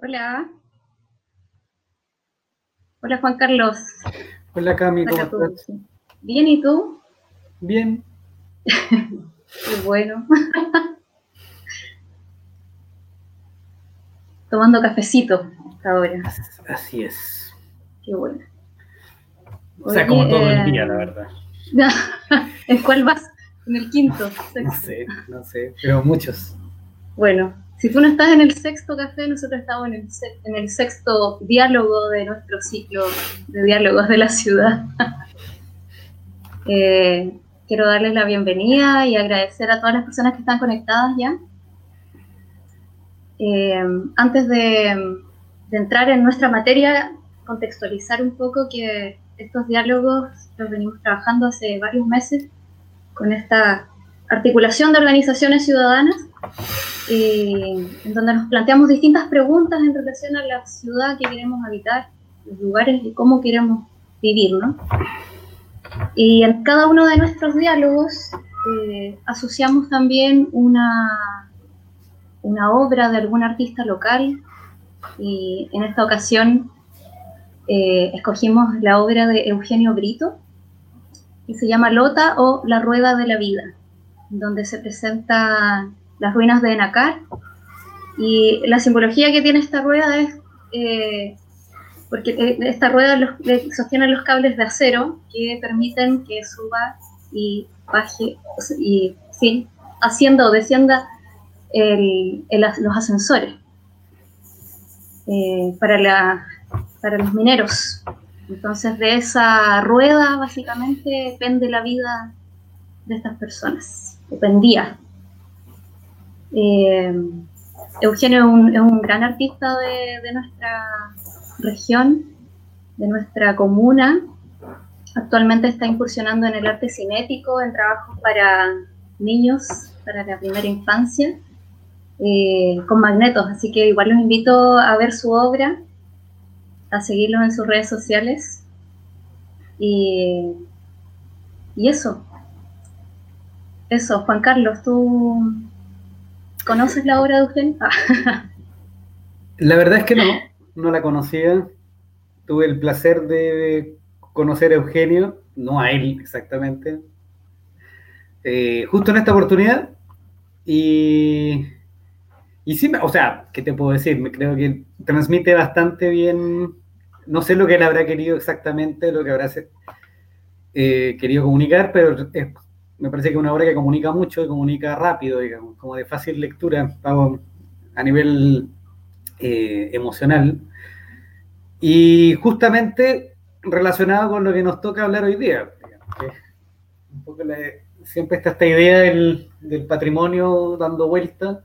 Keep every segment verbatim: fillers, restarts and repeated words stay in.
Hola. Hola, Juan Carlos. Hola, Cami, ¿cómo Saca tu- estás? Bien, ¿y tú? Bien. Qué bueno. Tomando cafecito ahora. Así es. Qué bueno. O sea, Oye, como todo el día, la eh... verdad. ¿en cuál vas? ¿En el quinto? No ¿Sexto? sé, no sé, pero muchos. Bueno, si tú no estás en el sexto café, nosotros estamos en el, se- en el sexto diálogo de nuestro ciclo de diálogos de la ciudad. Eh, quiero darles la bienvenida y agradecer a todas las personas que están conectadas ya. Eh, antes de, de entrar en nuestra materia, contextualizar un poco que estos diálogos los venimos trabajando hace varios meses con esta articulación de organizaciones ciudadanas, eh, en donde nos planteamos distintas preguntas en relación a la ciudad que queremos habitar, los lugares y cómo queremos vivir, ¿no? Y en cada uno de nuestros diálogos eh, asociamos también una, una obra de algún artista local, y en esta ocasión eh, escogimos la obra de Eugenio Brito, que se llama Lota o La Rueda de la Vida, donde se presentan las ruinas de Enacar, y la simbología que tiene esta rueda es, eh, porque esta rueda los, sostiene los cables de acero que permiten que suba y baje, y sí, ascienda o descienda el, el, los ascensores eh, para la para los mineros. Entonces, de esa rueda, básicamente, depende la vida de estas personas. Dependía. Eh, Eugenio es un, es un gran artista de, de nuestra región, de nuestra comuna. Actualmente está incursionando en el arte cinético, en trabajos para niños, para la primera infancia, eh, con magnetos. Así que igual los invito a ver su obra, a seguirlos en sus redes sociales. Y, y eso, eso, Juan Carlos, ¿tú conoces la obra de Eugenio? Ah. La verdad es que no, no la conocía. Tuve el placer de conocer a Eugenio, no a él exactamente, eh, justo en esta oportunidad. Y, y sí, o sea, ¿qué te puedo decir? Me creo que transmite bastante bien. No sé lo que él habrá querido exactamente, lo que habrá eh, querido comunicar, pero es, me parece que es una obra que comunica mucho y comunica rápido, digamos, como de fácil lectura a nivel eh, emocional. Y justamente relacionado con lo que nos toca hablar hoy día. Digamos, que un poco la, siempre está esta idea del, del patrimonio dando vuelta.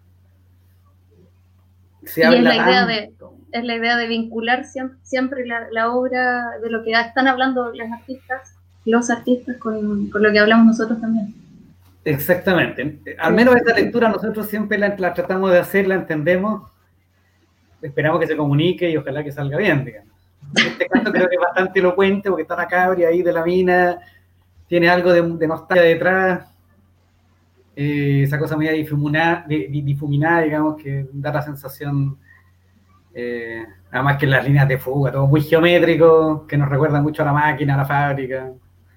Se Y es habla la idea de, tanto. es la idea de vincular siempre, siempre la, la, obra de lo que están hablando los artistas, los artistas con, con lo que hablamos nosotros también. Exactamente. Al Sí. menos esta lectura nosotros siempre la, la tratamos de hacer, la entendemos, esperamos que se comunique y ojalá que salga bien, digamos. En este caso creo que es bastante elocuente porque está la cabria ahí de la mina, tiene algo de, de nostalgia detrás, eh, esa cosa media difuminada, difuminada, digamos, que da la sensación, eh, además que las líneas de fuga, todo muy geométrico, que nos recuerda mucho a la máquina, a la fábrica,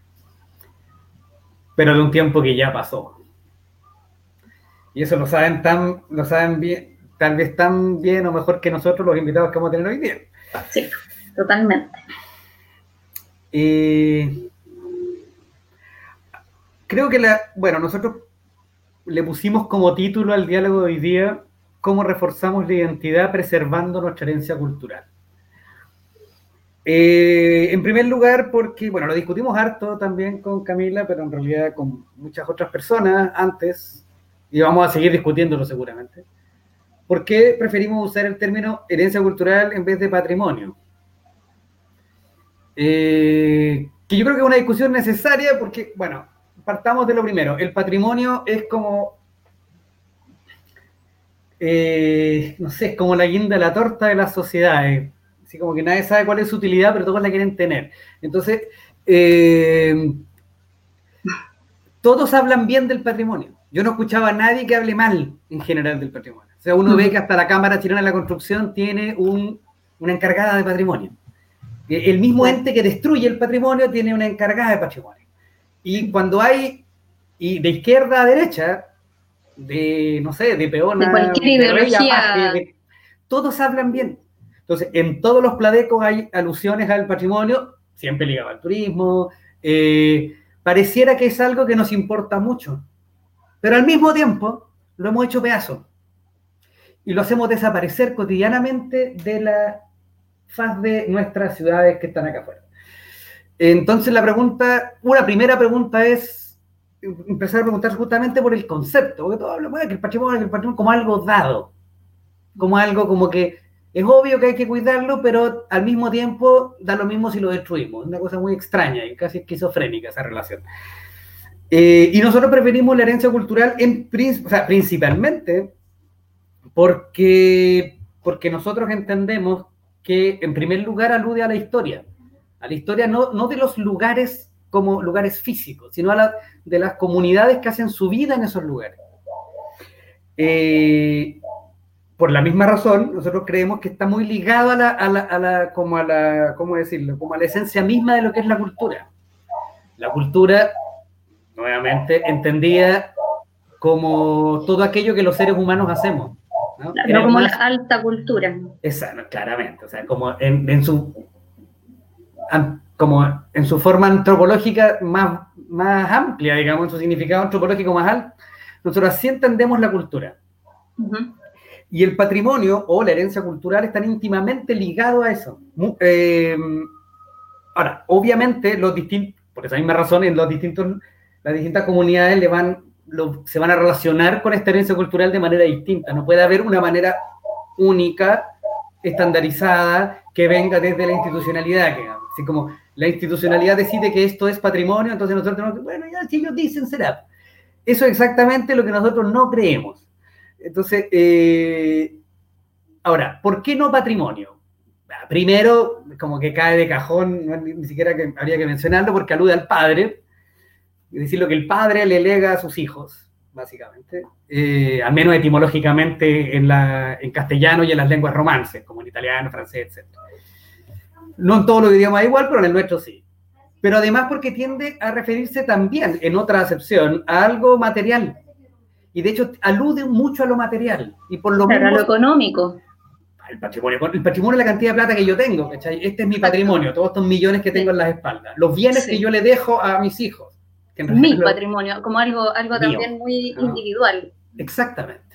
pero de un tiempo que ya pasó. Y eso lo saben tan, lo saben bien, tal vez tan bien o mejor que nosotros los invitados que vamos a tener hoy día. Sí, totalmente. Eh, creo que la, bueno, nosotros le pusimos como título al diálogo de hoy día cómo reforzamos la identidad preservando nuestra herencia cultural. Eh, en primer lugar, porque, bueno, lo discutimos harto también con Camila, pero en realidad con muchas otras personas antes, y vamos a seguir discutiéndolo seguramente. ¿Por qué preferimos usar el término herencia cultural en vez de patrimonio? Eh, que yo creo que es una discusión necesaria porque, bueno, partamos de lo primero. El patrimonio es como, eh, no sé, es como la guinda de la torta de las sociedades. Así como que nadie sabe cuál es su utilidad, pero todos la quieren tener. Entonces, eh, todos hablan bien del patrimonio. Yo no escuchaba a nadie que hable mal en general del patrimonio. O sea, uno uh-huh. ve que hasta la Cámara Chilena de la Construcción tiene un, una encargada de patrimonio. El mismo ente que destruye el patrimonio tiene una encargada de patrimonio. Y cuando hay, y de izquierda a derecha, de, no sé, de peona, de cualquier de ideología, rey, de, de, todos hablan bien. Entonces, en todos los pladecos hay alusiones al patrimonio, siempre ligado al turismo. Eh, pareciera que es algo que nos importa mucho, pero al mismo tiempo lo hemos hecho pedazo y lo hacemos desaparecer cotidianamente de la faz de nuestras ciudades que están acá afuera. Entonces la pregunta, una primera pregunta es empezar a preguntar justamente por el concepto, porque todos hablamos de que el patrimonio, que el patrimonio como algo dado, como algo como que es obvio que hay que cuidarlo, pero al mismo tiempo da lo mismo si lo destruimos. Es una cosa muy extraña y casi esquizofrénica esa relación. Eh, y nosotros preferimos la herencia cultural en, o sea, principalmente porque, porque nosotros entendemos que en primer lugar alude a la historia. A la historia no, no de los lugares como lugares físicos, sino a la, de las comunidades que hacen su vida en esos lugares. Eh, por la misma razón, nosotros creemos que está muy ligado a la, a la, a la, como a la, ¿cómo decirlo? Como a la esencia misma de lo que es la cultura. La cultura, nuevamente, entendida como todo aquello que los seres humanos hacemos. No, no como más, la alta cultura. Exacto, claramente. O sea, como en, en su... como en su forma antropológica más, más amplia, digamos, en su significado antropológico más alto, nosotros así entendemos la cultura. Uh-huh. Y el patrimonio o la herencia cultural están íntimamente ligados a eso. Eh, ahora, obviamente, los distintos, por esa misma razón, en los distintos, las distintas comunidades le van, lo, se van a relacionar con esta herencia cultural de manera distinta. No puede haber una manera única, estandarizada, que venga desde la institucionalidad, que así como la institucionalidad decide que esto es patrimonio, entonces nosotros tenemos que, bueno, ya si ellos dicen, será. Eso es exactamente lo que nosotros no creemos. Entonces, eh, ahora, ¿por qué no patrimonio? Primero, como que cae de cajón, no, ni, ni siquiera que habría que mencionarlo, porque alude al padre, es decir, lo que el padre le lega a sus hijos, básicamente, eh, al menos etimológicamente en, la, en castellano y en las lenguas romances, como en italiano, francés, etcétera. No en todos los idiomas igual, pero en el nuestro sí. Pero además porque tiende a referirse también, en otra acepción, a algo material. Y de hecho alude mucho a lo material. Y por lo Pero mismo, a lo económico. El patrimonio, el patrimonio es la cantidad de plata que yo tengo, ¿cachai? Este es mi patrimonio, todos estos millones que tengo sí. en las espaldas. Los bienes sí. que yo le dejo a mis hijos. Que en mi patrimonio, como algo, algo también muy ¿no? individual. Exactamente.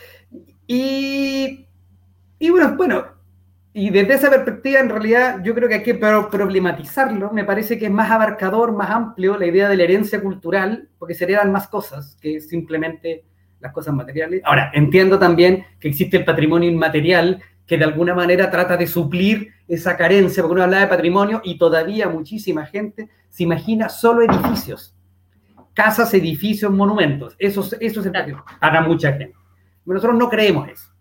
Y, y bueno, bueno, y desde esa perspectiva, en realidad, yo creo que hay que problematizarlo. Me parece que es más abarcador, más amplio la idea de la herencia cultural, porque se heredan más cosas que simplemente las cosas materiales. Ahora, entiendo también que existe el patrimonio inmaterial, que de alguna manera trata de suplir esa carencia, porque uno habla de patrimonio y todavía muchísima gente se imagina solo edificios. Casas, edificios, monumentos. Eso, eso es el patrimonio. Para mucha gente. Pero nosotros no creemos eso.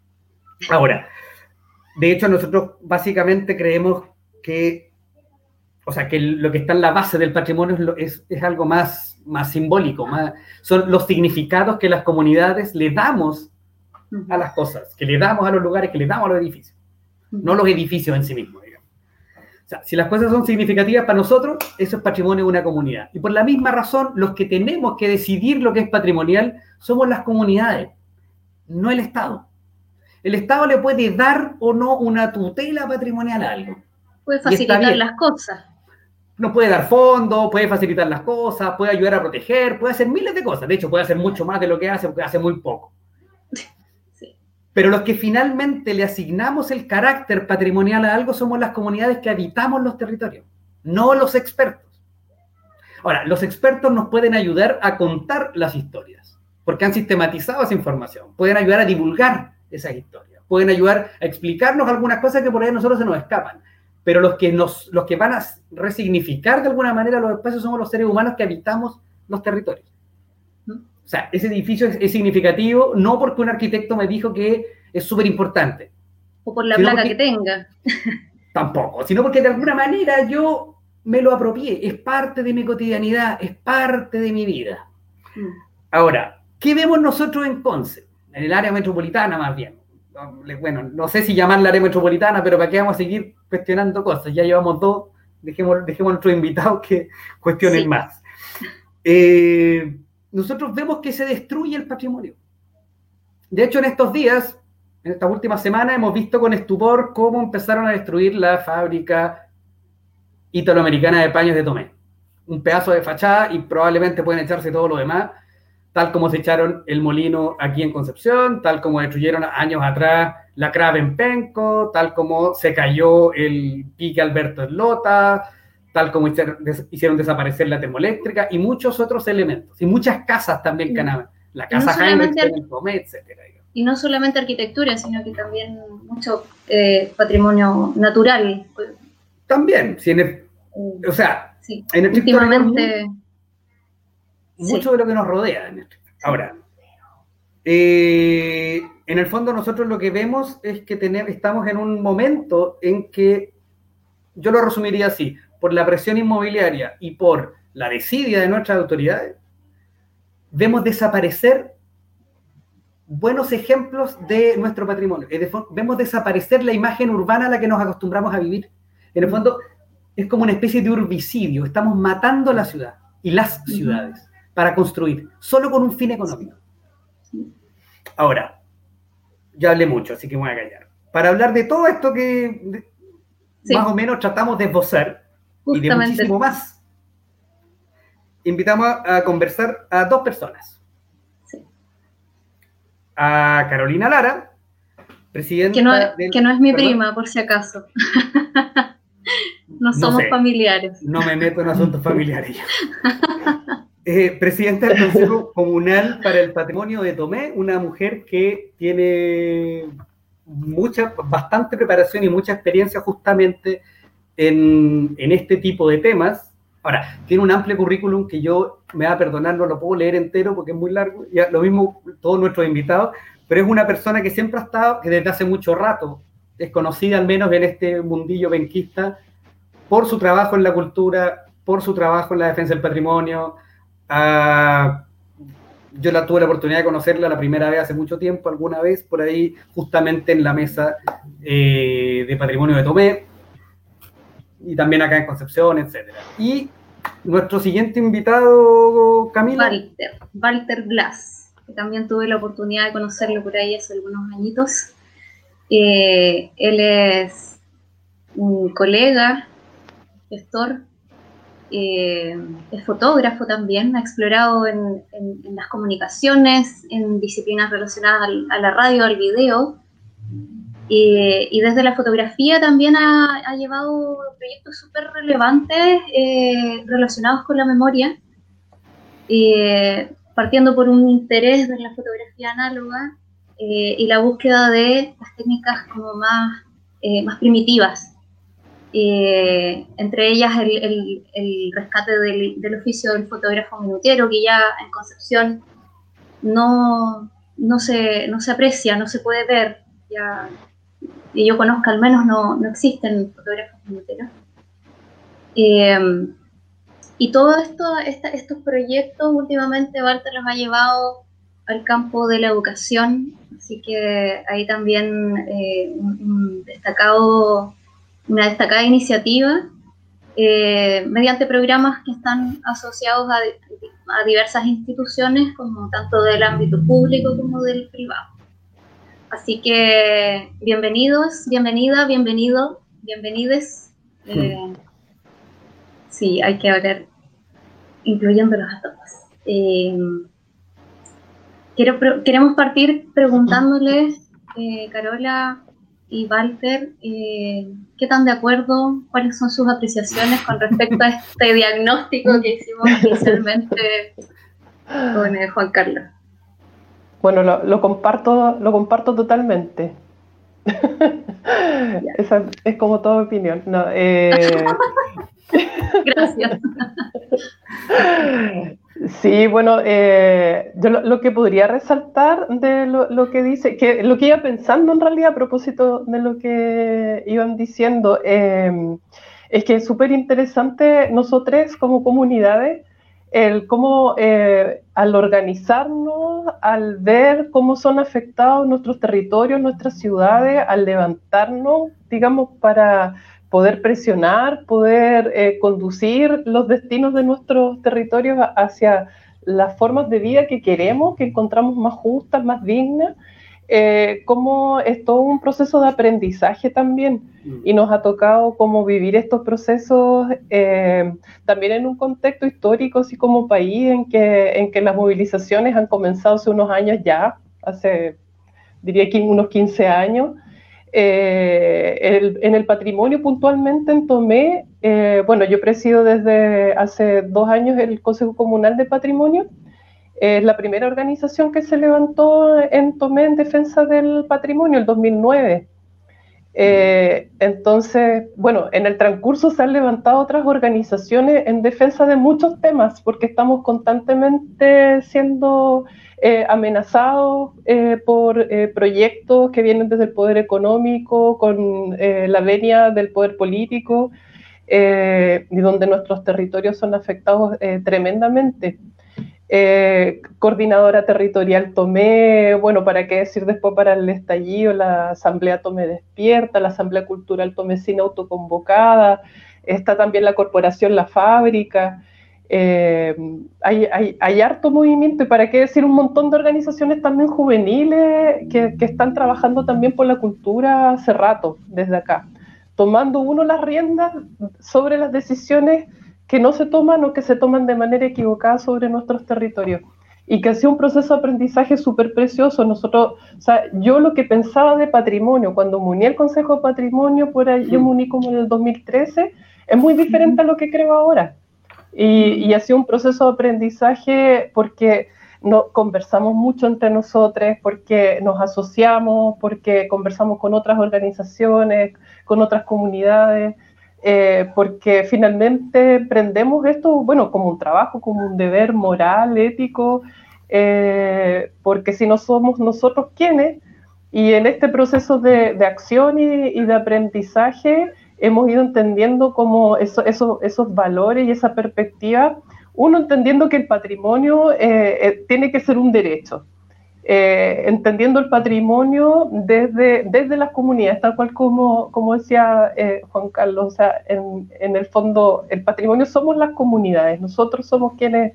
Ahora, de hecho, nosotros básicamente creemos que, o sea, que lo que está en la base del patrimonio es, lo, es, es algo más, más simbólico, más, son los significados que las comunidades le damos a las cosas, que le damos a los lugares, que le damos a los edificios, no los edificios en sí mismos, digamos. O sea, si las cosas son significativas para nosotros, eso es patrimonio de una comunidad. Y por la misma razón, los que tenemos que decidir lo que es patrimonial somos las comunidades, no el Estado. El Estado le puede dar o no una tutela patrimonial a algo. Puede facilitar las cosas. Nos puede dar fondos, puede facilitar las cosas, puede ayudar a proteger, puede hacer miles de cosas. De hecho, puede hacer mucho más de lo que hace, porque hace muy poco. Sí. Pero los que finalmente le asignamos el carácter patrimonial a algo somos las comunidades que habitamos los territorios, no los expertos. Ahora, los expertos nos pueden ayudar a contar las historias, porque han sistematizado esa información. Pueden ayudar a divulgar esas historias. Pueden ayudar a explicarnos algunas cosas que por ahí a nosotros se nos escapan. Pero los que, nos, los que van a resignificar de alguna manera los espacios somos los seres humanos que habitamos los territorios. O sea, ese edificio es, es significativo no porque un arquitecto me dijo que es súper importante. O por la placa porque, que tenga. Tampoco, sino porque de alguna manera yo me lo apropié. Es parte de mi cotidianidad, es parte de mi vida. Mm. Ahora, ¿qué vemos nosotros en Conce? en el área metropolitana más bien. Bueno, no sé si llamarla área metropolitana, pero ¿para qué vamos a seguir cuestionando cosas? Ya llevamos dos, dejemos, dejemos a nuestros invitados que cuestionen sí. más. Eh, nosotros vemos que se destruye el patrimonio. De hecho, en estos días, en estas últimas semanas, hemos visto con estupor cómo empezaron a destruir la fábrica italoamericana de paños de Tomé. Un pedazo de fachada y probablemente pueden echarse todo lo demás, tal como se echaron el molino aquí en Concepción, tal como destruyeron años atrás la Crave en Penco, tal como se cayó el pique Alberto Eslota, tal como hicieron, des, hicieron desaparecer la termoeléctrica y muchos otros elementos. Y muchas casas también canaban. La casa no Heinrich, el Tomé, etcétera. Y no solamente arquitectura, sino que también mucho eh, patrimonio natural. También, si en el, o sea, sí. en el últimamente... mucho sí. de lo que nos rodea. Ahora, eh, en el fondo nosotros lo que vemos es que tenemos, estamos en un momento en que, yo lo resumiría así, por la presión inmobiliaria y por la desidia de nuestras autoridades, vemos desaparecer buenos ejemplos de nuestro patrimonio. Vemos desaparecer la imagen urbana a la que nos acostumbramos a vivir. En el fondo, es como una especie de urbicidio. Estamos matando la ciudad y las ciudades uh-huh. para construir, solo con un fin económico. Ahora, ya hablé mucho, así que me voy a callar. Para hablar de todo esto que sí. más o menos tratamos de esbozar, justamente. Y de muchísimo más, invitamos a, a conversar a dos personas. A Carolina Lara, presidenta... Que no, del, que no es mi perdón, prima, por si acaso. No somos no sé, familiares. No me meto en asuntos familiares. eh, presidenta del Consejo Comunal para el Patrimonio de Tomé, una mujer que tiene mucha, bastante preparación y mucha experiencia justamente en, en este tipo de temas. Ahora, tiene un amplio currículum que yo, me va a perdonar, no lo puedo leer entero porque es muy largo, ya lo mismo todos nuestros invitados, pero es una persona que siempre ha estado, que desde hace mucho rato, es conocida al menos en este mundillo penquista, por su trabajo en la cultura, por su trabajo en la defensa del patrimonio. Uh, yo la tuve la oportunidad de conocerla la primera vez hace mucho tiempo, alguna vez, por ahí, justamente en la mesa eh, de patrimonio de Tomé, y también acá en Concepción, etcétera. Y nuestro siguiente invitado, Camila. Walter, Walter Glass, que también tuve la oportunidad de conocerlo por ahí hace algunos añitos. Eh, él es un colega, gestor, eh, es fotógrafo también, ha explorado en, en, en las comunicaciones, en disciplinas relacionadas al, a la radio, al video. Y, y desde la fotografía también ha, ha llevado proyectos súper relevantes eh, relacionados con la memoria, eh, partiendo por un interés de la fotografía análoga eh, y la búsqueda de las técnicas como más, eh, más primitivas, eh, entre ellas el, el, el rescate del, del oficio del fotógrafo minutiero, que ya en Concepción no, no, se, no se aprecia, no se puede ver, ya que yo conozca al menos no, no existen fotógrafos minuteros. Eh, y todos esto, esta, estos proyectos últimamente Walter los ha llevado al campo de la educación, así que ahí también eh, un, un destacado, una destacada iniciativa eh, mediante programas que están asociados a, a diversas instituciones, como tanto del ámbito público como del privado. Así que bienvenidos, bienvenida, bienvenido, bienvenides. Eh, sí, hay que hablar incluyéndolos a todos. Eh, quiero, queremos partir preguntándoles, eh, Carola y Walter, eh, ¿qué tan de acuerdo? ¿Cuáles son sus apreciaciones con respecto a este diagnóstico que hicimos inicialmente con eh, Juan Carlos? Bueno, lo, lo comparto, lo comparto totalmente. Yeah. Esa es como toda opinión. No, eh... Gracias. Sí, bueno, eh, yo lo, lo que podría resaltar de lo, lo que dice, que lo que iba pensando en realidad a propósito de lo que iban diciendo, eh, es que es súper interesante nosotros como comunidades, el cómo eh, al organizarnos al ver cómo son afectados nuestros territorios, nuestras ciudades, al levantarnos, digamos, para poder presionar, poder eh, conducir los destinos de nuestros territorios hacia las formas de vida que queremos, que encontramos más justas, más dignas, eh, como es todo un proceso de aprendizaje también, y nos ha tocado como vivir estos procesos eh, también en un contexto histórico, así como país, en que, en que las movilizaciones han comenzado hace unos años ya, hace, diría que unos quince años. Eh, el, en el patrimonio puntualmente en Tomé, eh, bueno, yo presido desde hace dos años el Consejo Comunal de Patrimonio. Es la primera organización que se levantó en Tomé en defensa del patrimonio, el dos mil nueve. Eh, entonces, bueno, en el transcurso se han levantado otras organizaciones en defensa de muchos temas, porque estamos constantemente siendo eh, amenazados eh, por eh, proyectos que vienen desde el poder económico, con eh, la venia del poder político, eh, y donde nuestros territorios son afectados eh, tremendamente. Eh, coordinadora territorial Tomé, bueno, para qué decir después para el estallido, la Asamblea Tomé Despierta, la Asamblea Cultural Tomecina Autoconvocada, está también la Corporación La Fábrica, eh, hay, hay, hay harto movimiento, y para qué decir un montón de organizaciones también juveniles que, que están trabajando también por la cultura hace rato, desde acá, tomando uno las riendas sobre las decisiones que no se toman o que se toman de manera equivocada sobre nuestros territorios, y que ha sido un proceso de aprendizaje súper precioso. Nosotros, o sea, yo lo que pensaba de patrimonio, cuando me uní al Consejo de Patrimonio, por ahí, yo me uní como en el dos mil trece, es muy diferente a lo que creo ahora, y, y ha sido un proceso de aprendizaje porque no, conversamos mucho entre nosotros, porque nos asociamos, porque conversamos con otras organizaciones, con otras comunidades, Eh, porque finalmente prendemos esto, bueno, como un trabajo, como un deber moral, ético, eh, porque si no somos nosotros quienes, y en este proceso de, de acción y, y de aprendizaje hemos ido entendiendo como eso, eso, esos valores y esa perspectiva, uno entendiendo que el patrimonio eh, eh, tiene que ser un derecho. Eh, entendiendo el patrimonio desde, desde las comunidades, tal cual como, como decía eh, Juan Carlos, o sea, en, en el fondo el patrimonio somos las comunidades, nosotros somos quienes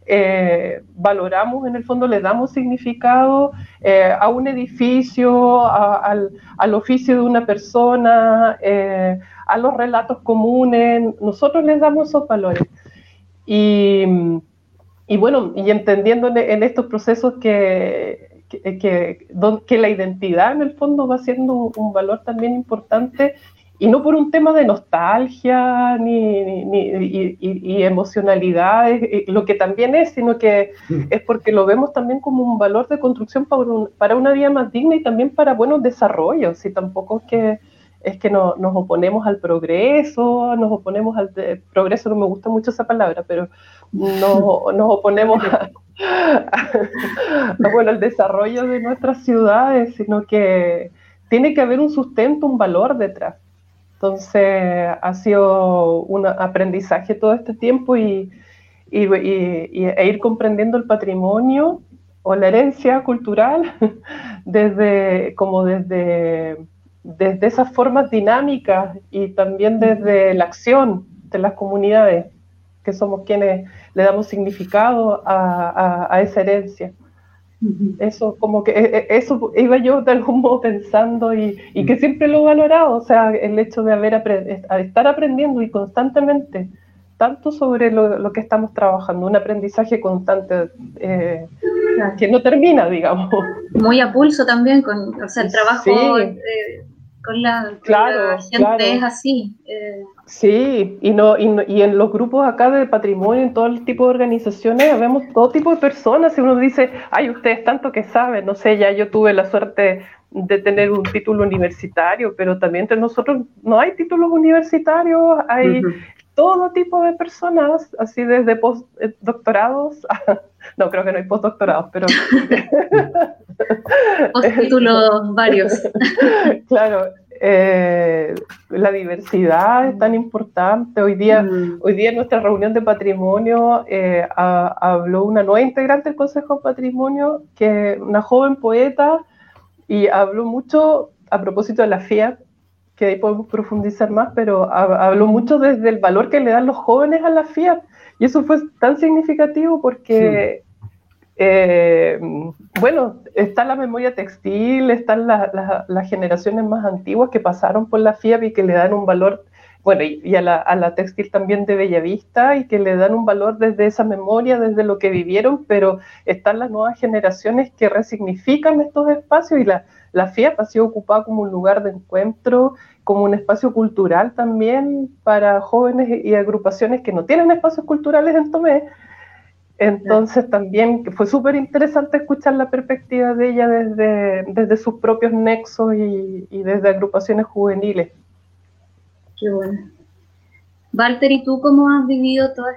eh, valoramos, en el fondo le damos significado eh, a un edificio, a, al, al oficio de una persona, eh, a los relatos comunes, nosotros les damos esos valores. Y Y bueno, y entendiendo en estos procesos que, que, que, que la identidad en el fondo va siendo un valor también importante, y no por un tema de nostalgia ni, ni, ni y, y, y emocionalidad, lo que también es, sino que es porque lo vemos también como un valor de construcción para, un, para una vida más digna y también para buenos desarrollos, y tampoco es que es que no, nos oponemos al progreso, nos oponemos al de, progreso, no me gusta mucho esa palabra, pero no, nos oponemos a, a, a, bueno, al desarrollo de nuestras ciudades, sino que tiene que haber un sustento, un valor detrás. Entonces ha sido un aprendizaje todo este tiempo, y, y, y, y e ir comprendiendo el patrimonio o la herencia cultural desde, como desde... desde esas formas dinámicas, y también desde la acción de las comunidades, que somos quienes le damos significado a, a, a esa herencia. Uh-huh. Eso, como que eso iba yo de algún modo pensando, y, y que siempre lo he valorado, o sea, el hecho de haber apre- estar aprendiendo y constantemente, tanto sobre lo, lo que estamos trabajando, un aprendizaje constante eh, claro. que no termina, digamos. Muy a pulso también, con, o sea, el trabajo sí. eh, con, la, con claro, la gente claro. es así. Eh. Sí, y, no, y, no, y en los grupos acá de patrimonio, en todo el tipo de organizaciones, vemos todo tipo de personas, y uno dice, ay, ustedes tanto que saben, no sé, ya yo tuve la suerte de tener un título universitario, pero también entre nosotros no hay títulos universitarios, hay uh-huh. todo tipo de personas, así desde postdoctorados, no, creo que no hay postdoctorados, pero... Postítulos varios. Claro, eh, la diversidad es tan importante. Hoy día, mm. hoy día en nuestra reunión de patrimonio eh, a, habló una nueva integrante del Consejo de Patrimonio, que es una joven poeta, y habló mucho a propósito de la FIAP, que ahí podemos profundizar más, pero habló mucho desde el valor que le dan los jóvenes a la FIAP, y eso fue tan significativo porque... Sí. Eh, bueno, está la memoria textil, están la, la, las generaciones más antiguas que pasaron por la FIAP y que le dan un valor, bueno, y, y a, la, a la textil también de Bellavista, y que le dan un valor desde esa memoria, desde lo que vivieron, pero están las nuevas generaciones que resignifican estos espacios, y la, la FIAP ha sido ocupada como un lugar de encuentro, como un espacio cultural también para jóvenes y agrupaciones que no tienen espacios culturales en Tomé. Entonces también fue súper interesante escuchar la perspectiva de ella desde, desde sus propios nexos y, y desde agrupaciones juveniles. Qué bueno. Walter, ¿y tú cómo has vivido todo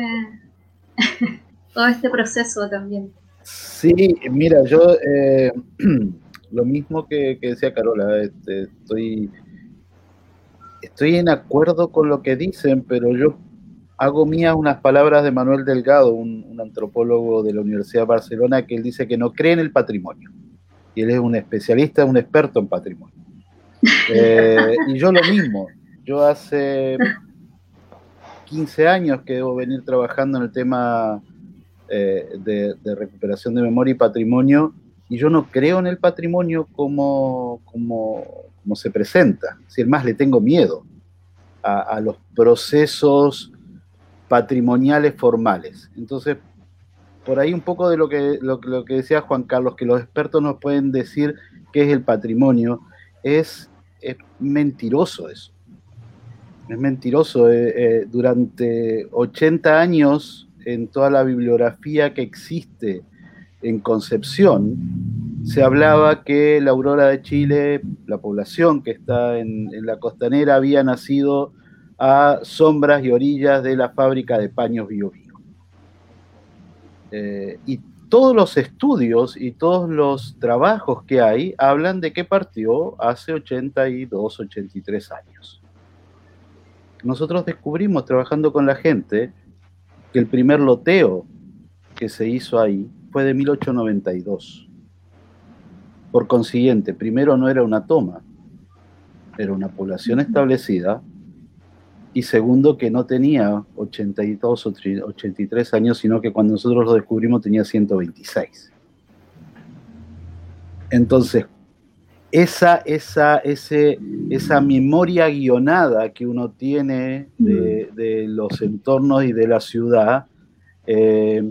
este, todo este proceso también? Sí, mira, yo eh, lo mismo que, que decía Carola, este, estoy, estoy en acuerdo con lo que dicen, pero yo hago mías unas palabras de Manuel Delgado, un, un antropólogo de la Universidad de Barcelona, que él dice que no cree en el patrimonio. Y él es un especialista, un experto en patrimonio. Eh, y yo lo mismo. Yo hace quince años que debo venir trabajando en el tema eh, de, de recuperación de memoria y patrimonio, y yo no creo en el patrimonio como, como, como se presenta. Si es más, le tengo miedo a, a los procesos patrimoniales formales. Entonces, por ahí un poco de lo que, lo, lo que decía Juan Carlos, que los expertos nos pueden decir qué es el patrimonio, es, es mentiroso eso. Es mentiroso. Eh, eh, durante ochenta años, en toda la bibliografía que existe en Concepción, se hablaba que la Aurora de Chile, la población que está en, en la costanera, había nacido a sombras y orillas de la fábrica de paños Bio Bio. Eh, y todos los estudios y todos los trabajos que hay hablan de que partió hace ochenta y dos, ochenta y tres años. Nosotros descubrimos, trabajando con la gente, que el primer loteo que se hizo ahí fue de mil ochocientos noventa y dos. Por consiguiente, primero no era una toma, era una población establecida, y segundo, que no tenía ochenta y dos o ochenta y tres años, sino que cuando nosotros lo descubrimos tenía ciento veintiséis. Entonces, esa, esa, ese, esa memoria guionada que uno tiene de, de los entornos y de la ciudad, eh,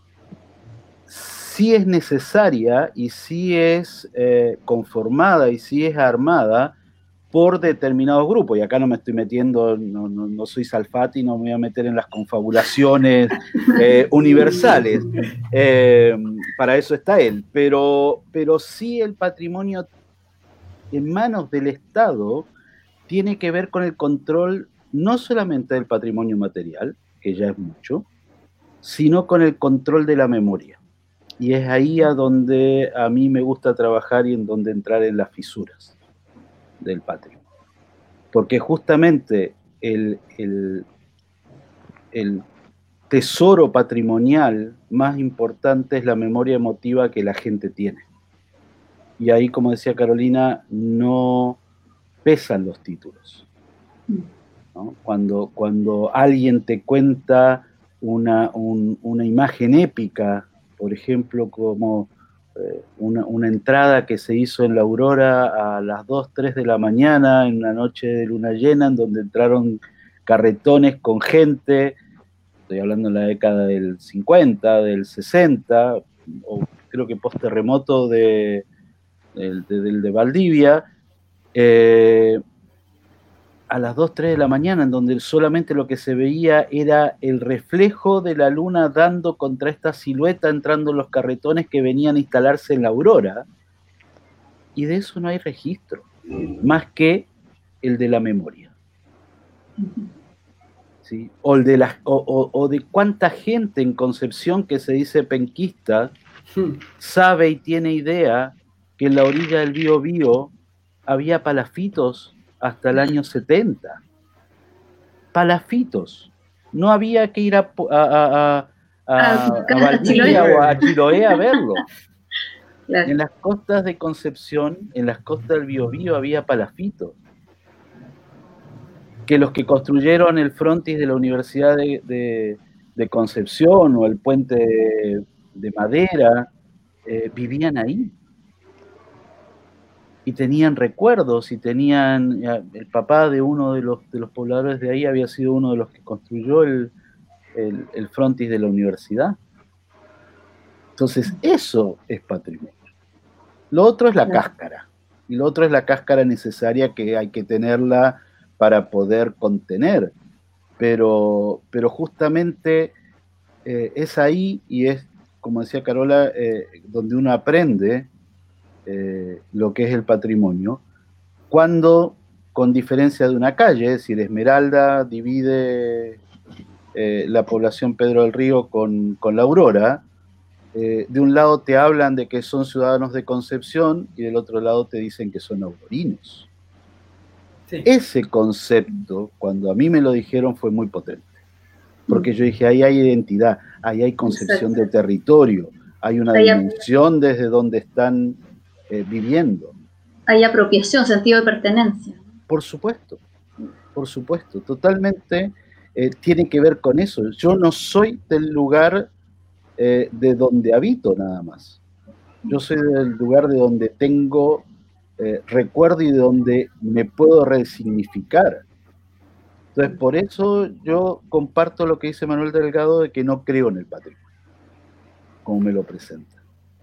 sí es necesaria y sí es eh, conformada y sí es armada por determinados grupos, y acá no me estoy metiendo, no, no, no soy Salfati, no me voy a meter en las confabulaciones eh, universales, eh, para eso está él, pero, pero sí el patrimonio en manos del Estado tiene que ver con el control no solamente del patrimonio material, que ya es mucho, sino con el control de la memoria, y es ahí a donde a mí me gusta trabajar y en donde entrar en las fisuras del patrimonio, porque justamente el, el, el tesoro patrimonial más importante es la memoria emotiva que la gente tiene, y ahí, como decía Carolina, no pesan los títulos, ¿no? Cuando, cuando alguien te cuenta una, un, una imagen épica, por ejemplo, como Una, una entrada que se hizo en la Aurora a las dos, tres de la mañana, en una noche de luna llena, en donde entraron carretones con gente, estoy hablando de la década del cincuenta, del sesenta, o creo que post-terremoto de, de, de, de Valdivia, eh, a las dos, tres de la mañana, en donde solamente lo que se veía era el reflejo de la luna dando contra esta silueta, entrando los carretones que venían a instalarse en la Aurora, y de eso no hay registro, más que el de la memoria. ¿Sí? O, el de las, o, o, o de cuánta gente en Concepción que se dice penquista sabe y tiene idea que en la orilla del Bío Bío había palafitos hasta el año setenta. Palafitos. No había que ir a, a, a, a, a, a Valdivia o a Chiloé a verlo. Claro. En las costas de Concepción, en las costas del Biobío había palafitos. Que los que construyeron el frontis de la Universidad de, de, de Concepción o el puente de, de madera, eh, vivían ahí. Y tenían recuerdos, y tenían, el papá de uno de los, de los pobladores de ahí había sido uno de los que construyó el, el, el frontis de la universidad. Entonces, eso es patrimonio. Lo otro es la sí. cáscara, y lo otro es la cáscara necesaria que hay que tenerla para poder contener, pero, pero justamente eh, es ahí, y es, como decía Carola, eh, donde uno aprende eh, lo que es el patrimonio, cuando, con diferencia de una calle, es decir, Esmeralda divide eh, la población Pedro del Río con, con la Aurora, eh, de un lado te hablan de que son ciudadanos de Concepción, y del otro lado te dicen que son aurorinos. Sí. Ese concepto, cuando a mí me lo dijeron, fue muy potente. Porque yo dije, ahí hay identidad, ahí hay concepción Exacto. de territorio, hay una hay dimensión ap- desde donde están eh, viviendo. Hay apropiación, sentido de pertenencia. Por supuesto, por supuesto, totalmente eh, tiene que ver con eso. Yo no soy del lugar eh, de donde habito nada más. Yo soy del lugar de donde tengo eh, recuerdo y de donde me puedo resignificar. Entonces, por eso yo comparto lo que dice Manuel Delgado de que no creo en el patrimonio, como me lo presenta.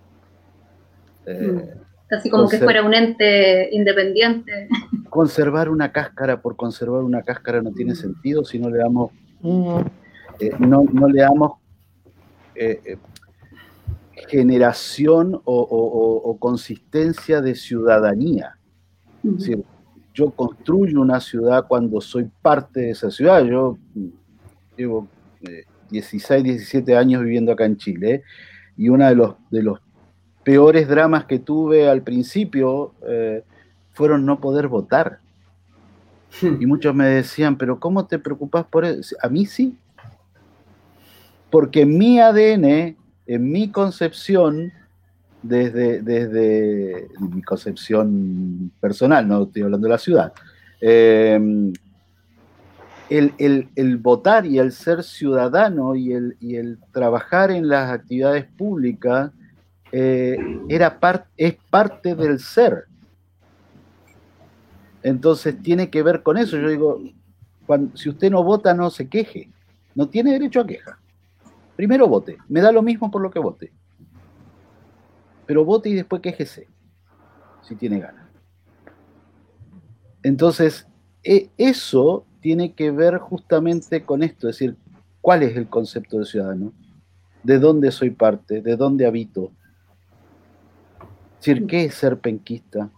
Eh, Casi como que fuera un ente independiente. Conservar una cáscara por conservar una cáscara no tiene sentido si no le damos, eh, no, no le damos eh, eh, generación o, o, o consistencia de ciudadanía. Uh-huh. Es decir, yo construyo una ciudad cuando soy parte de esa ciudad. Yo llevo eh, dieciséis, diecisiete años viviendo acá en Chile, y uno de los, de los peores dramas que tuve al principio eh, fueron no poder votar. Y muchos me decían, pero ¿cómo te preocupas por eso? A mí sí. Porque en mi A D N, en mi concepción, desde, desde mi concepción personal, no estoy hablando de la ciudad, eh, el, el, el votar y el ser ciudadano y el, y el trabajar en las actividades públicas eh, era par, es parte del ser. Entonces tiene que ver con eso. Yo digo, cuando, si usted no vota, no se queje, no tiene derecho a queja. Primero vote, me da lo mismo por lo que vote. Pero vote y después quéjese, si tiene ganas. Entonces, eh, eso tiene que ver justamente con esto, es decir, ¿cuál es el concepto de ciudadano? ¿De dónde soy parte? ¿De dónde habito? Es decir, ¿qué es ser penquista?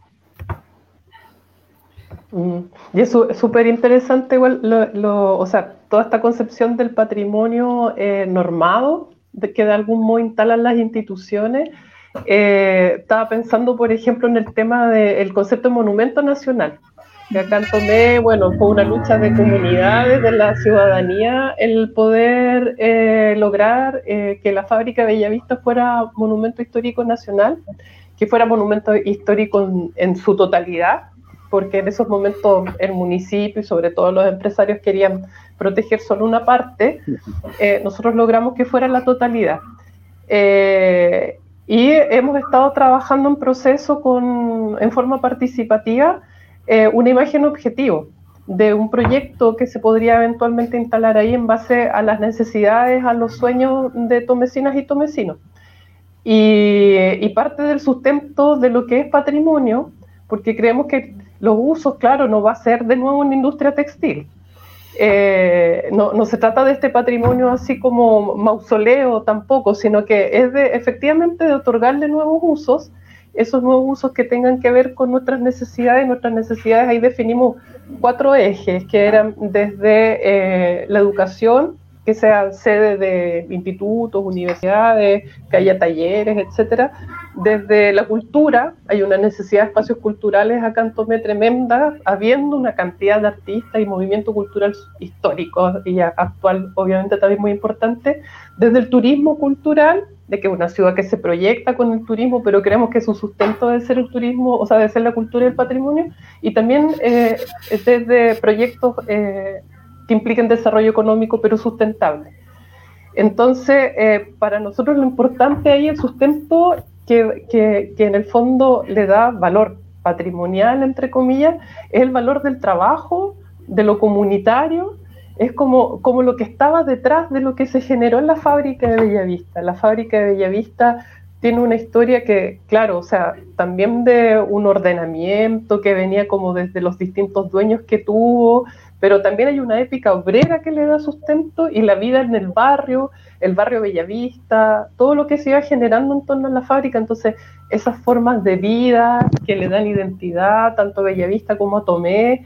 Mm. Y es súper interesante igual, lo, lo, o sea, toda esta concepción del patrimonio eh, normado, de que de algún modo instalan las instituciones. Eh, estaba pensando, por ejemplo, en el tema del concepto de monumento nacional, que acá en Tomé, bueno, fue una lucha de comunidades, de la ciudadanía, el poder eh, lograr eh, que la fábrica de Bellavista fuera monumento histórico nacional, que fuera monumento histórico en, en su totalidad, porque en esos momentos el municipio y sobre todo los empresarios querían proteger solo una parte. Eh, nosotros logramos que fuera la totalidad. Eh, y hemos estado trabajando en proceso con, en forma participativa eh, una imagen objetivo de un proyecto que se podría eventualmente instalar ahí en base a las necesidades, a los sueños de tomecinas y tomecinos. Y, y parte del sustento de lo que es patrimonio, porque creemos que los usos, claro, no va a ser de nuevo una industria textil. Eh, no, no se trata de este patrimonio así como mausoleo tampoco, sino que es de, efectivamente de otorgarle nuevos usos, esos nuevos usos que tengan que ver con nuestras necesidades. Nuestras necesidades, ahí definimos cuatro ejes, que eran desde eh, la educación, que sea sede de institutos, universidades, que haya talleres, etcétera. Desde la cultura, hay una necesidad de espacios culturales acá en Tomé tremenda, habiendo una cantidad de artistas y movimiento cultural histórico y actual, obviamente también muy importante. Desde el turismo cultural, de que es una ciudad que se proyecta con el turismo, pero creemos que su sustento debe ser el turismo, o sea, debe ser la cultura y el patrimonio, y también eh, desde proyectos eh, que impliquen desarrollo económico, pero sustentable. Entonces, eh, para nosotros lo importante ahí, el sustento que, que, que en el fondo le da valor patrimonial, entre comillas, es el valor del trabajo, de lo comunitario, es como, como lo que estaba detrás de lo que se generó en la fábrica de Bellavista. La fábrica de Bellavista tiene una historia que, claro, o sea, también de un ordenamiento que venía como desde los distintos dueños que tuvo, pero también hay una épica obrera que le da sustento y la vida en el barrio, el barrio Bellavista, todo lo que se iba generando en torno a la fábrica. Entonces, esas formas de vida que le dan identidad tanto a Bellavista como a Tomé,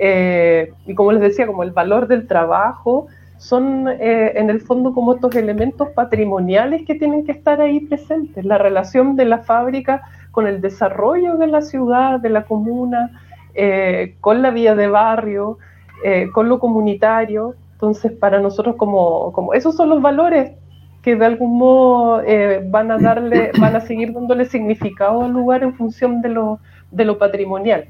eh, y como les decía, como el valor del trabajo, son eh, en el fondo como estos elementos patrimoniales que tienen que estar ahí presentes. La relación de la fábrica con el desarrollo de la ciudad, de la comuna, eh, con la vida de barrio, eh, con lo comunitario. Entonces, para nosotros como, como esos son los valores que de algún modo eh, van a darle, van a seguir dándole significado al lugar en función de lo, de lo patrimonial.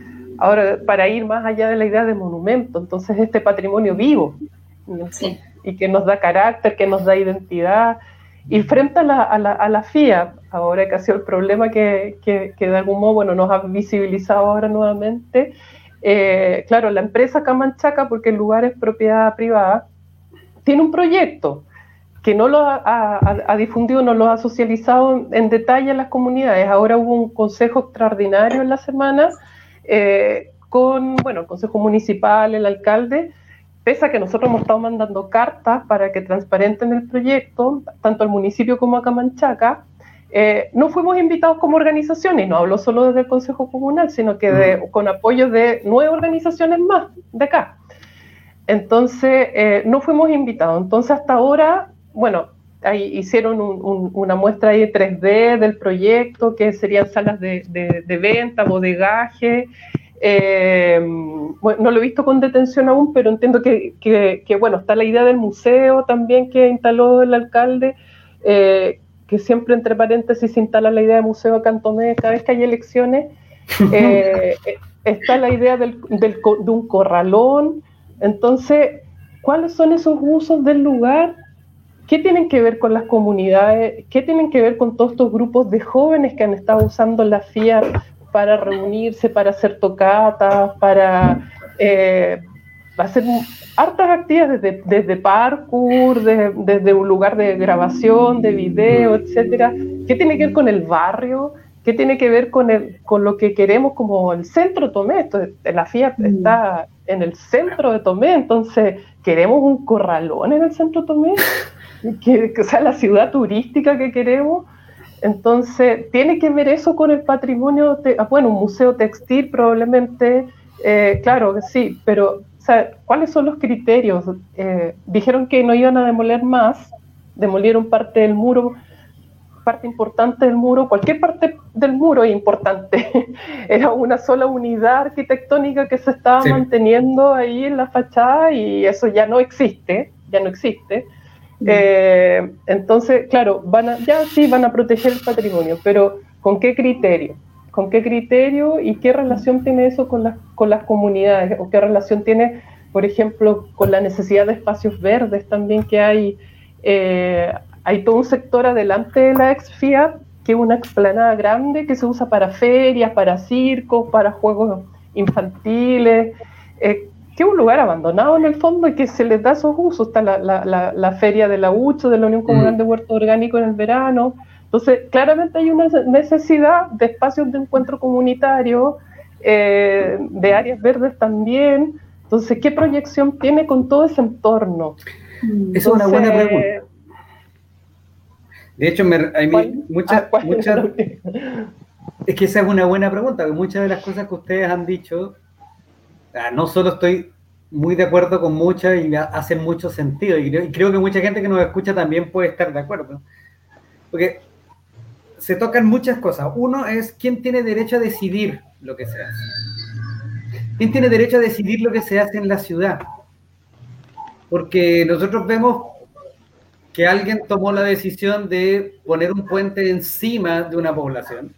Ahora, para ir más allá de la idea de monumento, entonces este patrimonio vivo, ¿no? Sí. Y que nos da carácter, que nos da identidad, y frente a la, a la, a la F I A, ahora que ha sido el problema que, que, que de algún modo, bueno, nos ha visibilizado ahora nuevamente, eh, claro, la empresa Camanchaca, porque el lugar es propiedad privada, tiene un proyecto que no lo ha, ha, ha difundido, no lo ha socializado en detalle a las comunidades. Ahora hubo un consejo extraordinario en la semana, eh, con, bueno, el consejo municipal, el alcalde, pese a que nosotros hemos estado mandando cartas para que transparenten el proyecto, tanto al municipio como a Camanchaca, eh, no fuimos invitados como organización, y no hablo solo desde el Consejo Comunal, sino que de, con apoyo de nueve organizaciones más de acá. Entonces, eh, no fuimos invitados. Entonces, hasta ahora, bueno, ahí hicieron un, un, una muestra ahí tres D del proyecto, que serían salas de, de, de venta, bodegaje. Eh, bueno, no lo he visto con detención aún, pero entiendo que, que, que, bueno, está la idea del museo también que instaló el alcalde, eh, que siempre entre paréntesis se instala la idea de museo acá en Tomé cada vez que hay elecciones. Eh, está la idea del, del, de un corralón. Entonces, ¿cuáles son esos usos del lugar? ¿Qué tienen que ver con las comunidades? ¿Qué tienen que ver con todos estos grupos de jóvenes que han estado usando la F I A para reunirse, para hacer tocatas, para eh, hacer hartas actividades desde, desde parkour, de, desde un lugar de grabación, de video, etcétera? ¿Qué tiene que ver con el barrio? ¿Qué tiene que ver con, el, con lo que queremos como el centro de Tomé? Entonces, la F I A está en el centro de Tomé, entonces, ¿queremos un corralón en el centro de Tomé? Que, que, o sea, la ciudad turística que queremos. Entonces, tiene que ver eso con el patrimonio, te, bueno, un museo textil probablemente, eh, claro que sí, pero, o sea, ¿cuáles son los criterios? Eh, dijeron que no iban a demoler más, demolieron parte del muro, parte importante del muro, cualquier parte del muro es importante, era una sola unidad arquitectónica que se estaba sí. manteniendo ahí en la fachada, y eso ya no existe, ya no existe. Eh, entonces, claro, van a, ya sí van a proteger el patrimonio, pero ¿con qué criterio? ¿Con qué criterio y qué relación tiene eso con las, con las comunidades? ¿O qué relación tiene, por ejemplo, con la necesidad de espacios verdes también que hay? Eh, hay todo un sector adelante de la ex F I A, que es una explanada grande que se usa para ferias, para circos, para juegos infantiles, eh, que es un lugar abandonado en el fondo y que se les da esos usos. Está la, la, la, la feria de la U C H O, de la Unión Comunal de Huerto Orgánico, en el verano. Entonces, claramente hay una necesidad de espacios de encuentro comunitario, eh, de áreas verdes también. Entonces, ¿qué proyección tiene con todo ese entorno? Esa es una buena pregunta. De hecho, me, hay muchas, ah, muchas, es que esa es una buena pregunta, porque muchas de las cosas que ustedes han dicho, no solo estoy muy de acuerdo con muchas y hacen mucho sentido. Y creo, y creo que mucha gente que nos escucha también puede estar de acuerdo. Porque se tocan muchas cosas. Uno es quién tiene derecho a decidir lo que se hace. ¿Quién tiene derecho a decidir lo que se hace en la ciudad? Porque nosotros vemos que alguien tomó la decisión de poner un puente encima de una población,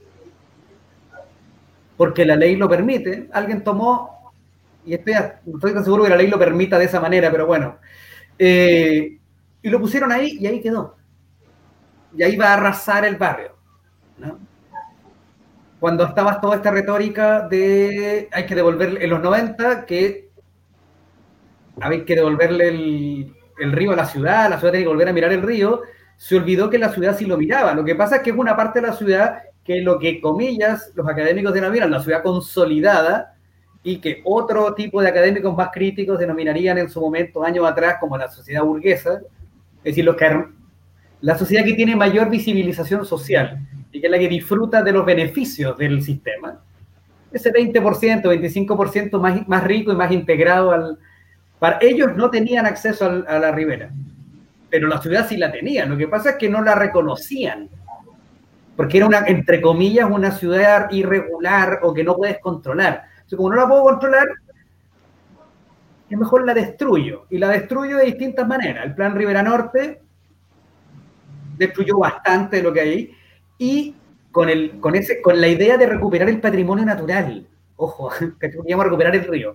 porque la ley lo permite. Alguien tomó, y estoy, no estoy tan seguro que la ley lo permita de esa manera, pero bueno, eh, y lo pusieron ahí y ahí quedó. Y ahí va a arrasar el barrio, ¿no? Cuando estaba toda esta retórica de hay que devolverle, en los noventa, que hay que devolverle el, el río a la ciudad, la ciudad tiene que volver a mirar el río, se olvidó que la ciudad sí lo miraba. Lo que pasa es que es una parte de la ciudad que lo que, comillas, los académicos denominan la ciudad consolidada, y que otro tipo de académicos más críticos denominarían en su momento, años atrás, como la sociedad burguesa, es decir, los que, la sociedad que tiene mayor visibilización social y que es la que disfruta de los beneficios del sistema. Ese veinte por ciento, veinticinco por ciento más, más rico y más integrado al... Para ellos no tenían acceso al, a la ribera, pero la ciudad sí la tenía. Lo que pasa es que no la reconocían, porque era una, entre comillas, una ciudad irregular o que no puedes controlar. Entonces, como no la puedo controlar, es mejor la destruyo. Y la destruyo de distintas maneras. El plan Ribera Norte destruyó bastante de lo que hay, y con, el, con, ese, con la idea de recuperar el patrimonio natural. Ojo, que queríamos recuperar el río.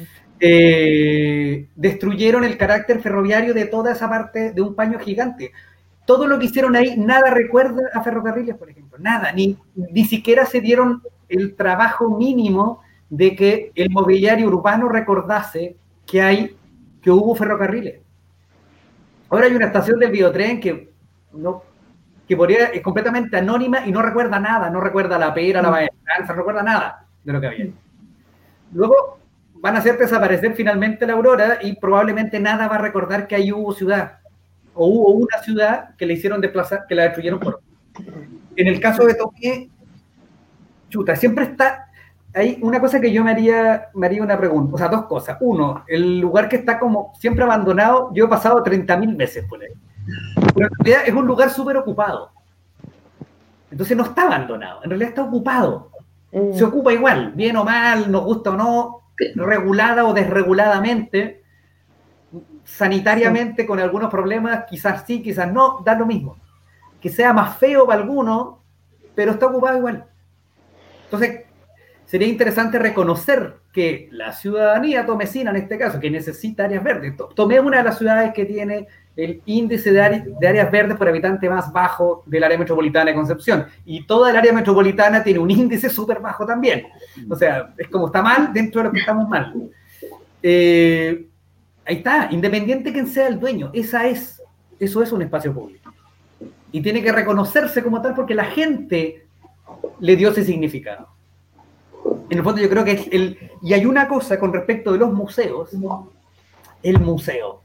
Eh, destruyeron el carácter ferroviario de toda esa parte de un paño gigante. Todo lo que hicieron ahí, nada recuerda a ferrocarriles, por ejemplo, nada, ni, ni siquiera se dieron el trabajo mínimo de que el mobiliario urbano recordase que hay, que hubo ferrocarriles. Ahora hay una estación del biotren que no, que podría, es completamente anónima y no recuerda nada, no recuerda la pera, la maestranza, no recuerda nada de lo que había. Luego van a hacer desaparecer finalmente la Aurora y probablemente nada va a recordar que ahí hubo ciudad, o hubo una ciudad que le hicieron desplazar, que la destruyeron por otra. En el caso de Tomé, chuta, siempre está, hay una cosa que yo me haría, me haría una pregunta, o sea, dos cosas. Uno, el lugar que está como siempre abandonado, yo he pasado treinta mil veces por ahí, pero en realidad es un lugar súper ocupado. Entonces no está abandonado, en realidad está ocupado. Se ocupa igual, bien o mal, nos gusta o no, regulada o desreguladamente, sanitariamente con algunos problemas, quizás sí, quizás no, da lo mismo. Que sea más feo para algunos, pero está ocupado igual. Entonces, sería interesante reconocer que la ciudadanía tomecina, en este caso, que necesita áreas verdes. Tomé es una de las ciudades que tiene el índice de, área, de áreas verdes por habitante más bajo del área metropolitana de Concepción. Y toda el área metropolitana tiene un índice súper bajo también. O sea, es como está mal dentro de lo que estamos mal. Eh, ahí está, independiente quién sea el dueño, esa es, eso es un espacio público. Y tiene que reconocerse como tal porque la gente le dio ese significado. En el fondo yo creo que es el... Y hay una cosa con respecto de los museos, el museo.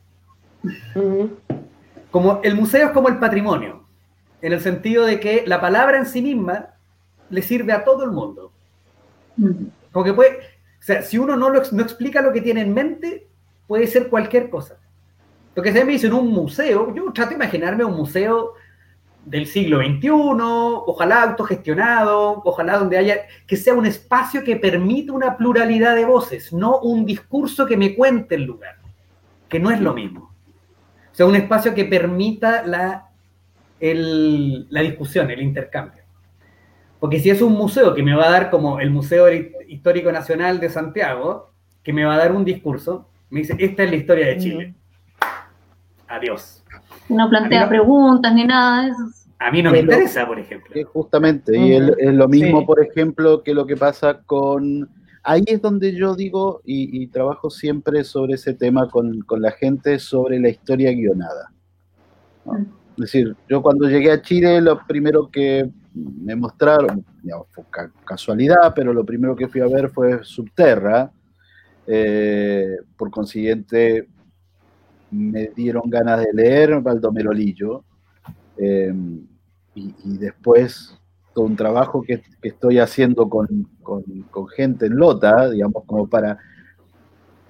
Como, el museo es como el patrimonio, en el sentido de que la palabra en sí misma le sirve a todo el mundo. Como que puede... O sea, si uno no, lo, no explica lo que tiene en mente, puede ser cualquier cosa. Lo que se me dice en un museo, yo trato de imaginarme un museo del siglo veintiuno, ojalá autogestionado, ojalá donde haya, que sea un espacio que permita una pluralidad de voces, no un discurso que me cuente el lugar, que no es lo mismo. O sea, un espacio que permita la, el, la discusión, el intercambio. Porque si es un museo que me va a dar como el Museo Histórico Nacional de Santiago, que me va a dar un discurso, me dice, esta es la historia de Chile. Adiós. No plantea no, preguntas ni nada de eso. A mí no me Pero, interesa, por ejemplo. Justamente, uh-huh. y es, es lo mismo, sí. por ejemplo, que lo que pasa con... Ahí es donde yo digo, y, y trabajo siempre sobre ese tema con, con la gente, sobre la historia guionada. ¿no? Uh-huh. Es decir, yo cuando llegué a Chile, lo primero que me mostraron, digamos, fue ca- casualidad, pero lo primero que fui a ver fue Subterra. Eh, por consiguiente, me dieron ganas de leer Baldomero Lillo, eh, y, y después todo un trabajo que, que estoy haciendo con, con, con gente en Lota, digamos, como para,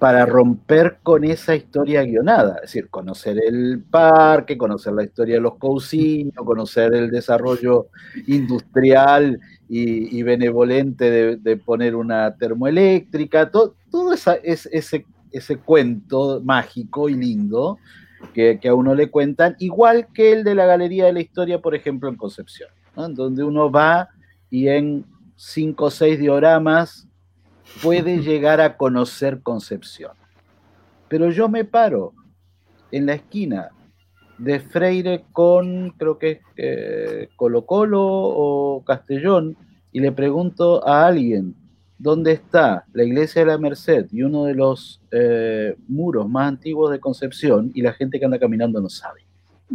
para romper con esa historia guionada, es decir, conocer el parque, conocer la historia de los cousinos, conocer el desarrollo industrial y, y benevolente de, de poner una termoeléctrica, todo, todo esa, es, ese, ese cuento mágico y lindo que, que a uno le cuentan, igual que el de la Galería de la Historia, por ejemplo, en Concepción, ¿no? En donde uno va y en cinco o seis dioramas puede llegar a conocer Concepción. Pero yo me paro en la esquina de Freire con, creo que es eh, Colo Colo o Castellón, y le pregunto a alguien dónde está la iglesia de la Merced y uno de los eh, muros más antiguos de Concepción, y la gente que anda caminando no sabe.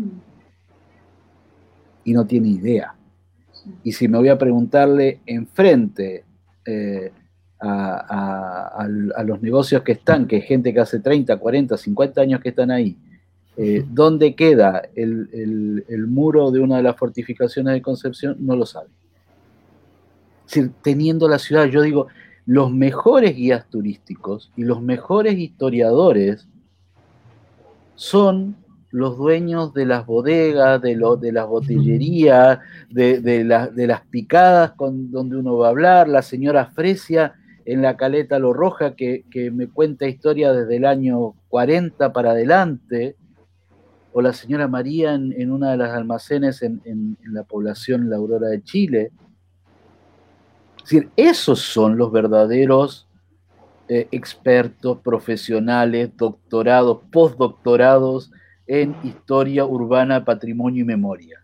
Y no tiene idea. Y si me voy a preguntarle enfrente eh, A, a, a los negocios que están, que es gente que hace treinta, cuarenta, cincuenta años que están ahí, eh, ¿dónde queda el, el, el muro de una de las fortificaciones de Concepción? No lo sabe. Es decir, teniendo la ciudad, yo digo, los mejores guías turísticos y los mejores historiadores son los dueños de las bodegas, de, lo, de las botillerías, de, de, la, de las picadas con, donde uno va a hablar, la señora Fresia en la Caleta Lo Roja, que, que me cuenta historia desde el año cuarenta para adelante, o la señora María en, en una de las almacenes en, en, en la población La Aurora de Chile. Es decir, esos son los verdaderos eh, expertos, profesionales, doctorados, postdoctorados en historia urbana, patrimonio y memoria.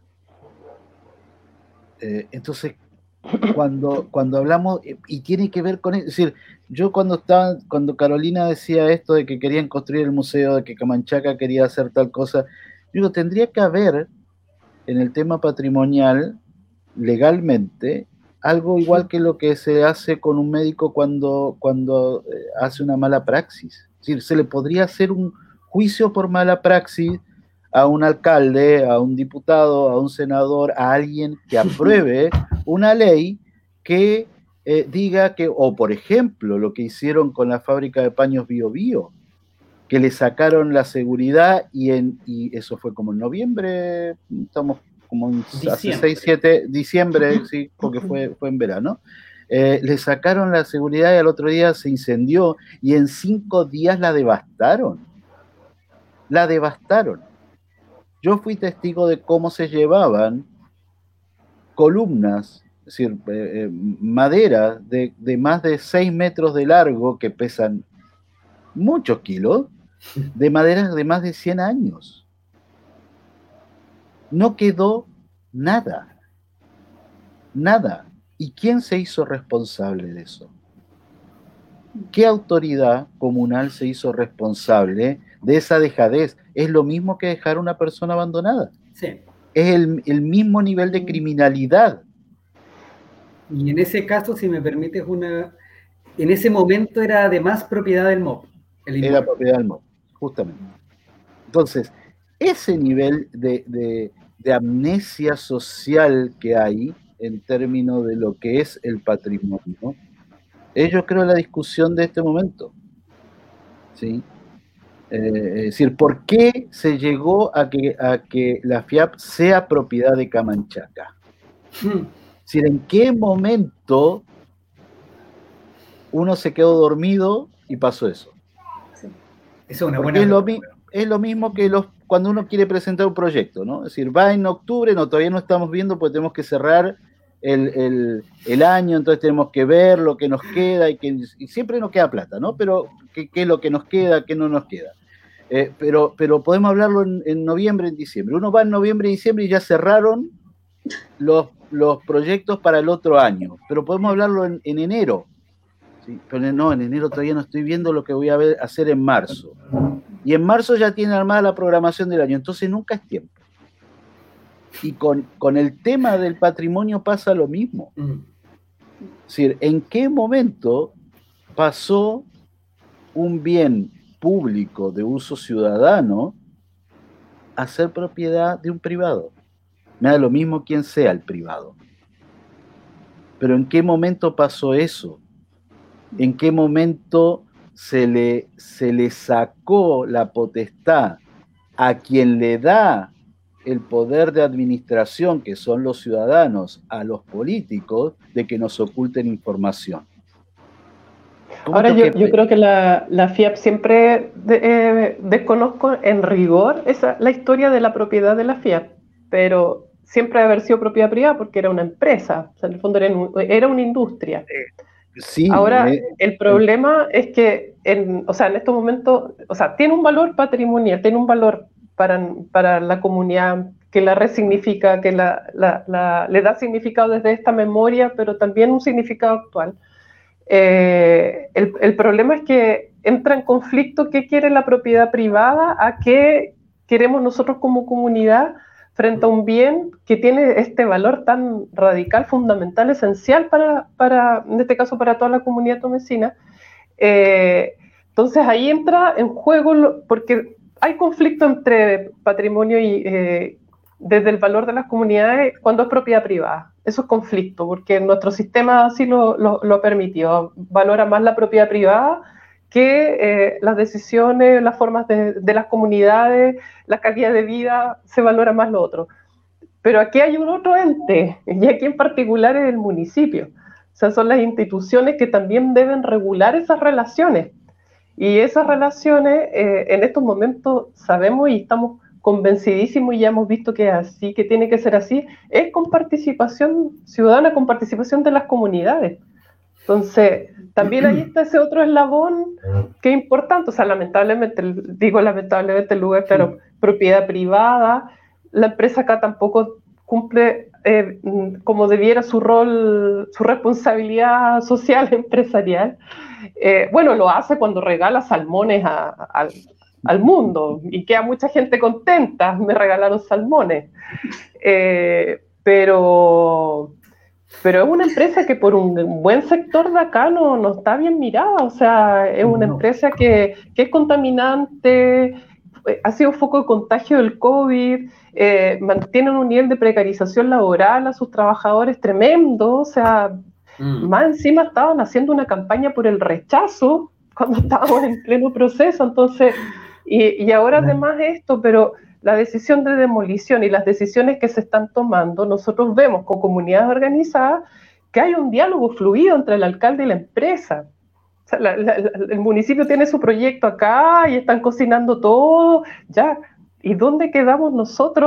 Eh, entonces, Cuando, cuando hablamos, y tiene que ver con eso, es decir, yo cuando estaba, cuando Carolina decía esto de que querían construir el museo, de que Camanchaca quería hacer tal cosa, yo digo, tendría que haber en el tema patrimonial, legalmente, algo igual que lo que se hace con un médico cuando, cuando eh, hace una mala praxis. Es decir, se le podría hacer un juicio por mala praxis a un alcalde, a un diputado, a un senador, a alguien que apruebe una ley que eh, diga que, o por ejemplo, lo que hicieron con la fábrica de paños Bio Bio, que le sacaron la seguridad y, en, y eso fue como en noviembre, estamos como en, hace seis, siete, diciembre, sí, porque fue, fue en verano, eh, le sacaron la seguridad y al otro día se incendió y en cinco días la devastaron, la devastaron. Yo fui testigo de cómo se llevaban columnas, es decir, eh, madera de, de más de seis metros de largo, que pesan muchos kilos, de madera de más de cien años. No quedó nada, nada. ¿Y quién se hizo responsable de eso? ¿Qué autoridad comunal se hizo responsable de esa dejadez? Es lo mismo que dejar a una persona abandonada. Sí. Es el, el mismo nivel de criminalidad. Y en ese caso, si me permites una... En ese momento era además propiedad del M O P. Era propiedad del M O P, justamente. Entonces, ese nivel de, de, de amnesia social que hay en términos de lo que es el patrimonio, es, yo creo, la discusión de este momento. ¿Sí? Eh, es decir, ¿por qué se llegó a que, a que la FIAP sea propiedad de Camanchaca? Hmm. Es decir, ¿en qué momento uno se quedó dormido y pasó eso? Sí. Eso es una buena es, lo mi, es lo mismo que los, cuando uno quiere presentar un proyecto, ¿no? Es decir, va en octubre, no, todavía no estamos viendo porque tenemos que cerrar el, el, el año, entonces tenemos que ver lo que nos queda y, que, y siempre nos queda plata, ¿no? Pero ¿qué, qué es lo que nos queda, qué no nos queda? Eh, pero, pero podemos hablarlo en, en noviembre, en diciembre. Uno va en noviembre y diciembre y ya cerraron los, los proyectos para el otro año, pero podemos hablarlo en, en enero. ¿Sí? Pero no, en enero todavía no estoy viendo lo que voy a ver, hacer en marzo. Y en marzo ya tiene armada la programación del año, entonces nunca es tiempo. Y con, con el tema del patrimonio pasa lo mismo. Es decir, ¿en qué momento pasó un bien público de uso ciudadano a ser propiedad de un privado? Me da lo mismo quién sea el privado. Pero ¿en qué momento pasó eso? ¿En qué momento se le, se le sacó la potestad a quien le da el poder de administración, que son los ciudadanos, a los políticos, de que nos oculten información. Ahora yo, yo creo que la, la FIAP siempre de, eh, desconozco en rigor esa, la historia de la propiedad de la FIAP, pero siempre ha haber sido propiedad privada porque era una empresa, o sea, en el fondo era, un, era una industria. Sí, Ahora, eh, el problema eh, es que, en, o sea, en estos momentos, o sea, tiene un valor patrimonial, tiene un valor para, para la comunidad, que la resignifica, que la, la, la, le da significado desde esta memoria, pero también un significado actual. Eh, el, el problema es que entra en conflicto qué quiere la propiedad privada a qué queremos nosotros como comunidad frente a un bien que tiene este valor tan radical, fundamental, esencial para, para en este caso para toda la comunidad tomecina. Eh, entonces ahí entra en juego, porque hay conflicto entre patrimonio y eh, desde el valor de las comunidades cuando es propiedad privada. Eso es conflicto, porque nuestro sistema así lo, lo, lo permitió, valora más la propiedad privada que eh, las decisiones, las formas de, de las comunidades, la calidad de vida, se valora más lo otro. Pero aquí hay un otro ente, y aquí en particular es el municipio. O sea, son las instituciones que también deben regular esas relaciones. Y esas relaciones, eh, en estos momentos sabemos y estamos convencidísimos y ya hemos visto que es así, que tiene que ser así, es con participación ciudadana, con participación de las comunidades. Entonces, también ahí está ese otro eslabón que es importante, o sea, lamentablemente, digo lamentablemente el lugar, claro, propiedad privada, la empresa acá tampoco cumple eh, como debiera su rol, su responsabilidad social empresarial. Eh, bueno, lo hace cuando regala salmones a, a, al mundo y queda mucha gente contenta, me regalaron salmones. Eh, pero... Pero es una empresa que por un buen sector de acá no, no está bien mirada, o sea, es una no. empresa que, que es contaminante, ha sido foco de contagio del COVID, eh, mantienen un nivel de precarización laboral a sus trabajadores tremendo, o sea, mm. más encima estaban haciendo una campaña por el rechazo cuando estábamos en pleno proceso, entonces, y, y ahora mm. además esto, pero... la decisión de demolición y las decisiones que se están tomando, nosotros vemos con comunidades organizadas que hay un diálogo fluido entre el alcalde y la empresa. O sea, la, la, el municipio tiene su proyecto acá y están cocinando todo, ya. ¿Y dónde quedamos nosotros?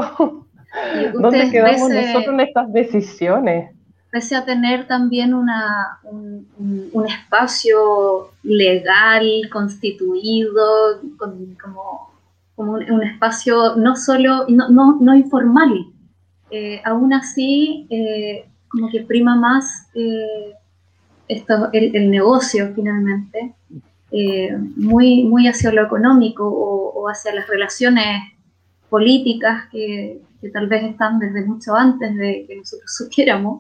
¿Dónde quedamos pese, nosotros en estas decisiones? Pese a tener también una, un, un, un espacio legal, constituido, con, como... como un, un espacio no solo, no, no, no informal, eh, aún así eh, como que prima más eh, esto, el, el negocio finalmente, eh, muy, muy hacia lo económico o, o hacia las relaciones políticas que, que tal vez están desde mucho antes de que nosotros supiéramos.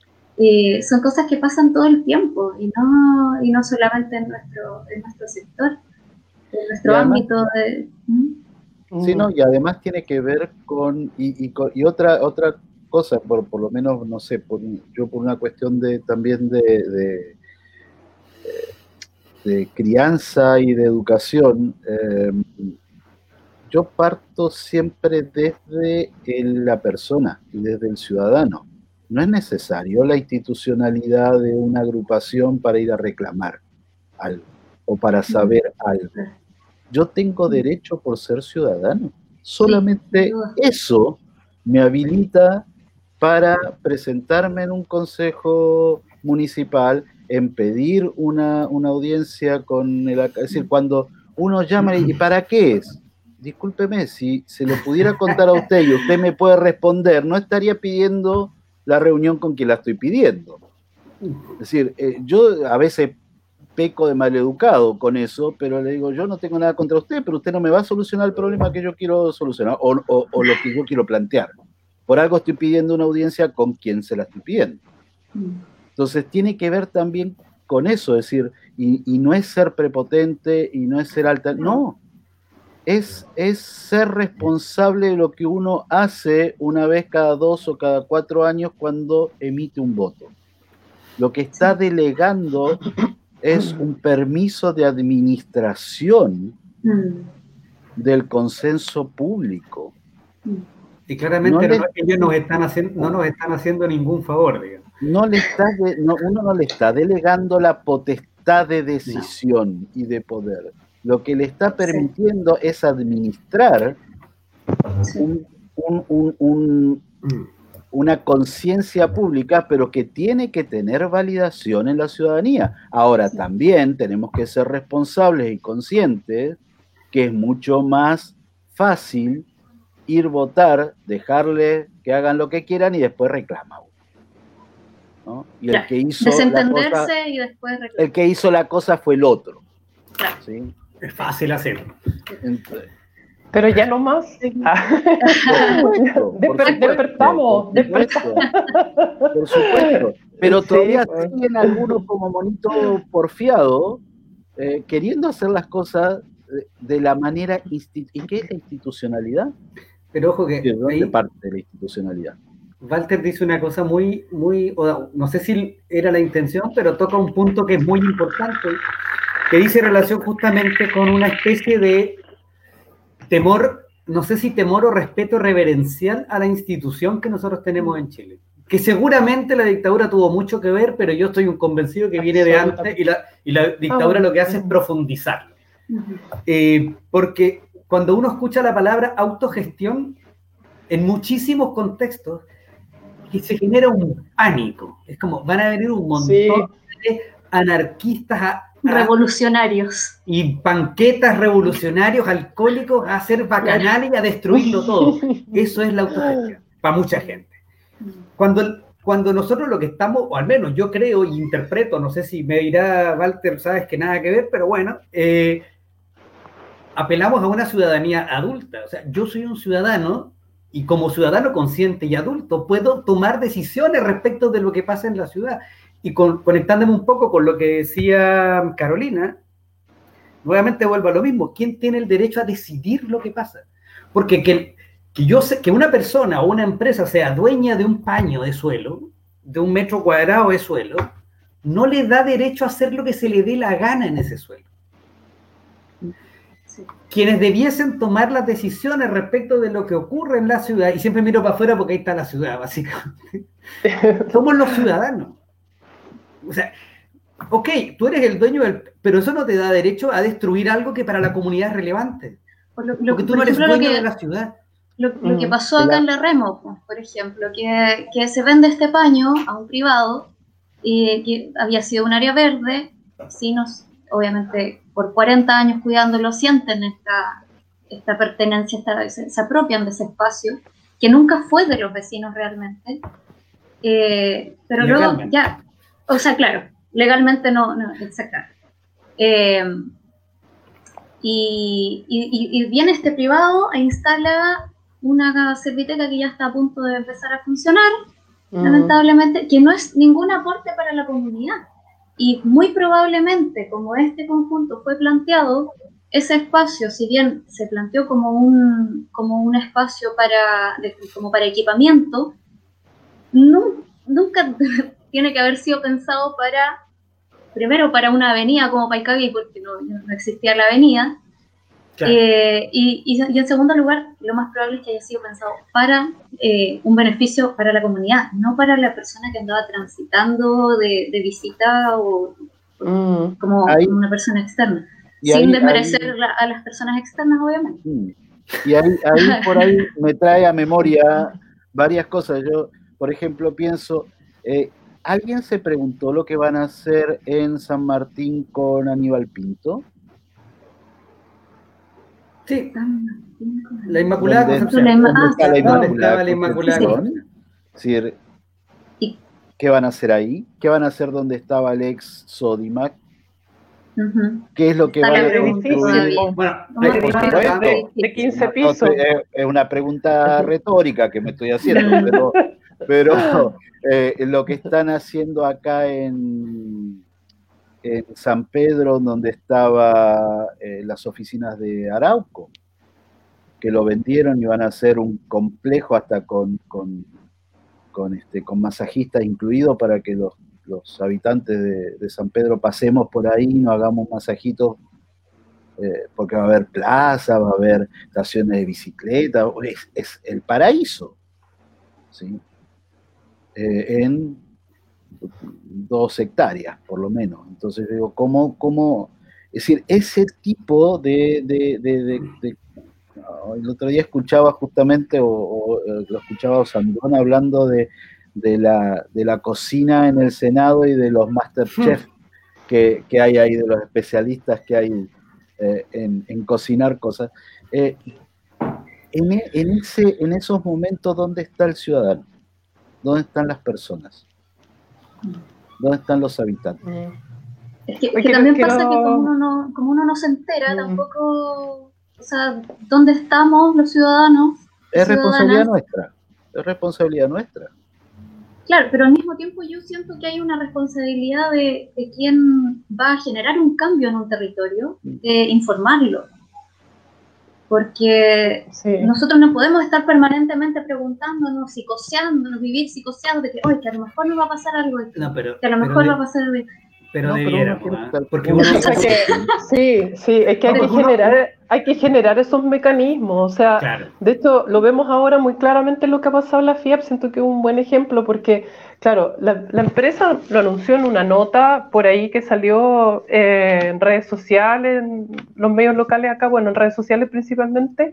Eh, son cosas que pasan todo el tiempo y no, y no solamente en nuestro, en nuestro sector. En nuestro además, ámbito de... ¿Mm? Sí, no, y además tiene que ver con, y, y, y otra otra cosa, por, por lo menos, no sé, por, yo por una cuestión de también de, de, de crianza y de educación, eh, yo parto siempre desde el, la persona y desde el ciudadano. No es necesario la institucionalidad de una agrupación para ir a reclamar algo o para saber algo. Yo tengo derecho por ser ciudadano. Solamente eso me habilita para presentarme en un consejo municipal, en pedir una, una audiencia con el... Es decir, cuando uno llama y ¿para qué es? Discúlpeme, si se lo pudiera contar a usted y usted me puede responder, no estaría pidiendo la reunión con quien la estoy pidiendo. Es decir, eh, yo a veces... peco de maleducado con eso, pero le digo, yo no tengo nada contra usted, pero usted no me va a solucionar el problema que yo quiero solucionar, o, o, o lo que yo quiero plantear. Por algo estoy pidiendo una audiencia con quien se la estoy pidiendo. Entonces tiene que ver también con eso, es decir, y, y no es ser prepotente, y no es ser alta, no, es, es ser responsable de lo que uno hace una vez cada dos o cada cuatro años cuando emite un voto. Lo que está delegando es un permiso de administración Mm. del consenso público. Y claramente No le- no- ellos nos están haciendo, no nos están haciendo ningún favor, digamos. No le está de- no, uno no le está delegando la potestad de decisión y de poder. Lo que le está permitiendo es administrar Sí. un- un- un- un- Mm. una conciencia pública, pero que tiene que tener validación en la ciudadanía. Ahora, también tenemos que ser responsables y conscientes que es mucho más fácil ir votar, dejarle que hagan lo que quieran y después reclama, ¿no? Y el Claro, que hizo la desentenderse cosa, y después reclamar. el que hizo la cosa fue el otro. Claro. ¿Sí? Es fácil hacerlo. Entonces, Pero ya no más. Ah. supuesto, por Desper- supuesto, despertamos, por supuesto, por supuesto. Pero Sí, todavía pues. siguen algunos como monito porfiado, eh, queriendo hacer las cosas de, de la manera insti- ¿y qué es la institucionalidad? Pero ojo ¿De que dónde ahí parte de la institucionalidad? Walter dice una cosa muy, muy, o no sé si era la intención, pero toca un punto que es muy importante, que dice relación justamente con una especie de temor, no sé si temor o respeto reverencial a la institución que nosotros tenemos en Chile. Que seguramente la dictadura tuvo mucho que ver, pero yo estoy un convencido que viene de antes y la, y la dictadura lo que hace es profundizarlo. Ujú. Eh, porque cuando uno escucha la palabra autogestión, en muchísimos contextos, que se genera un pánico. Es como, van a venir un montón Sí. de anarquistas a- a- Revolucionarios. y panquetas revolucionarios, alcohólicos, a hacer bacanales y a destruirlo todo. Eso es la autogestión, para mucha gente. Cuando, cuando nosotros lo que estamos, o al menos yo creo y interpreto, no sé si me dirá Walter, sabes que nada que ver, pero bueno, eh, apelamos a una ciudadanía adulta. O sea, yo soy un ciudadano y como ciudadano consciente y adulto puedo tomar decisiones respecto de lo que pasa en la ciudad. Y con, conectándome un poco con lo que decía Carolina, nuevamente vuelvo a lo mismo. ¿Quién tiene el derecho a decidir lo que pasa? Porque que, que yo sé que una persona o una empresa sea dueña de un paño de suelo, de un metro cuadrado de suelo, no le da derecho a hacer lo que se le dé la gana en ese suelo. Sí. Quienes debiesen tomar las decisiones respecto de lo que ocurre en la ciudad, y siempre miro para afuera porque ahí está la ciudad, básicamente, somos los ciudadanos. O sea, ok, tú eres el dueño del... Pero eso no te da derecho a destruir algo que para la comunidad es relevante. Por lo- lo- Porque tú por no eres ejemplo, lo dueño que- de la ciudad. Lo, lo que Mm, pasó acá la- en la Remo, pues, por ejemplo, que, que se vende este paño a un privado, y que había sido un área verde, vecinos, obviamente, por cuarenta años cuidándolo, sienten esta, esta pertenencia, esta- se, se apropian de ese espacio, que nunca fue de los vecinos realmente, eh, pero luego Legalmente. ya, o sea, claro, legalmente no, no, exactamente. Eh, y, y, y viene este privado e instala una serviteca que ya está a punto de empezar a funcionar, Mm. lamentablemente, que no es ningún aporte para la comunidad. Y muy probablemente, como este conjunto fue planteado, ese espacio, si bien se planteó como un, como un espacio para, de- como para equipamiento, nu- nunca tiene que haber sido pensado para, primero para una avenida como Paicagui, porque no, no existía la avenida, Claro. eh, y, y, y en segundo lugar, lo más probable es que haya sido pensado para eh, un beneficio para la comunidad, no para la persona que andaba transitando de, de visita o Mm. como Ahí- una persona externa, y sin ahí- desmerecer ahí- la- a las personas externas, obviamente. Mm. Y ahí, ahí por ahí me trae a memoria varias cosas. Yo, por ejemplo, pienso, eh, ¿alguien se preguntó lo que van a hacer en San Martín con Aníbal Pinto? Sí, la Inmaculada ¿Dónde- Concepción. La Inma- ¿Dónde ah, está la sí, ¿dónde Inmaculada estaba la Inmaculada Concepción? Concepción? Es decir, Y- ¿qué van a hacer ahí? ¿Qué van a hacer donde estaba el ex Sodimac? Ujú. ¿Qué es lo que Está va a la pregunta construir? todavía. Bueno, No eh, me por acuerdo, supuesto. pero- De quince No, pisos. estoy- es, es una pregunta retórica que me estoy haciendo, pero, pero eh, lo que están haciendo acá en, en San Pedro, donde estaban las oficinas de Arauco, que lo vendieron y van a hacer un complejo hasta con, con, con, este, con masajistas incluidos para que los, los habitantes de, de San Pedro pasemos por ahí, nos hagamos masajitos, eh, porque va a haber plaza, va a haber estaciones de bicicleta, es, es el paraíso, ¿sí? Eh, en dos hectáreas, por lo menos. Entonces digo, ¿cómo, cómo? Es decir, ese tipo de... de, de, de, de el otro día escuchaba justamente, o, o lo escuchaba Osandón hablando de, de, la, de la cocina en el Senado y de los Masterchef que, que hay ahí, de los especialistas que hay eh, en, en cocinar cosas. Eh, en, en, ese, en esos momentos, ¿dónde está el ciudadano? ¿Dónde están las personas? ¿Dónde están los habitantes? Es que, es que también pasa que como uno no, como uno no se entera, mm. tampoco, o sea, ¿dónde estamos los ciudadanos? Es responsabilidad nuestra, es responsabilidad nuestra. Claro, pero al mismo tiempo yo siento que hay una responsabilidad de, de quien va a generar un cambio en un territorio, de informarlo. Porque sí. nosotros no podemos estar permanentemente preguntándonos, psicoseándonos, vivir psicoseados de que, oye, que a lo mejor nos va a pasar algo, no, pero, que a lo mejor de, va a pasar algo. Pero no, debiéramos, pero ¿eh? uno, porque uno... que, sí, sí, es que hay que generar, hay que generar esos mecanismos, o sea, claro. De hecho, lo vemos ahora muy claramente en lo que ha pasado en la FIAP, siento que es un buen ejemplo, porque, claro, la, la empresa lo anunció en una nota por ahí que salió eh, en redes sociales, en los medios locales acá, bueno, en redes sociales principalmente,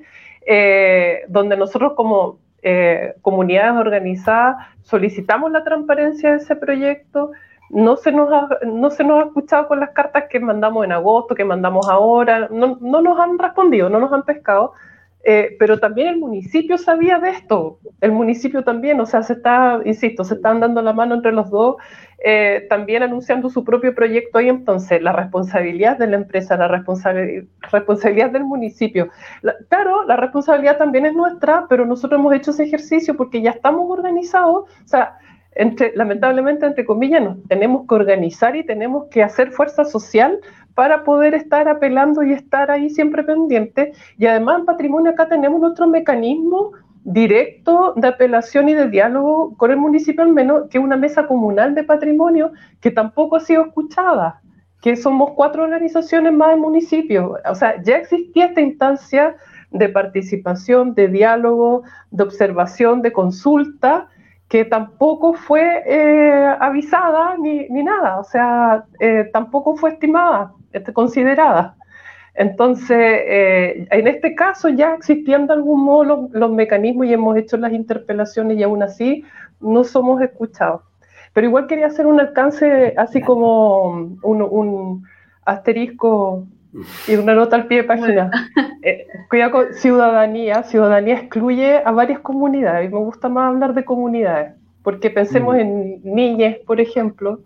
eh, donde nosotros como eh, comunidades organizadas solicitamos la transparencia de ese proyecto. No se, nos ha, no se nos ha escuchado con las cartas que mandamos en agosto, que mandamos ahora, no, no nos han respondido, no nos han pescado, eh, pero también el municipio sabía de esto, el municipio también, o sea, se está, insisto, se están dando la mano entre los dos, eh, también anunciando su propio proyecto ahí, entonces la responsabilidad de la empresa, la responsabilidad, responsabilidad del municipio, la, claro, la responsabilidad también es nuestra, pero nosotros hemos hecho ese ejercicio porque ya estamos organizados, o sea, Entre, lamentablemente, entre comillas, nos tenemos que organizar y tenemos que hacer fuerza social para poder estar apelando y estar ahí siempre pendientes. Y además en Patrimonio acá tenemos nuestro mecanismo directo de apelación y de diálogo con el municipio, al menos, que es una mesa comunal de patrimonio que tampoco ha sido escuchada, que somos cuatro organizaciones más del municipio. O sea, ya existía esta instancia de participación, de diálogo, de observación, de consulta, que tampoco fue eh, avisada ni, ni nada, o sea, eh, tampoco fue estimada, este, considerada. Entonces, eh, en este caso ya existían de algún modo los, los mecanismos y hemos hecho las interpelaciones y aún así no somos escuchados. Pero igual quería hacer un alcance así como un, un asterisco y una nota al pie de página. Eh, cuidado con ciudadanía. Ciudadanía excluye a varias comunidades. Me gusta más hablar de comunidades, porque pensemos mm. en niñez, por ejemplo,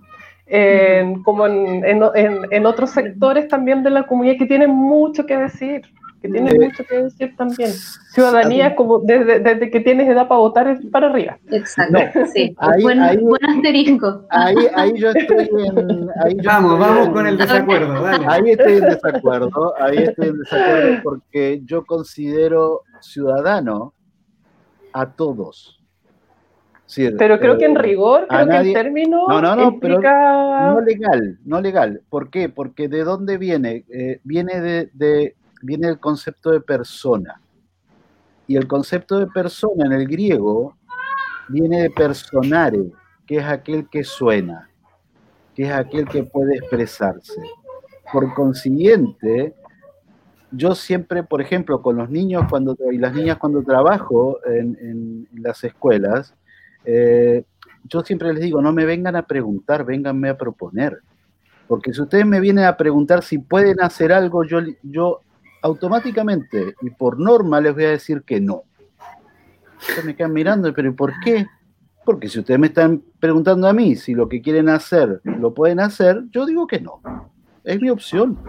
eh, mm. como en, en, en, en otros sectores también de la comunidad que tienen mucho que decir, que tienen eh, mucho que decir también. Ciudadanía es como desde, desde que tienes edad para votar es para arriba. Exacto, no, sí. Ahí, buen, ahí, buen asterisco. Ahí, ahí yo estoy en... Ahí yo vamos, estoy vamos en, con el desacuerdo, dale. Ahí estoy en desacuerdo, ahí estoy en desacuerdo porque yo considero ciudadano a todos. Sí, pero creo eh, que en rigor, creo nadie, que el término no, no, no, implica... pero no legal, no legal. ¿Por qué? Porque ¿de dónde viene? Eh, viene de... de viene el concepto de persona. Y el concepto de persona en el griego viene de personare, que es aquel que suena, que es aquel que puede expresarse. Por consiguiente, yo siempre, por ejemplo, con los niños cuando, y las niñas cuando trabajo en, en, en las escuelas, eh, yo siempre les digo, no me vengan a preguntar, vénganme a proponer. Porque si ustedes me vienen a preguntar si pueden hacer algo, yo... yo automáticamente y por norma les voy a decir que no. Ustedes me quedan mirando, pero ¿por qué? Porque si ustedes me están preguntando a mí si lo que quieren hacer lo pueden hacer, yo digo que no. Es mi opción.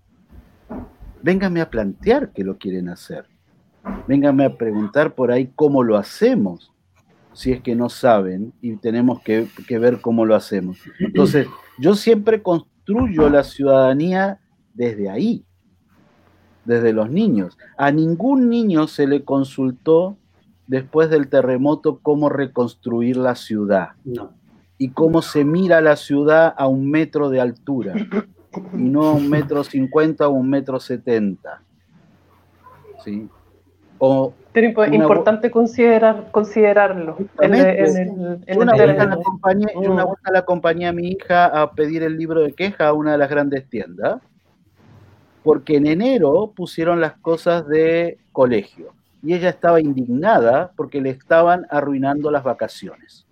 Vénganme a plantear que lo quieren hacer. Vénganme a preguntar por ahí cómo lo hacemos, si es que no saben y tenemos que, que ver cómo lo hacemos. Entonces, yo siempre construyo la ciudadanía desde ahí. Desde los niños. A ningún niño se le consultó después del terremoto cómo reconstruir la ciudad. No. y cómo se mira la ciudad a un metro de altura, y no a un metro cincuenta o un metro setenta. ¿Sí? O Pero es importante considerar, considerarlo. En, en el, en una, el vuelta la acompañé, mm. yo una vuelta la acompañé a mi hija a pedir el libro de queja a una de las grandes tiendas, porque en enero pusieron las cosas de colegio, y ella estaba indignada porque le estaban arruinando las vacaciones.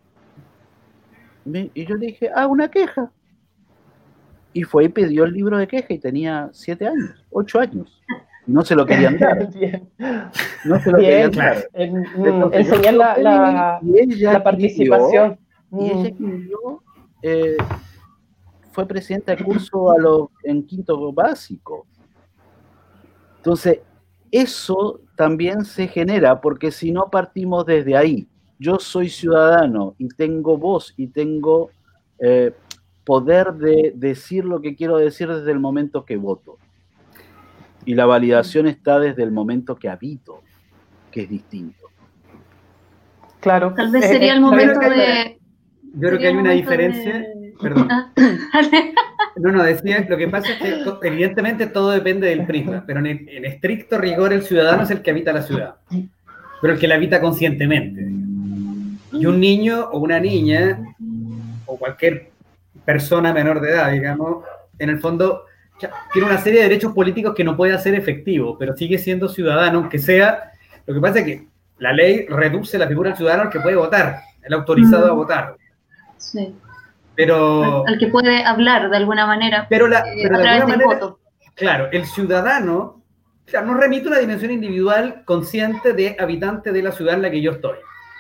Y yo le dije, ah, una queja. Y fue y pidió el libro de queja y tenía siete años, ocho años. No se lo querían dar. No se lo Bien, querían dar. En, enseñar la, la, la participación. Y ella escribió, eh, fue presidenta de curso a lo, en quinto básico. Entonces, eso también se genera, porque si no partimos desde ahí, yo soy ciudadano y tengo voz y tengo eh, poder de decir lo que quiero decir desde el momento que voto. Y la validación está desde el momento que habito, que es distinto. Claro. Tal vez sería el momento de... Yo creo que hay una diferencia... De... Perdón. No, no, decía, lo que pasa es que evidentemente todo depende del prisma, pero en, en estricto rigor el ciudadano es el que habita la ciudad, pero el que la habita conscientemente. Y un niño o una niña, o cualquier persona menor de edad, digamos, en el fondo tiene una serie de derechos políticos que no puede hacer efectivo, pero sigue siendo ciudadano, aunque sea... Lo que pasa es que la ley reduce la figura del ciudadano al que puede votar, el autorizado mm. a votar. Sí. Pero... Al, al que puede hablar de alguna manera. Pero, la, eh, pero a de través alguna del manera, voto. Claro, el ciudadano, o sea, nos remite una dimensión individual consciente de habitante de la ciudad en la que yo estoy.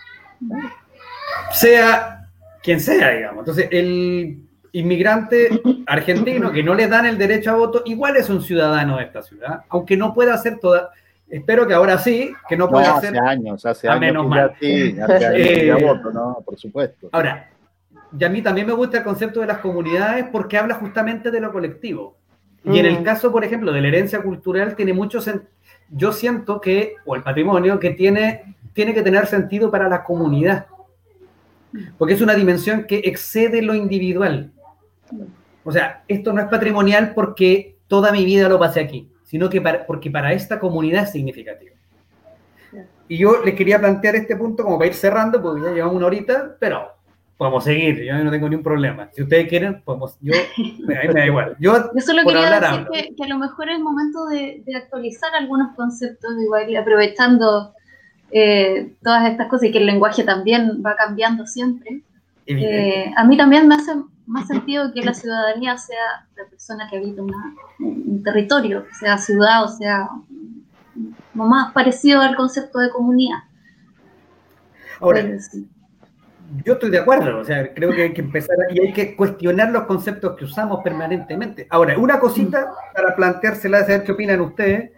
Sea quien sea, digamos. Entonces, el inmigrante argentino que no le dan el derecho a voto, igual es un ciudadano de esta ciudad, aunque no pueda hacer toda... Espero que ahora sí, que no pueda no, hacer... hace años, hace a años menos que mal. Ya, sí, hace años que ya voto, ¿no? Por supuesto. Ahora, y a mí también me gusta el concepto de las comunidades porque habla justamente de lo colectivo. Y mm. en el caso, por ejemplo, de la herencia cultural, tiene mucho sentido. Yo siento que, o el patrimonio, que tiene, tiene que tener sentido para la comunidad. Porque es una dimensión que excede lo individual. O sea, esto no es patrimonial porque toda mi vida lo pasé aquí, sino que para, porque para esta comunidad es significativo. Y yo les quería plantear este punto como para ir cerrando, porque ya llevamos una horita, pero podemos seguir, yo no tengo ningún problema. Si ustedes quieren, podemos, yo, a mí me da igual. Yo, yo solo por quería hablar, decir que, que a lo mejor es el momento de, de actualizar algunos conceptos, igual, aprovechando eh, todas estas cosas y que el lenguaje también va cambiando siempre. Eh, a mí también me hace más sentido que la ciudadanía sea la persona que habita una, un territorio, sea ciudad o sea más parecido al concepto de comunidad. Ahora, pues, yo estoy de acuerdo, o sea, creo que hay que empezar y hay que cuestionar los conceptos que usamos permanentemente. Ahora, una cosita para planteársela, saber qué opinan ustedes,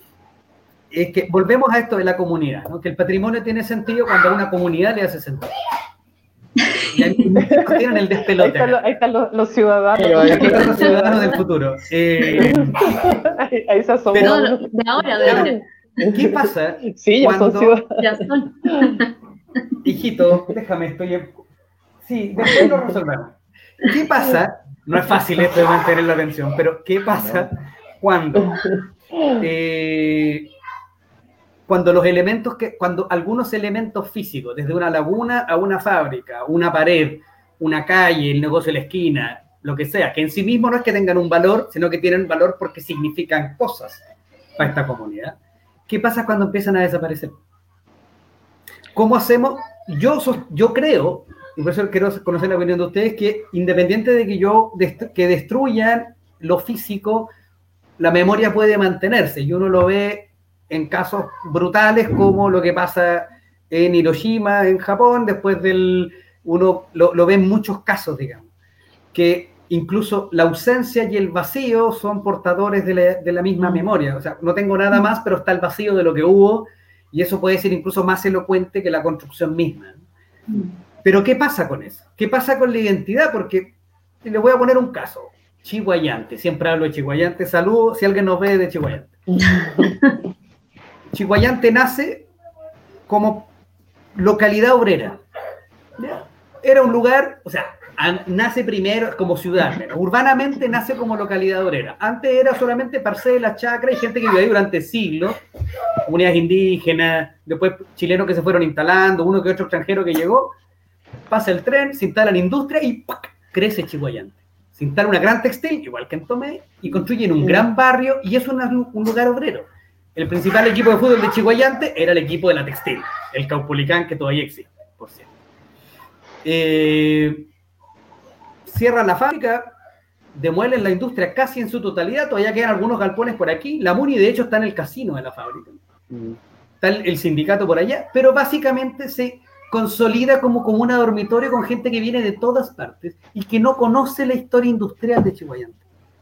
es que volvemos a esto de la comunidad, ¿no? Que el patrimonio tiene sentido cuando a una comunidad le hace sentido. Y ahí tienen el despelote. Ahí están, ahí están los, los ciudadanos. Pero ahí están los ciudadanos del futuro. Eh, ahí, ahí se asomó. Pero, de ahora, de ahora. ¿Qué pasa? Sí, ya cuando... son ciudadanos. Ya son. Hijito, déjame, estoy... En... Sí, después lo resolvemos. ¿Qué pasa? No es fácil esto de mantener la atención, pero ¿qué pasa cuando... Eh, cuando los elementos que, cuando algunos elementos físicos, desde una laguna a una fábrica, una pared, una calle, el negocio de la esquina, lo que sea, que en sí mismo no es que tengan un valor, sino que tienen valor porque significan cosas para esta comunidad. ¿Qué pasa cuando empiezan a desaparecer? ¿Cómo hacemos? Yo, yo creo, y por eso quiero conocer la opinión de ustedes, que independiente de que yo dest- que destruyan lo físico, la memoria puede mantenerse, y uno lo ve en casos brutales como lo que pasa en Hiroshima, en Japón, después del... Uno lo, lo ve en muchos casos, digamos, que incluso la ausencia y el vacío son portadores de la, de la misma memoria. O sea, no tengo nada más, pero está el vacío de lo que hubo, y eso puede ser incluso más elocuente que la construcción misma. Pero ¿qué pasa con eso? ¿Qué pasa con la identidad? Porque les voy a poner un caso. Chihuayante, siempre hablo de Chihuayante. Saludos si alguien nos ve de Chihuayante. Chihuayante nace como localidad obrera. Era un lugar, o sea, an, nace primero como ciudad, pero urbanamente nace como localidad obrera. Antes era solamente parcelas, chacras y gente que vivía ahí durante siglos, comunidades indígenas, después chilenos que se fueron instalando, uno que otro extranjero que llegó, pasa el tren, se instala la industria y ¡pac! Crece Chiguayante. Se instala una gran textil, igual que en Tomé, y construyen un gran barrio, y es una, un lugar obrero. El principal equipo de fútbol de Chiguayante era el equipo de la textil, el Caupolicán, que todavía existe, por cierto. Eh, cierran la fábrica, demuelen la industria casi en su totalidad, todavía quedan algunos galpones por aquí. La Muni, de hecho, está en el casino de la fábrica. Está el, el sindicato por allá, pero básicamente se consolida como comuna dormitorio con gente que viene de todas partes y que no conoce la historia industrial de Chiguayante.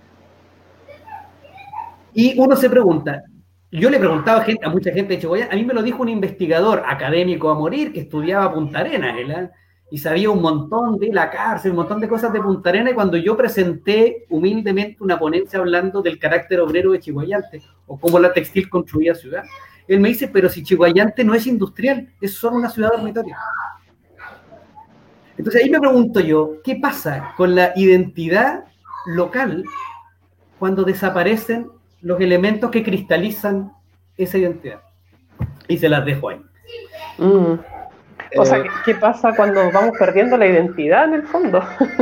Y uno se pregunta, yo le preguntaba a, gente, a mucha gente de Chiguayante, a mí me lo dijo un investigador académico a morir que estudiaba Punta Arenas, ¿eh? Y sabía un montón de la cárcel, un montón de cosas de Punta Arenas, y cuando yo presenté humildemente una ponencia hablando del carácter obrero de Chiguayante, o cómo la textil construía ciudad, él me dice, pero si Chiguayante no es industrial, es solo una ciudad dormitorio. Entonces ahí me pregunto yo, ¿qué pasa con la identidad local cuando desaparecen los elementos que cristalizan esa identidad? Y se las dejo ahí. Mm. O sea, ¿qué, ¿qué pasa cuando vamos perdiendo la identidad en el fondo?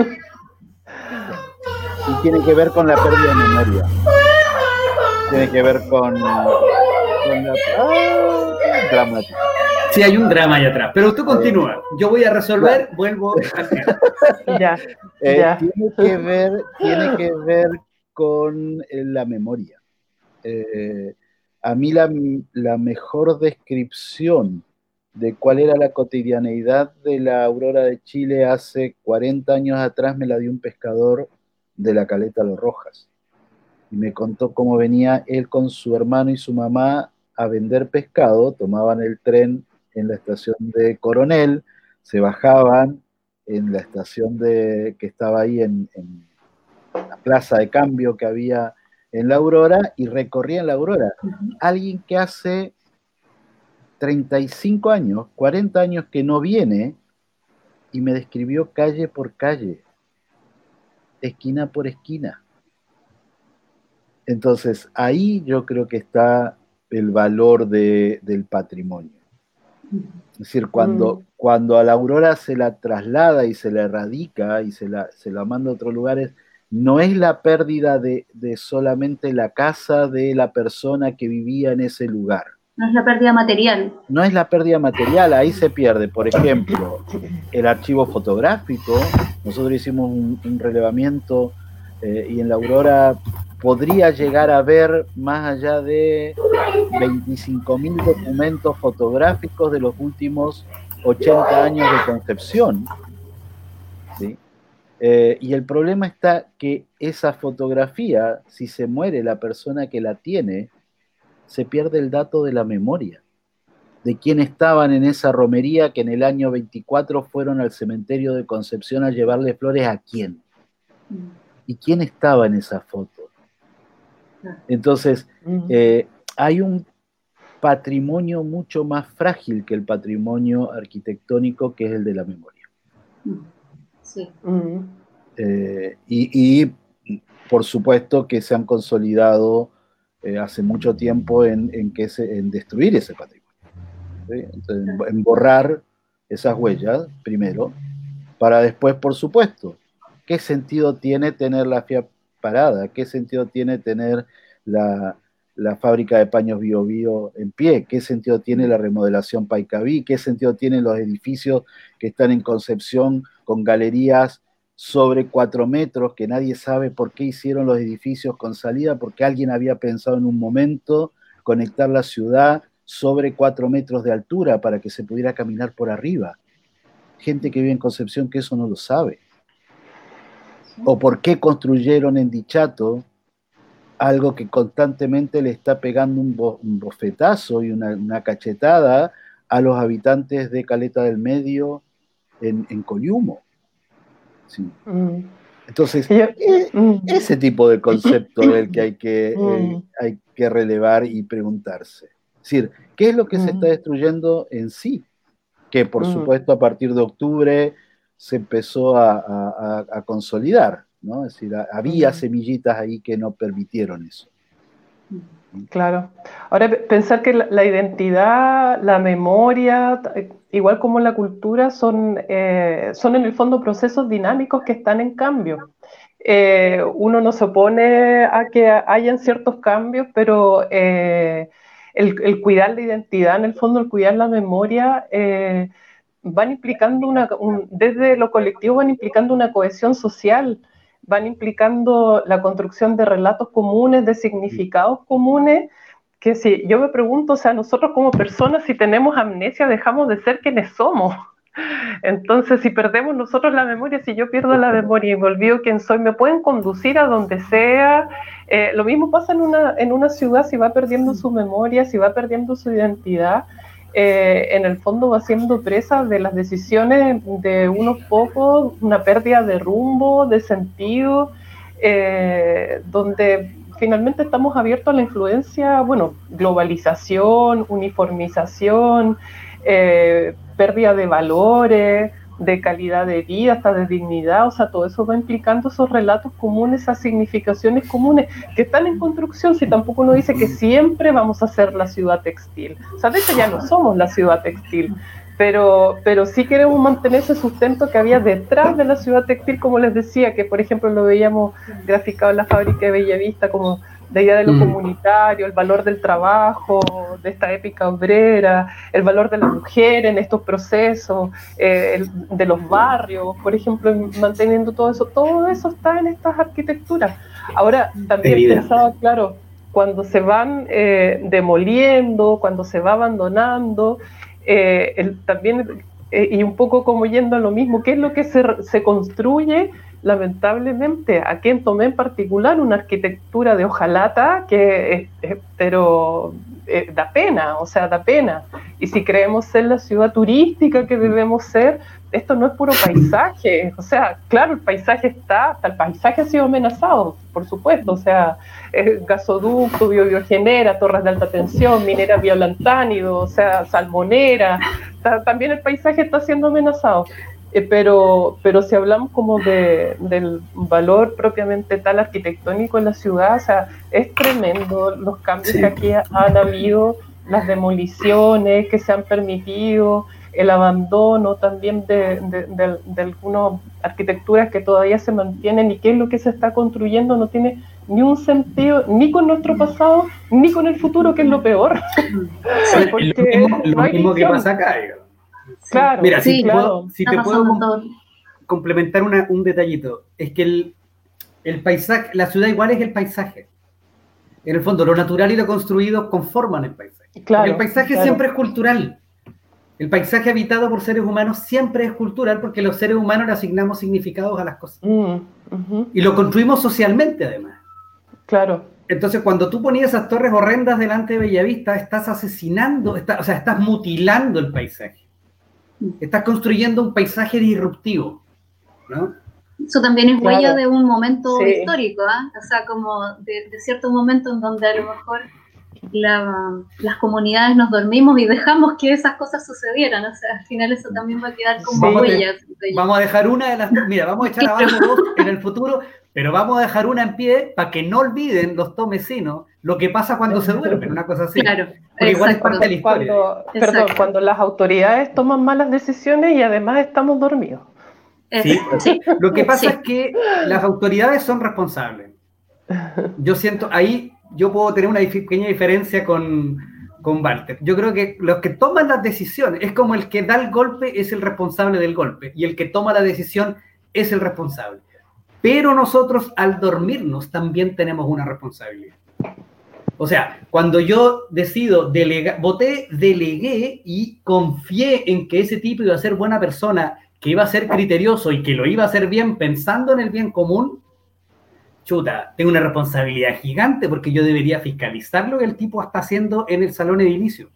Y tiene que ver con la pérdida de memoria. Tiene que ver con, con la... ¡Ah! Dramático. Sí, hay un drama ahí atrás, pero tú continúa. Yo voy a resolver, ya. Vuelvo a ya, eh, ya. Tiene que ver, tiene que ver con la memoria. Eh, a mí la, la mejor descripción de cuál era la cotidianeidad de la Aurora de Chile hace cuarenta años atrás me la dio un pescador de la Caleta Los Rojas. Y me contó cómo venía él con su hermano y su mamá a vender pescado, tomaban el tren en la estación de Coronel, se bajaban en la estación de, que estaba ahí en, en la plaza de cambio que había en la Aurora y recorrían la Aurora. Alguien que hace treinta y cinco años, cuarenta años que no viene y me describió calle por calle, esquina por esquina. Entonces, ahí yo creo que está el valor de, del patrimonio. Es decir, cuando, mm. cuando a la Aurora se la traslada y se la erradica y se la, se la manda a otros lugares, no es la pérdida de, de solamente la casa de la persona que vivía en ese lugar. No es la pérdida material. No es la pérdida material, ahí se pierde, por ejemplo, el archivo fotográfico. Nosotros hicimos un, un relevamiento eh, y en la Aurora podría llegar a haber más allá de veinticinco mil documentos fotográficos de los últimos ochenta años de concepción. ¿Sí? Eh, y el problema está que esa fotografía, si se muere la persona que la tiene, se pierde el dato de la memoria, de quién estaban en esa romería que en el año veinticuatro fueron al cementerio de Concepción a llevarle flores a quién. ¿Y quién estaba en esa foto? Entonces, eh, hay un patrimonio mucho más frágil que el patrimonio arquitectónico, que es el de la memoria. Sí. Eh, y, y, por supuesto, que se han consolidado eh, hace mucho tiempo en, en, que se, en destruir ese patrimonio. ¿Sí? Entonces, en, en borrar esas huellas, primero, para después, por supuesto, ¿qué sentido tiene tener la F I A parada? ¿Qué sentido tiene tener la, la fábrica de paños Bio Bio en pie? ¿Qué sentido tiene la remodelación Paicaví? ¿Qué sentido tienen los edificios que están en Concepción con galerías sobre cuatro metros, que nadie sabe por qué hicieron los edificios con salida? Porque alguien había pensado en un momento conectar la ciudad sobre cuatro metros de altura para que se pudiera caminar por arriba. Gente que vive en Concepción que eso no lo sabe. O por qué construyeron en Dichato algo que constantemente le está pegando un, bo, un bofetazo y una, una cachetada a los habitantes de Caleta del Medio en, en Coyumo. Sí. Mm. Entonces, eh, mm. ese tipo de concepto es el que hay que, mm. eh, hay que relevar y preguntarse. Es decir, ¿qué es lo que mm. se está destruyendo en sí? Que por mm. supuesto a partir de octubre se empezó a, a, a consolidar, ¿no? Es decir, a, había semillitas ahí que no permitieron eso. Claro. Ahora, pensar que la, la identidad, la memoria, igual como la cultura, son, eh, son en el fondo procesos dinámicos que están en cambio. Eh, uno no se opone a que hayan ciertos cambios, pero eh, el, el cuidar la identidad, en el fondo, el cuidar la memoria, eh, van implicando una, un, desde lo colectivo van implicando una cohesión social, van implicando la construcción de relatos comunes, de significados comunes, que si yo me pregunto, o sea, nosotros como personas, si tenemos amnesia, dejamos de ser quienes somos. Entonces, si perdemos nosotros la memoria, si yo pierdo la memoria y me olvido quién soy, me pueden conducir a donde sea. Eh, lo mismo pasa en una, en una ciudad, si va perdiendo su memoria, si va perdiendo su identidad, eh, en el fondo va siendo presa de las decisiones de unos pocos, una pérdida de rumbo, de sentido, eh, donde finalmente estamos abiertos a la influencia, bueno, globalización, uniformización, eh, pérdida de valores, de calidad de vida, hasta de dignidad, o sea, todo eso va implicando esos relatos comunes, esas significaciones comunes que están en construcción, si tampoco uno dice que siempre vamos a ser la ciudad textil. O sea, de hecho ya no somos la ciudad textil, pero, pero sí queremos mantener ese sustento que había detrás de la ciudad textil, como les decía, que por ejemplo lo veíamos graficado en la fábrica de Bellavista, como la idea de lo mm. comunitario, el valor del trabajo, de esta épica obrera, el valor de la mujer en estos procesos, eh, el, de los barrios, por ejemplo, manteniendo todo eso, todo eso está en estas arquitecturas. Ahora, también Evidente. pensaba, claro, cuando se van eh, demoliendo, cuando se va abandonando, eh, el, también, eh, y un poco como yendo a lo mismo, ¿qué es lo que se, se construye? Lamentablemente, aquí en Tomé en particular, una arquitectura de hojalata que, eh, pero eh, da pena, o sea, da pena. Y si creemos ser la ciudad turística que debemos ser, esto no es puro paisaje. O sea, claro, el paisaje está, hasta el paisaje ha sido amenazado, por supuesto. O sea, eh, gasoducto, biobiogenera, torres de alta tensión, minera biolantánido, o sea, salmonera. Ta, también el paisaje está siendo amenazado. Eh, pero, pero si hablamos como de, del valor propiamente tal arquitectónico en la ciudad, o sea, es tremendo los cambios sí. que aquí han habido, las demoliciones que se han permitido, el abandono también de, de, de, de algunas arquitecturas que todavía se mantienen, y qué es lo que se está construyendo no tiene ni un sentido, ni con nuestro pasado, ni con el futuro, que es lo peor. Sí, Porque lo mismo, lo no mismo que pasa acá, digamos. Claro, Mira, sí, si, claro. Puedo, si te puedo com- complementar una, un detallito, es que el, el paisaje, la ciudad igual es el paisaje. En el fondo, lo natural y lo construido conforman el paisaje. Claro, el paisaje claro. siempre es cultural. El paisaje habitado por seres humanos siempre es cultural, porque los seres humanos le asignamos significados a las cosas. Mm, uh-huh. Y lo construimos socialmente, además. Claro. Entonces, cuando tú ponías esas torres horrendas delante de Bellavista, estás asesinando, está, o sea, estás mutilando el paisaje. Estás construyendo un paisaje disruptivo, ¿no? Eso también es huella claro. de un momento sí. histórico, ¿eh? O sea, como de, de cierto momento en donde a lo mejor la, las comunidades nos dormimos y dejamos que esas cosas sucedieran. O sea, al final eso también va a quedar como vamos huella. De, vamos a dejar una de las... Mira, vamos a echar abajo dos en el futuro, pero vamos a dejar una en pie para que no olviden los tomecinos lo que pasa cuando se duermen, una cosa así. Claro. Porque igual es parte de la historia. Cuando, perdón, cuando las autoridades toman malas decisiones y además estamos dormidos. Sí, sí. Lo que pasa sí. es que las autoridades son responsables. Yo siento, ahí yo puedo tener una pequeña diferencia con, con Walter. Yo creo que los que toman las decisiones, es como el que da el golpe es el responsable del golpe, y el que toma la decisión es el responsable. Pero nosotros al dormirnos también tenemos una responsabilidad. O sea, cuando yo decido delegar, voté, delegué y confié en que ese tipo iba a ser buena persona, que iba a ser criterioso y que lo iba a hacer bien pensando en el bien común, chuta, tengo una responsabilidad gigante porque yo debería fiscalizar lo que el tipo está haciendo en el salón edilicio,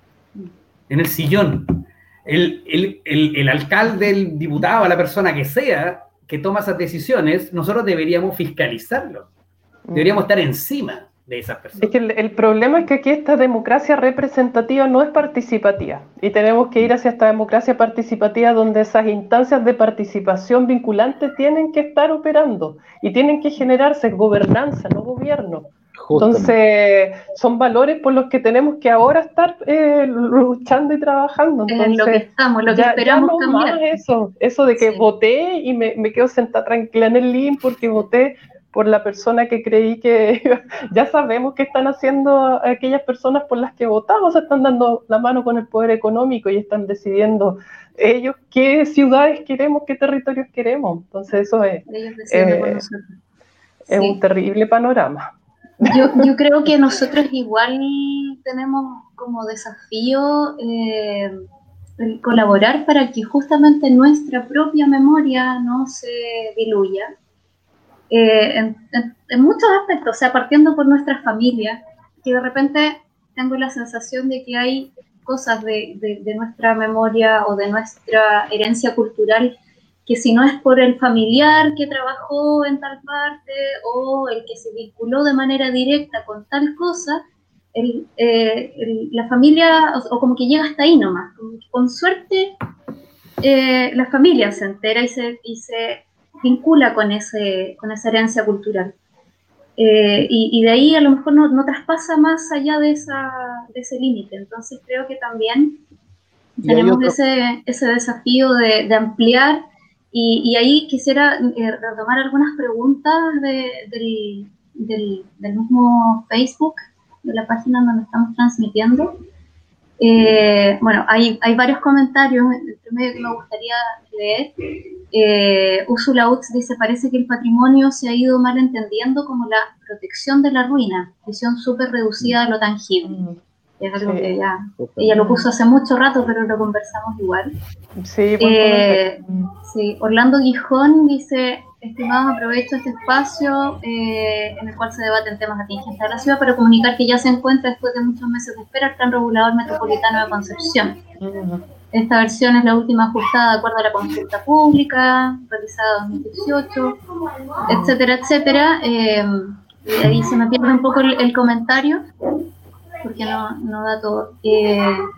en el sillón. El, el, el, el alcalde, el diputado, la persona que sea que toma esas decisiones, nosotros deberíamos fiscalizarlo, deberíamos estar encima. de esas personas. Es que el, el problema es que aquí esta democracia representativa no es participativa y tenemos que ir hacia esta democracia participativa donde esas instancias de participación vinculante tienen que estar operando y tienen que generarse gobernanza, no gobierno. Entonces, son valores por los que tenemos que ahora estar eh, luchando y trabajando. Entonces, es lo que estamos, lo que ya, esperamos ya no cambiar. Más eso, eso de que Sí. voté y me, me quedo sentada tranquila en el link porque voté por la persona que creí que ya sabemos qué están haciendo aquellas personas por las que votamos, están dando la mano con el poder económico y están decidiendo ellos qué ciudades queremos, qué territorios queremos. Entonces eso es, eh, es sí. un terrible panorama. Yo, yo creo que nosotros igual tenemos como desafío eh, el colaborar para que justamente nuestra propia memoria no se diluya. Eh, en, en, en muchos aspectos, o sea, partiendo por nuestra familia, que de repente tengo la sensación de que hay cosas de, de, de nuestra memoria o de nuestra herencia cultural que si no es por el familiar que trabajó en tal parte o el que se vinculó de manera directa con tal cosa, el, eh, el, la familia, o, o como que llega hasta ahí nomás, como que con suerte eh, la familia se entera y se, y se vincula con, ese, con esa herencia cultural. Eh, y, y de ahí a lo mejor no, no traspasa más allá de, esa, de ese límite. Entonces creo que también tenemos otro... ese, ese desafío de, de ampliar y, y ahí quisiera eh, retomar algunas preguntas de, del, del, del mismo Facebook, de la página donde estamos transmitiendo. Eh, bueno, hay, hay varios comentarios, el primero que me gustaría leer. Eh, Úrsula Utz dice, parece que el patrimonio se ha ido mal entendiendo como la protección de la ruina, visión súper reducida de lo tangible. Mm. Es algo sí. que ella, ella lo puso hace mucho rato, pero lo conversamos igual. Sí, eh, sí. Orlando Gijón dice, estimados, aprovecho este espacio eh, en el cual se debaten temas atingentes a la ciudad para comunicar que ya se encuentra después de muchos meses de espera el Plan Regulador Metropolitano de Concepción. Mm. Esta versión es la última ajustada de acuerdo a la consulta pública, realizada en dos mil dieciocho, etcétera, etcétera. Eh, y ahí se me pierde un poco el, el comentario, porque no, no da todo. Eh,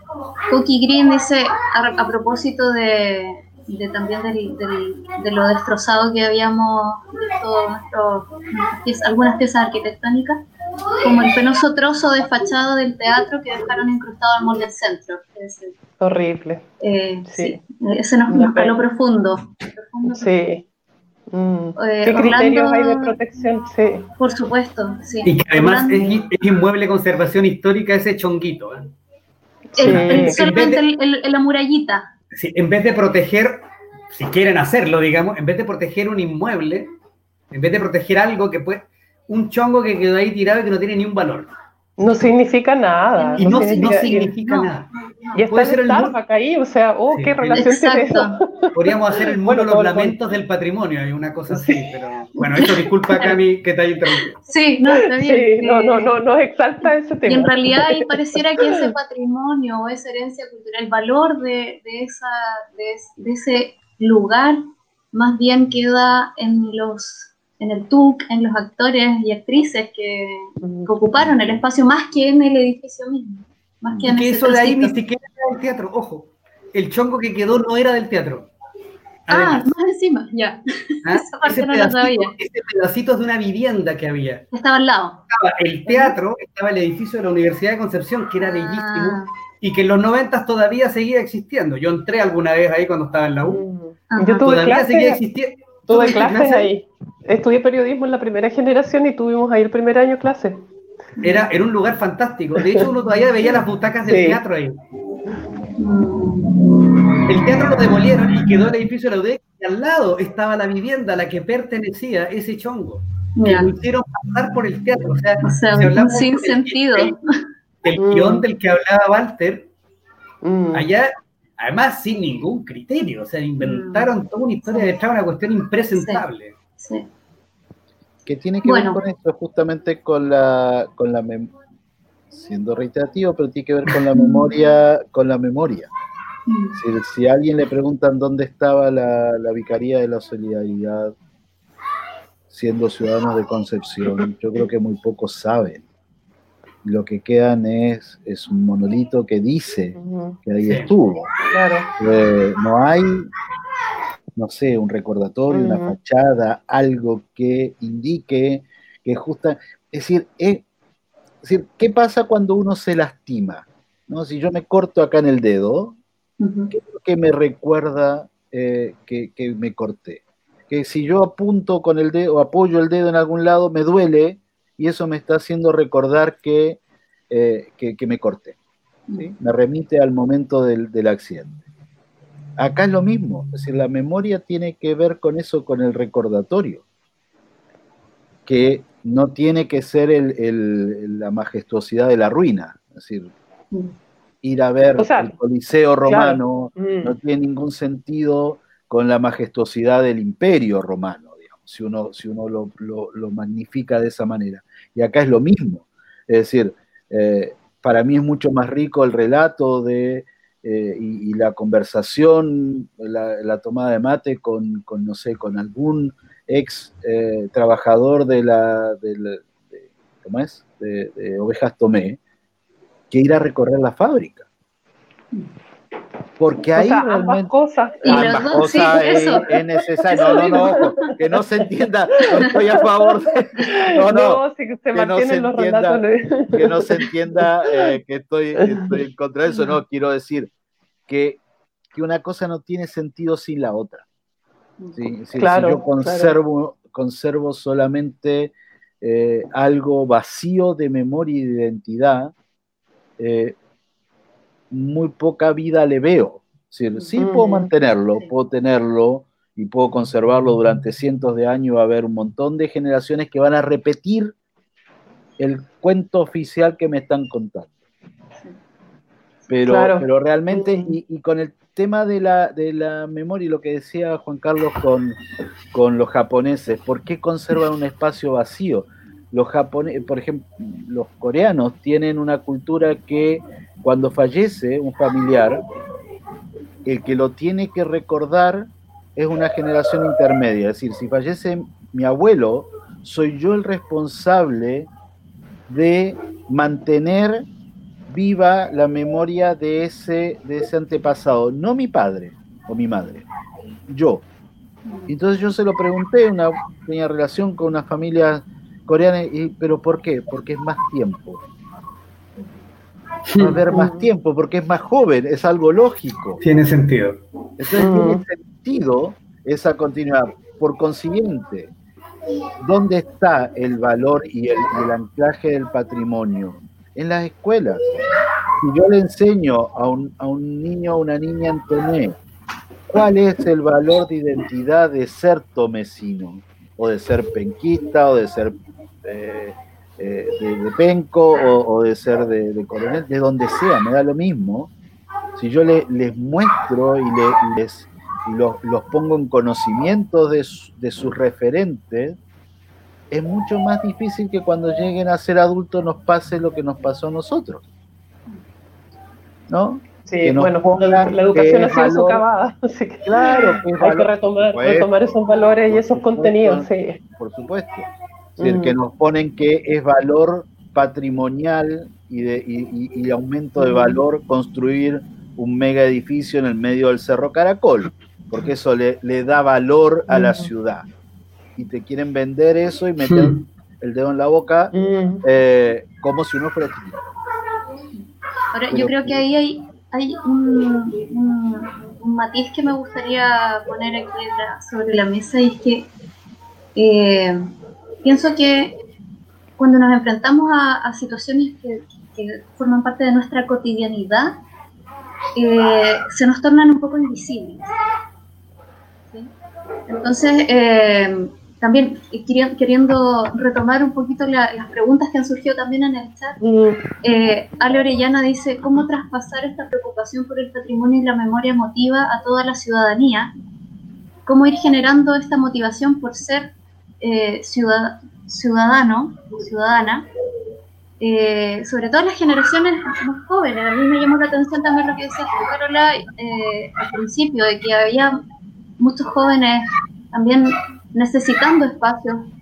Cookie Green dice, a, a propósito de, de también del, del, de lo destrozado que habíamos visto nuestro, piezas, algunas piezas arquitectónicas, como el penoso trozo de fachada del teatro que dejaron incrustado al mall del centro. Es decir, horrible. Eh, sí. sí, ese nos, nos caló profundo. profundo sí. Mm. Eh, ¿Qué Orlando, criterios hay de protección? Sí. Por supuesto, sí. Y que además es, es inmueble de conservación histórica ese chonguito. ¿eh? Sí. El, el, solamente de, el, el, la murallita. Sí, en vez de proteger, si quieren hacerlo, digamos, en vez de proteger un inmueble, en vez de proteger algo que puede, un chongo que quedó ahí tirado y que no tiene ni un valor. No significa nada. Y no, no significa, no significa no. nada. Y está el Starbucks ahí, o sea, oh, sí, qué relación tiene eso. Podríamos hacer el mundo bueno, los lamentos del patrimonio, hay una cosa así, sí. Pero bueno, eso disculpa, Cami, que te haya interrumpido. Sí, no, está bien. Sí, no, no, no, no exalta ese tema. Y en realidad ahí pareciera que ese patrimonio o esa herencia cultural, el valor de, de, esa, de, de ese lugar, más bien queda en los... en el T U C, en los actores y actrices que, que ocuparon el espacio más que en el edificio mismo. Más que y en que ese eso de ahí trocito. ni siquiera era del teatro, ojo. El chongo que quedó no era del teatro. Además, ah, más encima, ya. ¿Ah? Esa parte ese no pedacito, lo sabía. Ese pedacito es de una vivienda que había. Estaba al lado. Estaba el teatro, estaba el edificio de la Universidad de Concepción, que era ah. bellísimo, y que en los noventas todavía seguía existiendo. Yo entré alguna vez ahí cuando estaba en la U. Uh-huh. Yo tuve todavía clase, seguía existiendo. Tuve clases clase? ahí. Estudié periodismo en la primera generación y tuvimos ahí el primer año clase. Era, era un lugar fantástico. De hecho, uno todavía veía las butacas del sí. teatro ahí. El teatro lo demolieron y quedó el edificio de la U D E C y al lado estaba la vivienda a la que pertenecía ese chongo. Yeah. Que lo hicieron pasar por el teatro. O sea, o sea si sin sentido. El, el mm. guión del que hablaba Walter, mm. allá... Además, sin ningún criterio, o sea, inventaron mm. toda una historia detrás de una cuestión impresentable. Sí, sí. Que tiene que bueno. ver con esto, justamente con la, con la mem- siendo reiterativo, pero tiene que ver con la memoria, con la memoria. Mm. Si, si a alguien le preguntan dónde estaba la, la Vicaría de la Solidaridad, siendo ciudadanos de Concepción, yo creo que muy pocos saben. lo que quedan es, es un monolito que dice uh-huh. que ahí sí. estuvo. Claro. Eh, no hay, no sé, un recordatorio, uh-huh. una fachada, algo que indique que justa, es decir, es, es decir, ¿qué pasa cuando uno se lastima? ¿No? Si yo me corto acá en el dedo, uh-huh. ¿qué es lo que me recuerda eh, que, que me corté? Que si yo apunto con el dedo, o apoyo el dedo en algún lado, me duele, y eso me está haciendo recordar que, eh, que, que me corté. ¿Sí? Me remite al momento del, del accidente. Acá es lo mismo, es decir, la memoria tiene que ver con eso, con el recordatorio, que no tiene que ser el, el, la majestuosidad de la ruina, es decir, ir a ver o sea, el Coliseo romano claro. no tiene ningún sentido con la majestuosidad del Imperio romano, digamos, si uno, si uno lo, lo, lo magnifica de esa manera. Y acá es lo mismo, es decir, eh, para mí es mucho más rico el relato de, eh, y, y la conversación, la, la tomada de mate con, con, no sé, con algún ex eh, trabajador de la, de, la, de, ¿cómo es? De, de Ovejas Tomé, que ir a recorrer la fábrica. Porque ahí o sea, realmente ambas cosas, ambas dos, cosas sí, es, es necesario. No, no, no, ojo, que no se entienda, no estoy a favor de, no, no, no, sí que se que mantienen no se los entienda, relatos. que no se entienda eh, que estoy, estoy en contra de eso, no, quiero decir que, que una cosa no tiene sentido sin la otra. ¿Sí? Es decir, claro, si yo conservo, claro. conservo solamente eh, algo vacío de memoria y de identidad, eh, muy poca vida le veo. Es decir, sí uh-huh. puedo mantenerlo, puedo tenerlo y puedo conservarlo durante cientos de años, va a haber un montón de generaciones que van a repetir el cuento oficial que me están contando. Pero, claro. pero realmente, uh-huh. y, y con el tema de la, de la memoria y lo que decía Juan Carlos con, con los japoneses, ¿por qué conservan un espacio vacío? Los japoneses, por ejemplo, los coreanos tienen una cultura que cuando fallece un familiar, el que lo tiene que recordar es una generación intermedia. Es decir, si fallece mi abuelo, soy yo el responsable de mantener viva la memoria de ese, de ese antepasado, no mi padre o mi madre, yo. Entonces yo se lo pregunté, una, tenía relación con una familia coreana, y, ¿pero por qué? Porque es más tiempo. Va a haber más tiempo, porque es más joven, es algo lógico. Tiene sentido. Entonces tiene sentido esa continuidad. Por consiguiente, ¿dónde está el valor y el, y el anclaje del patrimonio? En las escuelas. Si yo le enseño a un, a un niño o una niña en Tomé, ¿cuál es el valor de identidad de ser tomecino? O de ser penquista, o de ser eh, eh, de, de penco, o, o de ser de, de coronel, de donde sea, me da lo mismo. Si yo le, les muestro y le, les y los, los pongo en conocimiento de, su, de sus referentes, es mucho más difícil que cuando lleguen a ser adultos nos pase lo que nos pasó a nosotros, ¿no? Sí, bueno, la, la educación ha sido socavada, así que claro, que hay valor, que retomar, supuesto, retomar esos valores y esos supuesto, contenidos, sí. Por supuesto. Es decir, mm. que nos ponen que es valor patrimonial y de, y, y, y aumento de valor construir un mega edificio en el medio del Cerro Caracol, porque eso le, le da valor a la ciudad. Y te quieren vender eso y meter mm. el dedo en la boca mm. eh, como si uno fuera chiquito. Ahora, Pero, yo creo que ahí hay, hay un, un, un matiz que me gustaría poner aquí sobre la mesa, y es que eh, pienso que cuando nos enfrentamos a, a situaciones que, que forman parte de nuestra cotidianidad, eh, se nos tornan un poco invisibles. ¿Sí? Entonces, eh, también queriendo retomar un poquito la, las preguntas que han surgido también en el chat, eh, Ale Orellana dice: ¿cómo traspasar esta preocupación por el patrimonio y la memoria emotiva a toda la ciudadanía? ¿Cómo ir generando esta motivación por ser eh, ciudad, ciudadano o ciudadana? Eh, sobre todo las generaciones más jóvenes. A mí me llamó la atención también lo que decía Carola eh, al principio, de que había muchos jóvenes también necesitando espacios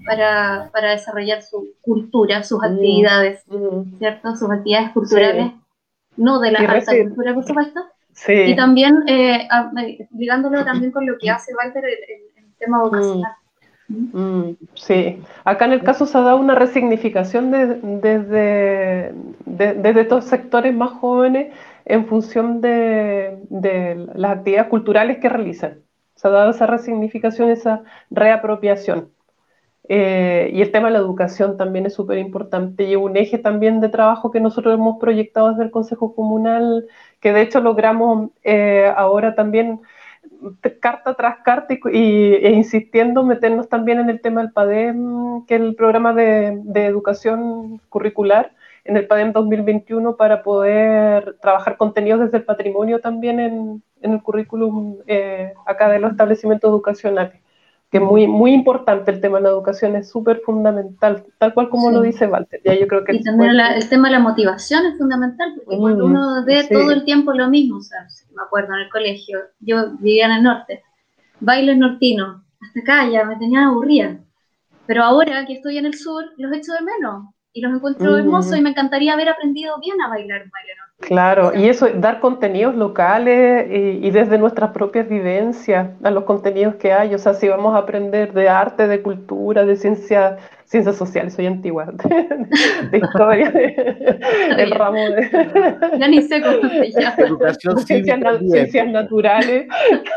para, para desarrollar su cultura, sus actividades, mm. ¿cierto? Sus actividades culturales, sí. No de la sí, alta reci- cultura, por supuesto. Sí. Y también, eh, a, ligándolo también con lo que hace Walter en el tema vocacional. Mm. Mm, sí, acá en el caso se ha dado una resignificación desde de, de, de, de estos sectores más jóvenes en función de, de las actividades culturales que realizan. Se ha dado esa resignificación, esa reapropiación. Eh, y el tema de la educación también es súper importante y un eje también de trabajo que nosotros hemos proyectado desde el Consejo Comunal, que de hecho logramos eh, ahora también carta tras carta y, y, e insistiendo meternos también en el tema del PADEM, que es el programa de, de educación curricular, en el PADEM dos mil veintiuno, para poder trabajar contenidos desde el patrimonio también en, en el currículum eh, acá de los establecimientos educacionales, que es muy, muy importante el tema de la educación, es súper fundamental, tal cual como sí. Lo dice Walter. Ya yo creo que y también la, el tema de la motivación es fundamental, porque mm, cuando uno ve sí. todo el tiempo lo mismo, o sea, me acuerdo en el colegio, yo vivía en el norte, bailes nortinos, hasta acá ya me tenían aburrida, pero ahora que estoy en el sur, los echo de menos, y los encuentro mm. hermosos, y me encantaría haber aprendido bien a bailar baile nortino. Claro, y eso, dar contenidos locales y, y desde nuestras propias vivencias a los contenidos que hay, o sea, si vamos a aprender de arte, de cultura, de ciencia, ciencias sociales, soy antigua, de, de historia, de, el ramo de... Ya ni sé cómo se llama. Educación ciencias, na, ciencias naturales,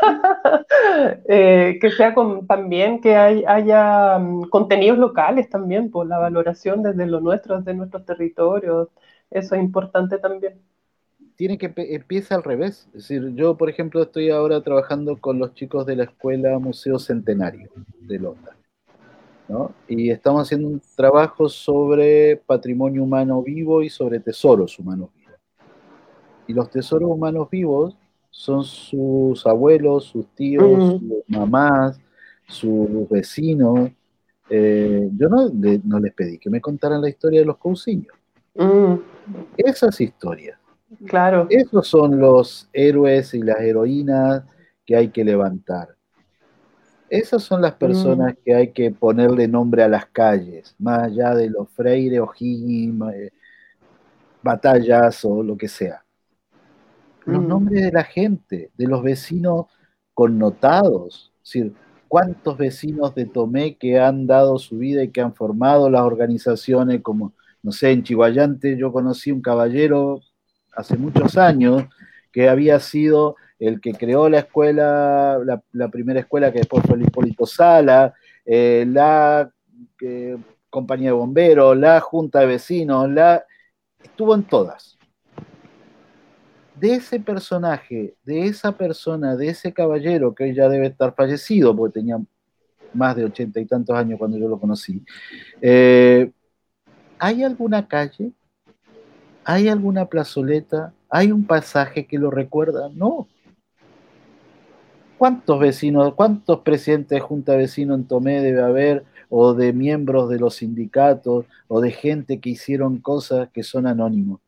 eh, que sea con, también que hay, haya um, contenidos locales también, por la valoración desde lo nuestro, desde nuestros territorios, eso es importante también. Tiene que empieza al revés, es decir, yo por ejemplo estoy ahora trabajando con los chicos de la escuela Museo Centenario de Lota, ¿no? Y estamos haciendo un trabajo sobre patrimonio humano vivo y sobre tesoros humanos vivos. Y los tesoros humanos vivos son sus abuelos, sus tíos, mm. sus mamás, sus vecinos. Eh, yo no, de, no les pedí que me contaran la historia de los cousiños. Mm. Esas historias. Claro. Esos son los héroes y las heroínas que hay que levantar. Esas son las personas mm. que hay que ponerle nombre a las calles, más allá de los Freire, O'Higgins, eh, batallas o lo que sea. Los mm. nombres de la gente, de los vecinos connotados, es decir, cuántos vecinos de Tomé que han dado su vida y que han formado las organizaciones como, no sé, en Chihuayante yo conocí un caballero hace muchos años, que había sido el que creó la escuela, la, la primera escuela que después fue el Hipólito Sala, eh, la eh, compañía de bomberos, la junta de vecinos, la estuvo en todas. De ese personaje, de esa persona, de ese caballero, que hoy ya debe estar fallecido, porque tenía más de ochenta y tantos años cuando yo lo conocí, eh, ¿hay alguna calle? ¿Hay alguna plazoleta? ¿Hay un pasaje que lo recuerda? No. ¿Cuántos vecinos, cuántos presidentes de junta de vecinos en Tomé debe haber, o de miembros de los sindicatos, o de gente que hicieron cosas que son anónimos?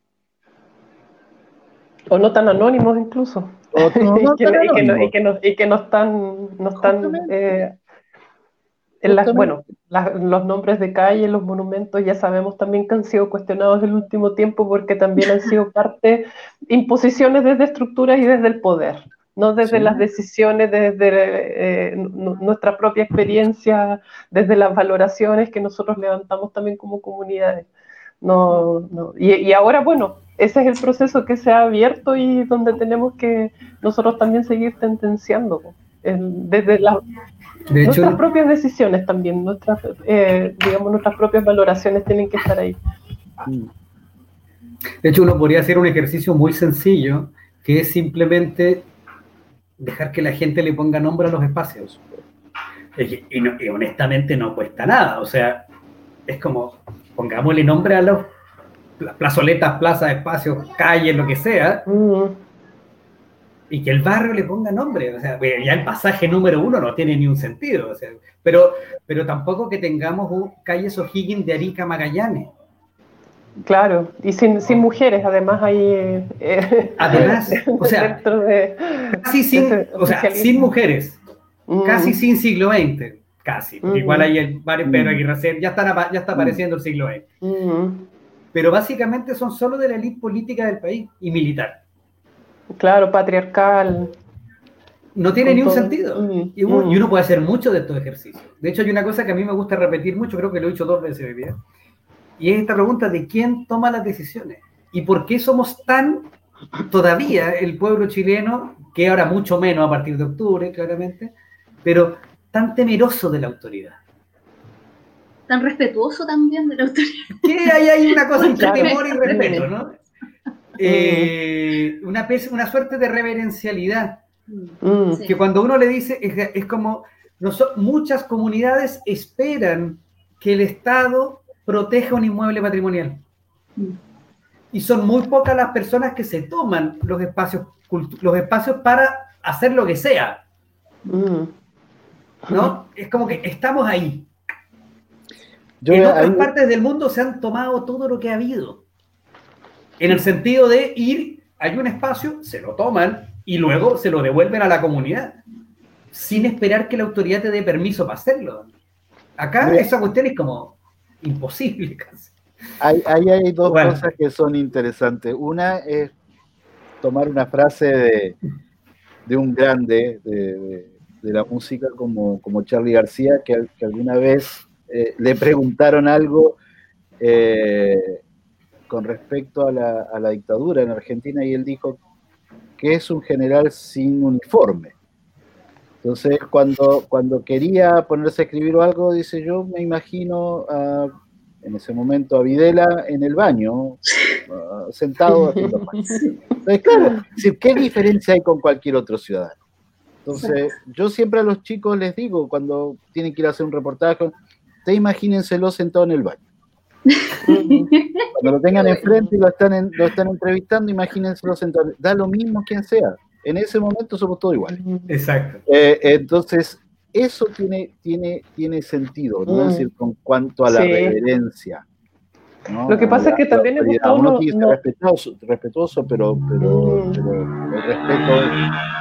O no tan anónimos incluso. O no, no y, que, tan y, que no, anónimos. y, que no, y que no están... No están eh, en las, bueno, la, los nombres de calle, los monumentos, ya sabemos también que han sido cuestionados el último tiempo porque también han sido parte, imposiciones desde estructuras y desde el poder, no desde sí. las decisiones, desde eh, nuestra propia experiencia, desde las valoraciones que nosotros levantamos también como comunidades. No, no. Y, y ahora, bueno, ese es el proceso que se ha abierto y donde tenemos que nosotros también seguir tendenciando, el, desde la... De nuestras hecho, propias decisiones también, nuestras, eh, digamos, nuestras propias valoraciones tienen que estar ahí. De hecho, uno podría hacer un ejercicio muy sencillo, que es simplemente dejar que la gente le ponga nombre a los espacios. Y, y, no, y honestamente no cuesta nada, o sea, es como, pongámosle nombre a los plazoletas, plazas, espacios, calles, lo que sea, uh-huh. y que el barrio le ponga nombre, o sea, ya el pasaje número uno no tiene ni un sentido, o sea, pero, pero tampoco que tengamos un, calles O'Higgins de Arica a Magallanes. Claro, y sin, sin mujeres, además hay... Eh, además, o sea, de, casi sin, o sea, sin mujeres, mm. casi sin siglo veinte, casi. Porque Uh-huh. igual hay varios Pedro Aguirre Cerda, ya, están, ya está apareciendo el siglo veinte. Uh-huh. Pero básicamente son solo de la élite política del país y militar. Claro, patriarcal. No tiene ni un todo. sentido. Uh-huh. Y, uno, y uno puede hacer mucho de estos ejercicios. De hecho, hay una cosa que a mí me gusta repetir mucho, creo que lo he dicho dos veces hoy día, y es esta pregunta de quién toma las decisiones. ¿Y por qué somos tan, todavía, el pueblo chileno, que ahora mucho menos a partir de octubre, claramente, pero tan temeroso de la autoridad? Tan respetuoso también de la autoridad. Que hay, hay una cosa entre Claro. temor y respeto, ¿no? Eh, una, una suerte de reverencialidad. Mm. Que cuando uno le dice, es, es como, no so, muchas comunidades esperan que el Estado proteja un inmueble patrimonial. Mm. Y son muy pocas las personas que se toman los espacios, los espacios para hacer lo que sea. Mm. ¿No? Es como que estamos ahí. Yo, en otras ahí... partes del mundo se han tomado todo lo que ha habido. En el sentido de ir, hay un espacio, se lo toman y luego se lo devuelven a la comunidad, sin esperar que la autoridad te dé permiso para hacerlo. Acá Mira, esa cuestión es como imposible casi. Ahí hay, hay dos bueno. cosas que son interesantes. Una es tomar una frase de, de un grande de, de, de la música como, como Charly García, que, que alguna vez eh, le preguntaron algo eh, con respecto a la, a la dictadura en Argentina y él dijo que es un general sin uniforme. Entonces, cuando, cuando quería ponerse a escribir algo, dice, yo me imagino a, en ese momento a Videla en el baño, uh, sentado haciendo pan. Entonces, claro, ¿qué diferencia hay con cualquier otro ciudadano? Entonces, yo siempre a los chicos les digo, cuando tienen que ir a hacer un reportaje, te imagínenselo sentado en el baño. Cuando lo tengan enfrente y lo están, en, lo están entrevistando, imagínenselo sentado. Da lo mismo quien sea. En ese momento somos todos iguales. Exacto. Eh, entonces, eso tiene, tiene, tiene sentido, ¿no? Mm. Es decir, con cuanto a la sí. reverencia. ¿No? Lo que pasa la, es que también hemos estado... Uno tiene que ser no... respetuoso, respetuoso, pero, pero, mm. pero el respeto...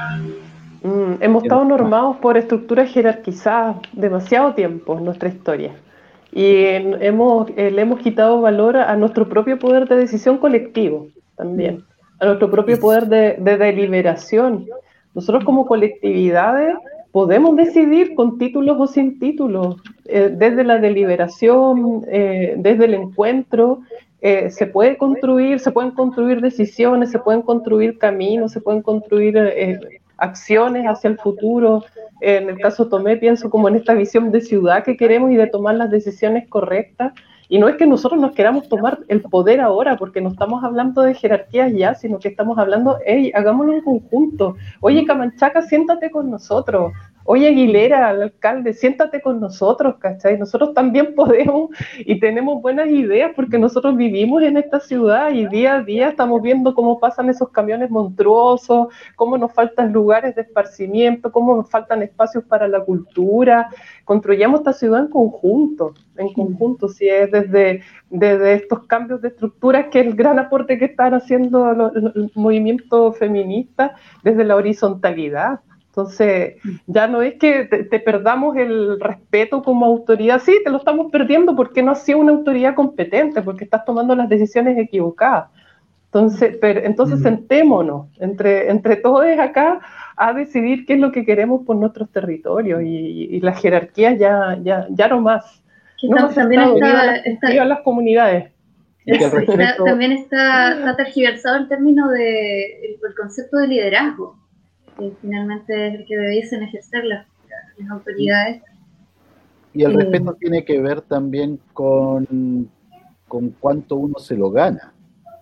Mm. Hemos estado normados por estructuras jerarquizadas demasiado tiempo en nuestra historia. Y hemos, eh, le hemos quitado valor a nuestro propio poder de decisión colectivo también, a nuestro propio poder de, de deliberación. Nosotros como colectividades podemos decidir con títulos o sin títulos, eh, desde la deliberación, eh, desde el encuentro, eh, se puede construir, se pueden construir decisiones, se pueden construir caminos, se pueden construir eh, acciones hacia el futuro. En el caso Tomé pienso como en esta visión de ciudad que queremos y de tomar las decisiones correctas, y no es que nosotros nos queramos tomar el poder ahora porque no estamos hablando de jerarquías ya, sino que estamos hablando, hey, hagámoslo en conjunto. Oye, Camanchaca, siéntate con nosotros. Oye, Aguilera, al alcalde, siéntate con nosotros, ¿cachai? Nosotros también podemos y tenemos buenas ideas porque nosotros vivimos en esta ciudad y día a día estamos viendo cómo pasan esos camiones monstruosos, cómo nos faltan lugares de esparcimiento, cómo nos faltan espacios para la cultura. Construyamos esta ciudad en conjunto, en conjunto, si es desde, desde estos cambios de estructuras, que es el gran aporte que están haciendo los, el movimiento feminista, desde la horizontalidad. Entonces, ya no es que te, te perdamos el respeto como autoridad, sí, te lo estamos perdiendo porque no has sido una autoridad competente, porque estás tomando las decisiones equivocadas. Entonces, pero, entonces sentémonos entre, entre todos acá a decidir qué es lo que queremos por nuestros territorios y, y las jerarquías ya, ya, ya no más. No más también estado, está, viva las, está, viva las comunidades. Es, está, también está, está tergiversado el término de el, el concepto de liderazgo, que finalmente es el que debiesen ejercer las, las autoridades. Y el respeto eh, tiene que ver también con, con cuánto uno se lo gana.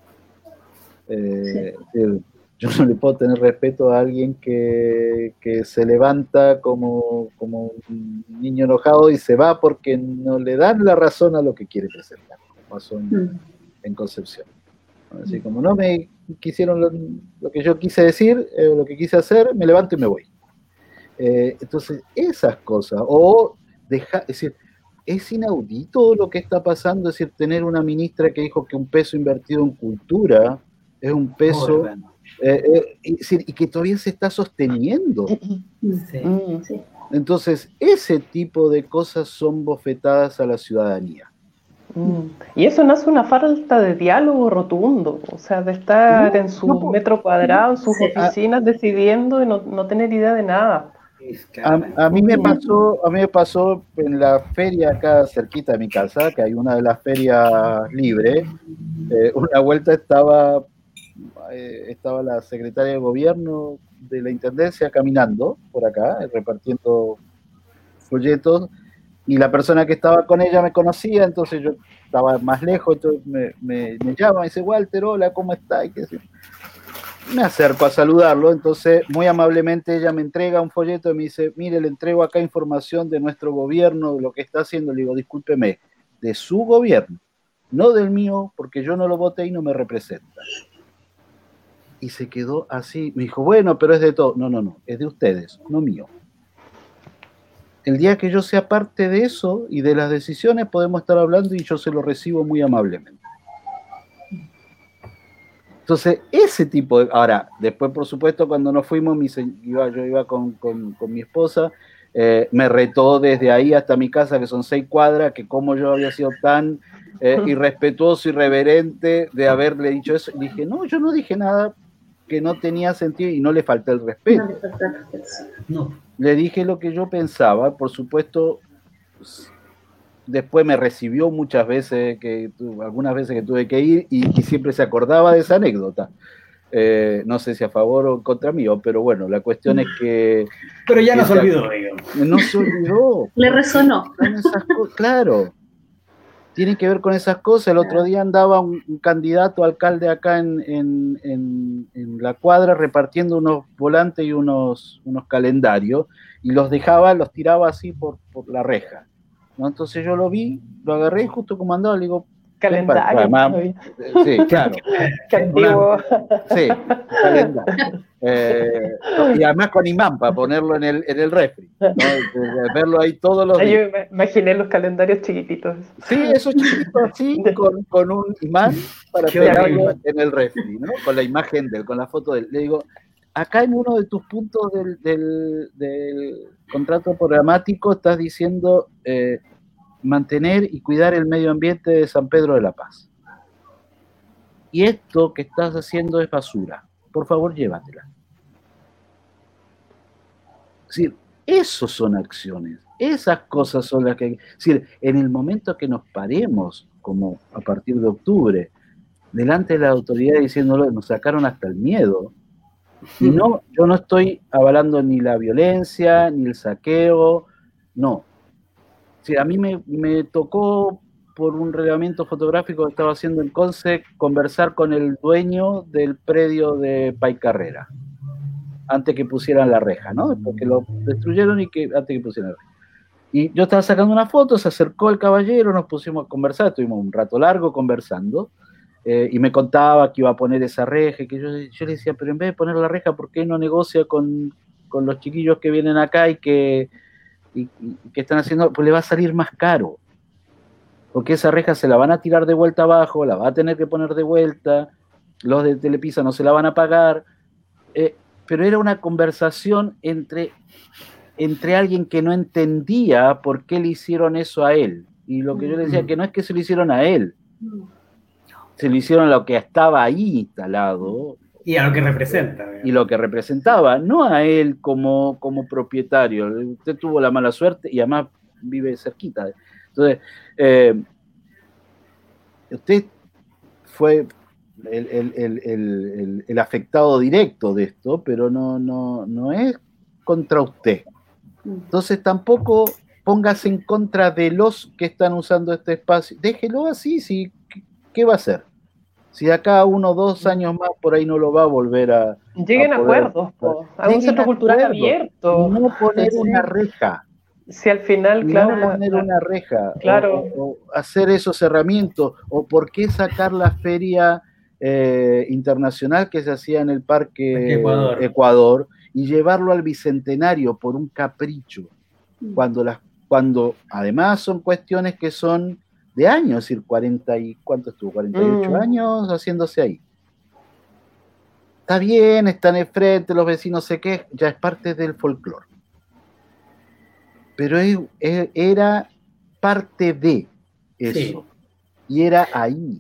Eh, sí. el, yo no le puedo tener respeto a alguien que, que se levanta como, como un niño enojado y se va porque no le dan la razón a lo que quiere presentar, como pasó en, mm. en Concepción. Así como no me quisieron lo, lo que yo quise decir, eh, lo que quise hacer, me levanto y me voy. Eh, entonces, esas cosas, o dejar, es decir, es inaudito lo que está pasando, es decir, tener una ministra que dijo que un peso invertido en cultura es un peso, oh, eh, eh, es decir, y que todavía se está sosteniendo. Sí. Sí. Entonces, ese tipo de cosas son bofetadas a la ciudadanía. Mm. Y eso nace una falta de diálogo rotundo, o sea, de estar No, en su no, metro cuadrado, en sus sí. oficinas, decidiendo y no, no tener idea de nada. A, a mí me pasó, a mí me pasó en la feria acá cerquita de mi casa, que hay una de las ferias libres. Eh, una vuelta estaba, eh, estaba la secretaria de gobierno de la intendencia caminando por acá, eh, repartiendo folletos, y la persona que estaba con ella me conocía, entonces yo estaba más lejos, entonces me, me, me llama, me dice, Walter, hola, ¿cómo estás? Y qué sé. Me acerco a saludarlo, entonces muy amablemente ella me entrega un folleto y me dice, mire, le entrego acá información de nuestro gobierno, de lo que está haciendo. Le digo, discúlpeme, de su gobierno, no del mío, porque yo no lo voté y no me representa. Y se quedó así, me dijo, bueno, pero es de todo. No, no, no, es de ustedes, no mío. El día que yo sea parte de eso y de las decisiones podemos estar hablando y yo se lo recibo muy amablemente. Entonces, ese tipo de... Ahora, después, por supuesto, cuando nos fuimos, mi, iba, yo iba con, con, con mi esposa, eh, me retó desde ahí hasta mi casa, que son seis cuadras, que como yo había sido tan eh, irrespetuoso, irreverente de haberle dicho eso. Y dije, no, yo no dije nada que no tenía sentido y no le falté el respeto. No le falta el respeto. No. Le dije lo que yo pensaba, por supuesto... Después me recibió muchas veces, que algunas veces que tuve que ir, y, y siempre se acordaba de esa anécdota. Eh, no sé si a favor o contra mí, pero bueno, la cuestión es que... Pero ya que no se olvidó, digamos. No se olvidó. Le resonó. Esas claro. Tiene que ver con esas cosas. El otro día andaba un, un candidato a alcalde acá en, en, en, en la cuadra repartiendo unos volantes y unos, unos calendarios, y los dejaba, los tiraba así por, por la reja. ¿No? Entonces yo lo vi, lo agarré y justo como andaba le digo... Calendario. Además, sí, claro. Qué antiguo. Sí, calendario. Eh, y además con imán para ponerlo en el, en el refri, ¿no? Verlo ahí todos los días. Yo me imaginé los calendarios chiquititos. Sí, esos chiquitos así, con, con un imán para pegarlo en el refri, ¿no? Con la imagen de él, con la foto de él. Le digo, acá en uno de tus puntos del, del, del contrato programático estás diciendo eh, mantener y cuidar el medio ambiente de San Pedro de la Paz. Y esto que estás haciendo es basura. Por favor, llévatela. Es decir, esos son acciones. Esas cosas son las que... Es decir, en el momento que nos paremos, como a partir de octubre, delante de la autoridad diciéndolo, nos sacaron hasta el miedo. Y no, yo no estoy avalando ni la violencia, ni el saqueo, no. Sí, a mí me, me tocó, por un reglamento fotográfico que estaba haciendo en Conce, conversar con el dueño del predio de Paicarrera, antes que pusieran la reja, ¿no? Porque lo destruyeron y que antes que pusieran la reja. Y yo estaba sacando una foto, se acercó el caballero, nos pusimos a conversar, estuvimos un rato largo conversando, eh, y me contaba que iba a poner esa reja, y que yo, yo le decía, pero en vez de poner la reja, ¿por qué no negocia con, con los chiquillos que vienen acá y que... Y, y que están haciendo, pues le va a salir más caro, porque esa reja se la van a tirar de vuelta abajo, la va a tener que poner de vuelta, los de Telepisa no se la van a pagar, eh, pero era una conversación entre, entre alguien que no entendía por qué le hicieron eso a él, y lo que yo le decía, que no es que se lo hicieron a él, se lo hicieron a lo que estaba ahí instalado, y a lo que representa. Y lo que representaba, no a él como, como propietario. Usted tuvo la mala suerte y además vive cerquita. Entonces, eh, usted fue el, el, el, el, el afectado directo de esto, pero no, no, no es contra usted. Entonces tampoco póngase en contra de los que están usando este espacio. Déjelo así, sí, ¿qué va a hacer? Si de acá uno o dos años más por ahí no lo va a volver a... Lleguen a acuerdos, po, a un centro cultural abierto. No poner una reja. Si al final, no claro... No poner la, una reja. Claro. O, o hacer esos cerramientos. O por qué sacar la feria eh, internacional que se hacía en el Parque Ecuador. Ecuador y llevarlo al Bicentenario por un capricho. Cuando, las, cuando además son cuestiones que son... de años, es decir, cuarenta y, ¿cuánto estuvo? cuarenta y ocho mm. años haciéndose ahí. Está bien, está en el frente, los vecinos se quejan, ya es parte del folclore. pero es, es, era parte de eso, sí. Y era ahí.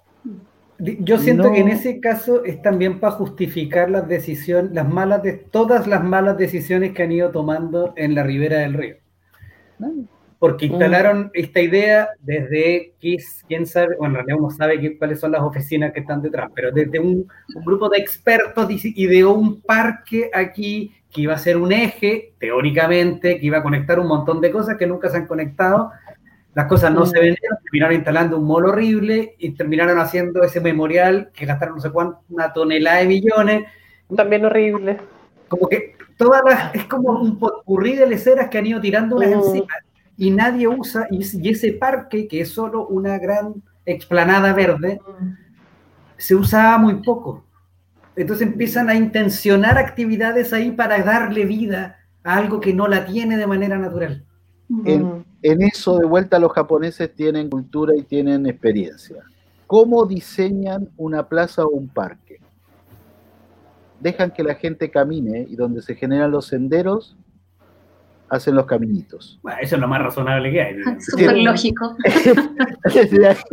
Yo siento no. que en ese caso es también para justificar las decisiones, las malas de todas las malas decisiones que han ido tomando en la ribera del río. Porque instalaron mm. esta idea desde, quién sabe, bueno, en realidad uno sabe que, cuáles son las oficinas que están detrás, pero desde un, un grupo de expertos ideó un parque aquí que iba a ser un eje, teóricamente, que iba a conectar un montón de cosas que nunca se han conectado. Las cosas no mm. se vendieron, terminaron instalando un mall horrible y terminaron haciendo ese memorial que gastaron no sé cuánto, una tonelada de millones. También horrible. Como que todas las, es como un potpurrí de leceras que han ido tirando unas mm. encima y nadie usa, y, y ese parque, que es solo una gran explanada verde, mm. se usaba muy poco. Entonces empiezan a intencionar actividades ahí para darle vida a algo que no la tiene de manera natural. En, en eso, de vuelta, los japoneses tienen cultura y tienen experiencia. ¿Cómo diseñan una plaza o un parque? Dejan que la gente camine y donde se generan los senderos, hacen los caminitos. Bueno, eso es lo más razonable que hay. Súper lógico. Es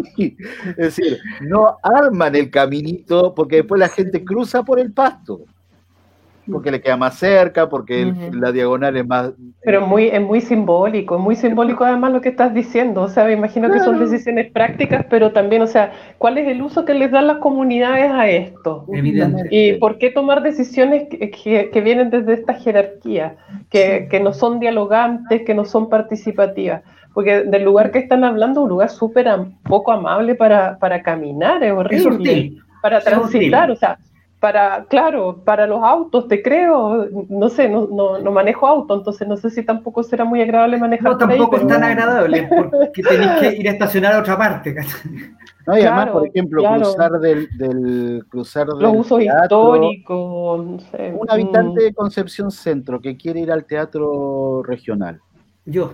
decir, no arman el caminito porque después la gente cruza por el pasto. Porque le queda más cerca, porque el, uh-huh. la diagonal es más... Pero muy, es muy simbólico, es muy simbólico además lo que estás diciendo, o sea, me imagino que son decisiones prácticas, pero también, o sea, ¿cuál es el uso que les dan las comunidades a esto? Evidente. ¿Y por qué tomar decisiones que, que, que vienen desde esta jerarquía, que, que no son dialogantes, que no son participativas? Porque del lugar que están hablando, un lugar súper am, poco amable para, para caminar, es horrible, es hostil. Para transitar, o sea... Para, claro, para los autos, te creo, no sé, no, no, no manejo auto, entonces no sé si tampoco será muy agradable manejar. No, tampoco ahí, es tan pero... agradable, porque tenéis que ir a estacionar a otra parte. No, y además, claro, por ejemplo, claro. cruzar del, del cruzar los del usos teatro, históricos, no sé. Un habitante de Concepción Centro que quiere ir al teatro regional. Yo.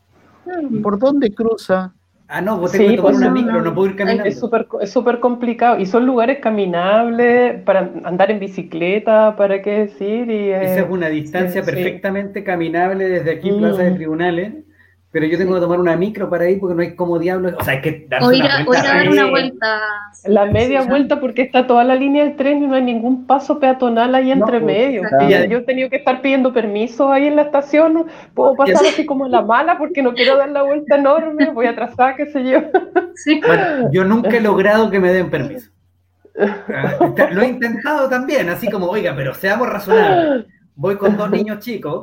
¿Por dónde cruza? Ah, no, vos tengo sí, que tomar pues una micro, no puedo ir caminando. Es súper es súper complicado. Y son lugares caminables para andar en bicicleta, ¿para qué decir? Y, eh, esa es una distancia sí, perfectamente sí. caminable desde aquí, mm. Plaza de Tribunales. Pero yo tengo que tomar una micro para ir porque no hay como diablos. O sea, hay que darse o ir una a, vuelta. O ir a dar una vuelta. La media ¿sí? vuelta porque está toda la línea del tren y no hay ningún paso peatonal ahí entre no, medio. Yo, yo he tenido que estar pidiendo permiso ahí en la estación. Puedo pasar así como en la mala porque no quiero dar la vuelta enorme. Voy atrasada, qué sé yo. Sí. Bueno, yo nunca he logrado que me den permiso. Lo he intentado también, así como, oiga, pero seamos razonables. Voy con dos niños chicos.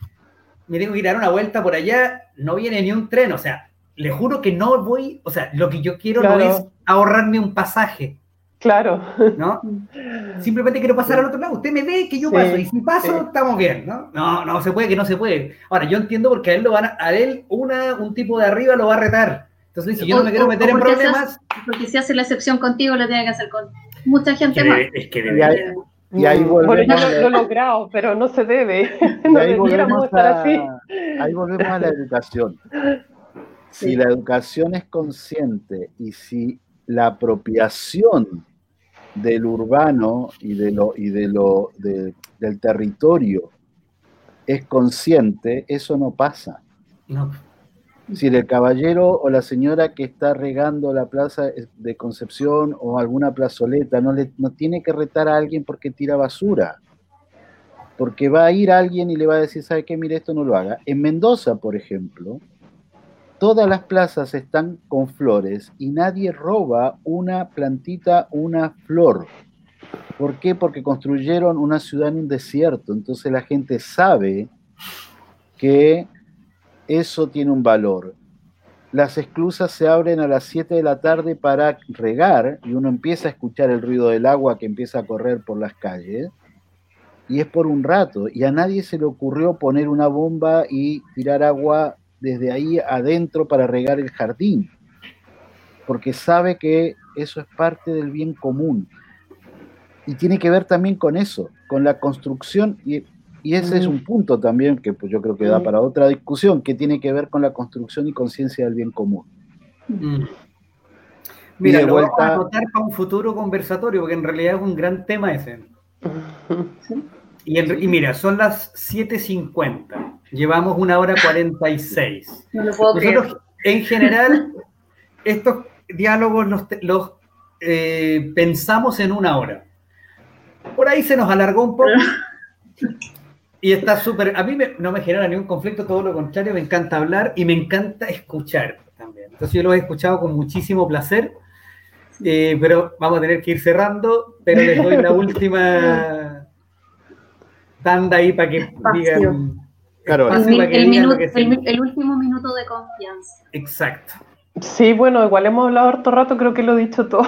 Me tengo que ir a dar una vuelta por allá, no viene ni un tren, o sea, le juro que no voy, o sea, lo que yo quiero claro. no es ahorrarme un pasaje. Claro. ¿No? Simplemente quiero pasar sí. al otro lado, usted me ve que yo sí, paso, y si paso, sí. estamos bien, ¿no? No, no se puede, que no se puede. Ahora, yo entiendo porque a él lo van a, a él, una, un tipo de arriba lo va a retar. Entonces, si yo o, no me quiero meter en problemas... Hace, porque si hace la excepción contigo, lo tiene que hacer con mucha gente que más. Debe, es que debería... Y ahí volvemos bueno, yo lo, lo he logrado, pero no se debe. No ahí, volvemos estar a, así. ahí volvemos a la educación. Si sí. la educación es consciente y si la apropiación del urbano y, de lo, y de lo, de, del territorio es consciente, eso no pasa. No. Si el caballero o la señora que está regando la plaza de Concepción o alguna plazoleta no, le, no tiene que retar a alguien porque tira basura, porque va a ir alguien y le va a decir, ¿sabe qué? Mire, esto no lo haga. En Mendoza, por ejemplo, todas las plazas están con flores y nadie roba una plantita, una flor. ¿Por qué? Porque construyeron una ciudad en un desierto, entonces la gente sabe que eso tiene un valor. Las esclusas se abren a las siete de la tarde para regar y uno empieza a escuchar el ruido del agua que empieza a correr por las calles y es por un rato y a nadie se le ocurrió poner una bomba y tirar agua desde ahí adentro para regar el jardín porque sabe que eso es parte del bien común y tiene que ver también con eso, con la construcción y Y ese mm. es un punto también que pues, yo creo que da para otra discusión, que tiene que ver con la construcción y conciencia del bien común. Mm. Mira, lo vuelta... vamos a anotar para un futuro conversatorio, porque en realidad es un gran tema ese. ¿Sí? Y, el, y mira, son las siete cincuenta. Llevamos una hora cuarenta y seis. No lo puedo Nosotros, creer. en general, estos diálogos los, los eh, pensamos en una hora. Por ahí se nos alargó un poco y está súper... A mí me, no me genera ningún conflicto, todo lo contrario, me encanta hablar y me encanta escuchar también. Entonces yo lo he escuchado con muchísimo placer, eh, pero vamos a tener que ir cerrando, pero les doy la última tanda ahí para que Espacio. digan... Claro, El, espacio min- para que el digan lo minu- que el mi- sienten. el último minuto de confianza. Exacto. Sí, bueno, igual hemos hablado harto rato, creo que lo he dicho todo.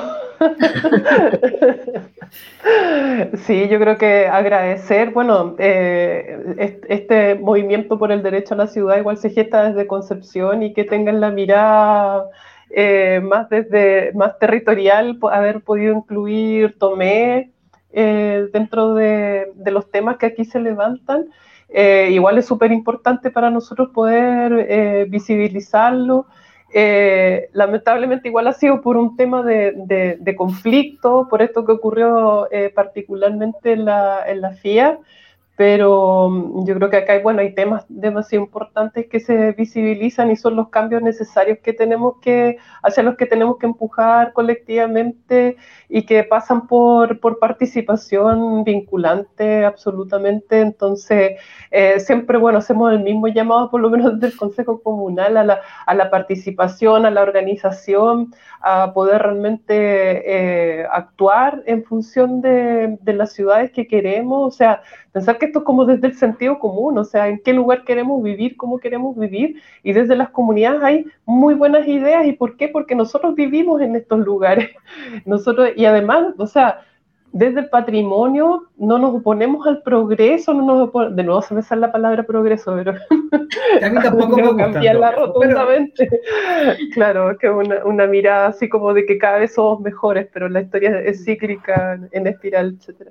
Sí, yo creo que agradecer, bueno, eh, este movimiento por el derecho a la ciudad igual se gesta desde Concepción y que tengan la mirada eh, más desde más territorial, haber podido incluir Tomé eh, dentro de, de los temas que aquí se levantan. Eh, igual es súper importante para nosotros poder eh, visibilizarlo. Eh, lamentablemente igual ha sido por un tema de, de, de conflicto, por esto que ocurrió eh, particularmente en la, en la F I A, pero um, yo creo que acá hay, bueno, hay temas demasiado importantes que se visibilizan y son los cambios necesarios que tenemos que, hacia los que tenemos que empujar colectivamente y que pasan por, por participación vinculante absolutamente. Entonces, eh, siempre, bueno, hacemos el mismo llamado, por lo menos desde el Consejo Comunal, a la, a la participación, a la organización, a poder realmente eh, actuar en función de, de las ciudades que queremos, o sea, pensar que esto es como desde el sentido común, o sea, en qué lugar queremos vivir, cómo queremos vivir, y desde las comunidades hay muy buenas ideas. ¿Y por qué? Porque nosotros vivimos en estos lugares. Nosotros, y además, o sea, desde el patrimonio no nos oponemos al progreso, no nos oponemos, de nuevo se me sale la palabra progreso, pero A mí tampoco me gusta. cambiarla rotundamente. Pero... Claro, que una, una mirada así como de que cada vez somos mejores, pero la historia es cíclica, en espiral, etcétera.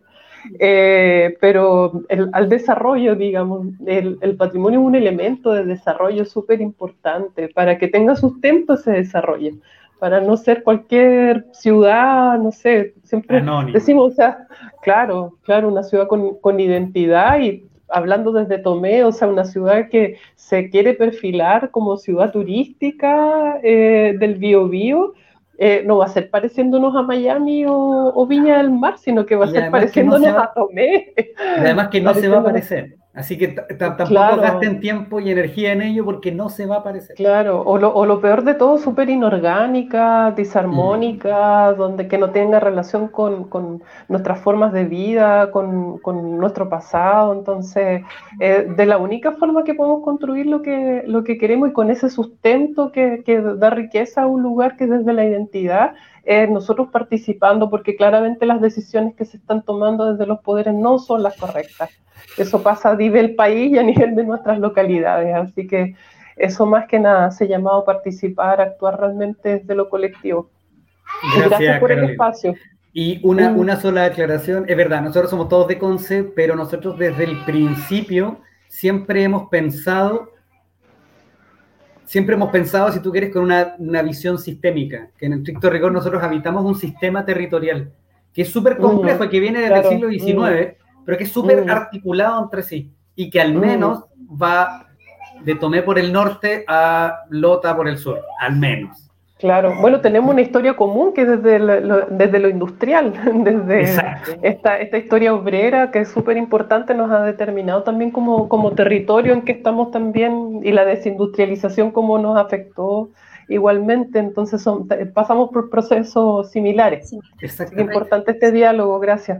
Eh, pero el, al desarrollo, digamos, el, el patrimonio es un elemento de desarrollo súper importante para que tenga sustento ese desarrollo, para no ser cualquier ciudad, no sé, siempre Anónimo. Decimos, o sea, claro, claro, una ciudad con, con identidad y hablando desde Tomé, o sea, una ciudad que se quiere perfilar como ciudad turística eh, del Biobío. Eh, no va a ser pareciéndonos a Miami o, o Viña del Mar, sino que va a ser pareciéndonos no va, a Tomé. Y además que no se va a parecer. Así que tampoco claro. gasten tiempo y energía en ello porque no se va a parecer. Claro, o lo, o lo peor de todo, súper inorgánica, disarmónica, mm. donde que no tenga relación con, con nuestras formas de vida, con, con nuestro pasado. Entonces, eh, de la única forma que podemos construir lo que, lo que queremos y con ese sustento que, que da riqueza a un lugar que desde la identidad, eh, nosotros participando, porque claramente las decisiones que se están tomando desde los poderes no son las correctas. Eso pasa a nivel país y a nivel de nuestras localidades, así que eso más que nada se ha llamado a participar, a actuar realmente desde lo colectivo. Gracias, Gracias por Carolina. el espacio. Y una, mm. una sola aclaración, es verdad, nosotros somos todos de Conce, pero nosotros desde el principio siempre hemos pensado, siempre hemos pensado, si tú quieres, con una, una visión sistémica, que en el estricto rigor nosotros habitamos un sistema territorial, que es súper complejo mm, y que viene desde claro, el siglo diecinueve, mm. pero que es súper mm. articulado entre sí, y que al menos mm. va de Tomé por el norte a Lota por el sur, al menos. Claro, bueno, tenemos una historia común que desde lo, desde lo industrial, desde esta, esta historia obrera que es súper importante, nos ha determinado también como, como territorio en que estamos también, y la desindustrialización como nos afectó igualmente, entonces son, pasamos por procesos similares. Sí, es importante este diálogo, gracias.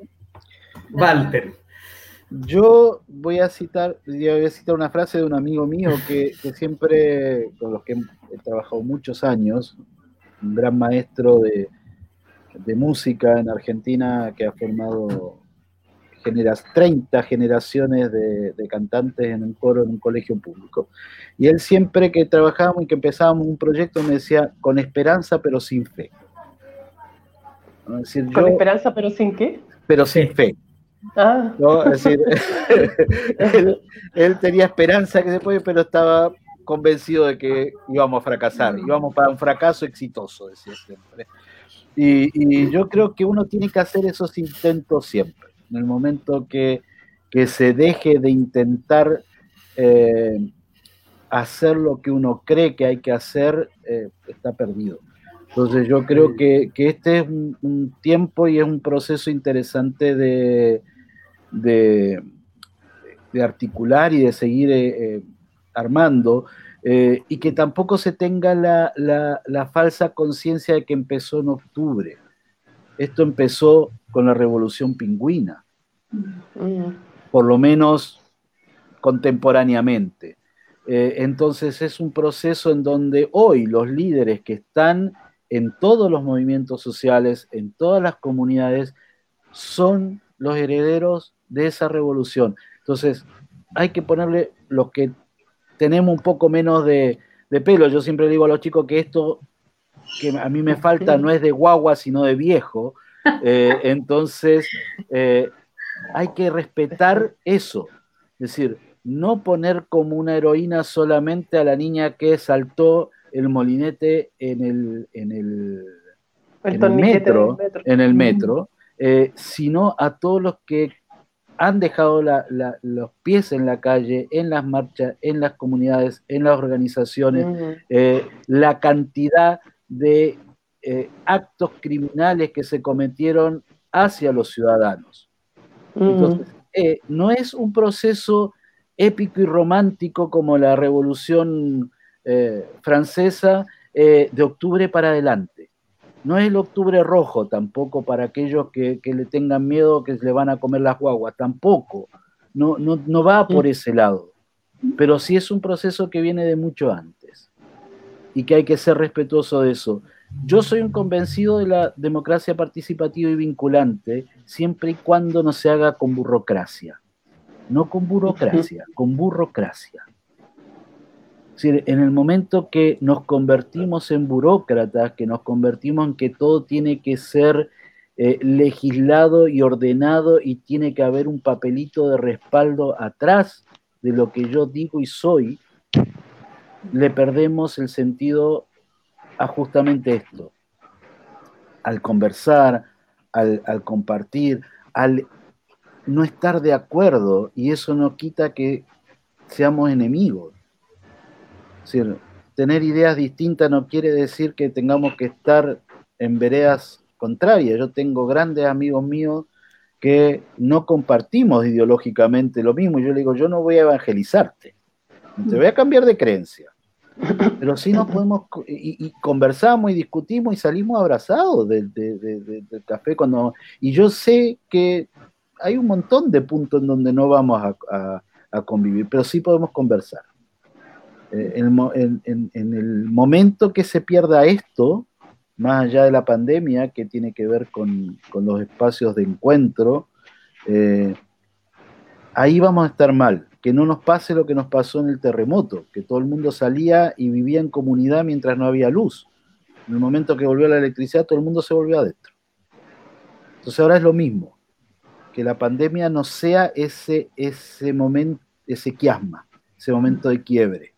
Walter. Yo voy a citar, yo voy a citar una frase de un amigo mío que, que siempre, con los que he trabajado muchos años, un gran maestro de, de música en Argentina que ha formado generas, treinta generaciones de, de cantantes en un coro en un colegio público. Y él siempre que trabajábamos y que empezábamos un proyecto me decía, con esperanza pero sin fe. Es decir, ¿Con yo, esperanza pero sin qué? Pero sin fe. Ah. ¿No? Es decir, él, él tenía esperanza que después, pero estaba convencido de que íbamos a fracasar, íbamos para un fracaso exitoso, decía siempre. Y, y yo creo que uno tiene que hacer esos intentos siempre. En el momento que, que se deje de intentar eh, hacer lo que uno cree que hay que hacer, eh, está perdido. Entonces yo creo que, que este es un, un tiempo y es un proceso interesante de, de, de articular y de seguir eh, eh, armando, eh, y que tampoco se tenga la, la, la falsa conciencia de que empezó en octubre. Esto empezó con la Revolución Pingüina, mm. por lo menos contemporáneamente. Eh, entonces es un proceso en donde hoy los líderes que están en todos los movimientos sociales, en todas las comunidades, son los herederos de esa revolución. Entonces hay que ponerle los que tenemos un poco menos de, de pelo. Yo siempre digo a los chicos que esto que a mí me falta no es de guagua, sino de viejo. Eh, entonces eh, hay que respetar eso. Es decir, no poner como una heroína solamente a la niña que saltó el molinete en el, en el, el, en el metro, metro, en el metro eh, sino a todos los que han dejado la, la, los pies en la calle, en las marchas, en las comunidades, en las organizaciones, uh-huh. eh, la cantidad de eh, actos criminales que se cometieron hacia los ciudadanos. Uh-huh. Entonces, eh, no es un proceso épico y romántico como la Revolución eh, Francesa eh, de octubre para adelante. No es el octubre rojo tampoco para aquellos que, que le tengan miedo que le van a comer las guaguas, tampoco. No, no, no va por ese lado. Pero sí es un proceso que viene de mucho antes y que hay que ser respetuoso de eso. Yo soy un convencido de la democracia participativa y vinculante siempre y cuando no se haga con burocracia. No con burocracia, con burocracia. Es decir, en el momento que nos convertimos en burócratas, que nos convertimos en que todo tiene que ser eh, legislado y ordenado y tiene que haber un papelito de respaldo atrás de lo que yo digo y soy, le perdemos el sentido a justamente esto. Al conversar, al, al compartir, al no estar de acuerdo, y eso no quita que seamos enemigos. Es decir, tener ideas distintas no quiere decir que tengamos que estar en veredas contrarias. Yo tengo grandes amigos míos que no compartimos ideológicamente lo mismo, y yo le digo, yo no voy a evangelizarte, te voy a cambiar de creencia, pero sí nos podemos, y, y conversamos y discutimos y salimos abrazados de, de, de, de, del café, cuando, y yo sé que hay un montón de puntos en donde no vamos a, a, a convivir, pero sí podemos conversar. En, en, en el momento que se pierda esto, más allá de la pandemia, que tiene que ver con, con los espacios de encuentro, eh, ahí vamos a estar mal. Que no nos pase lo que nos pasó en el terremoto, que todo el mundo salía y vivía en comunidad mientras no había luz. En el momento que volvió la electricidad, todo el mundo se volvió adentro. Entonces ahora es lo mismo. Que la pandemia no sea ese, ese momento, ese quiasma, ese momento de quiebre.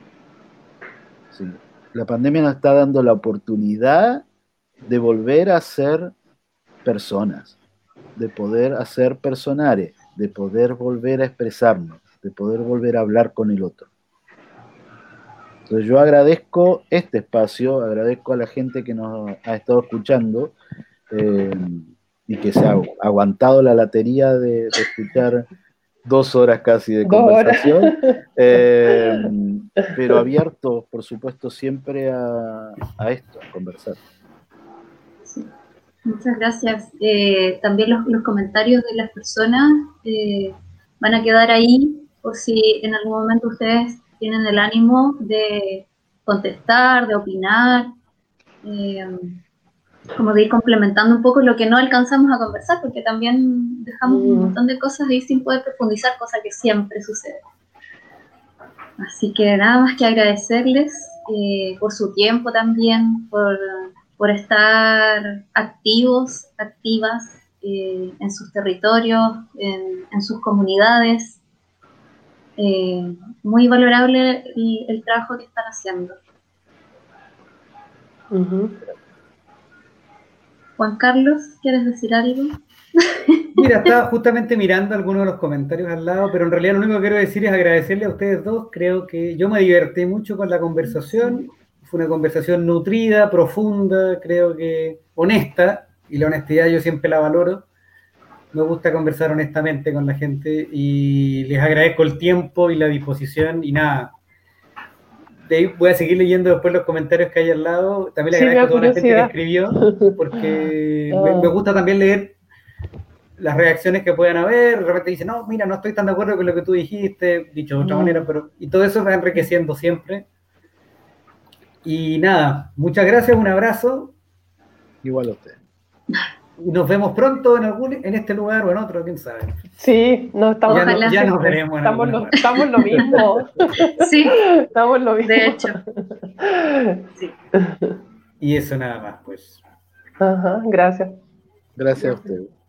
Sí. La pandemia nos está dando la oportunidad de volver a ser personas, de poder hacer personares, de poder volver a expresarnos, de poder volver a hablar con el otro. Entonces yo agradezco este espacio, agradezco a la gente que nos ha estado escuchando eh, y que se ha aguantado la latería de, de escuchar dos horas casi de conversación, eh, pero abierto, por supuesto, siempre a, a esto, a conversar. Sí. Muchas gracias. Eh, también los, los comentarios de las personas eh, van a quedar ahí por si en algún momento ustedes tienen el ánimo de contestar, de opinar, eh, como de ir complementando un poco lo que no alcanzamos a conversar, porque también dejamos mm. un montón de cosas ahí sin poder profundizar, cosa que siempre sucede. Así que nada más que agradecerles eh, por su tiempo también, por, por estar activos, activas eh, en sus territorios, en, en sus comunidades. Eh, muy valorable el, el trabajo que están haciendo. Uh-huh. Juan Carlos, ¿quieres decir algo? Mira, estaba justamente mirando algunos de los comentarios al lado, pero en realidad lo único que quiero decir es agradecerle a ustedes dos. Creo que yo me divertí mucho con la conversación. Fue una conversación nutrida, profunda, creo que honesta, y la honestidad yo siempre la valoro. Me gusta conversar honestamente con la gente y les agradezco el tiempo y la disposición y nada. De ahí voy a seguir leyendo después los comentarios que hay al lado. También le Sí, me agradezco a da toda la gente que curiosidad. escribió, porque Ah. me, me gusta también leer las reacciones que puedan haber. De repente dicen, no, mira, no estoy tan de acuerdo con lo que tú dijiste, dicho de otra Mm. manera, pero y todo eso va enriqueciendo siempre. Y nada, muchas gracias, un abrazo. Igual a usted. Y nos vemos pronto en algún, en este lugar o en otro, quién sabe. Sí, no estamos, Ya, no- Ojalá. ya nos veremos en estamos, alguna lo, parte. estamos lo mismo. Sí, Estamos lo mismo. de hecho. Sí. Y eso nada más, pues. Ajá, gracias. Gracias a usted.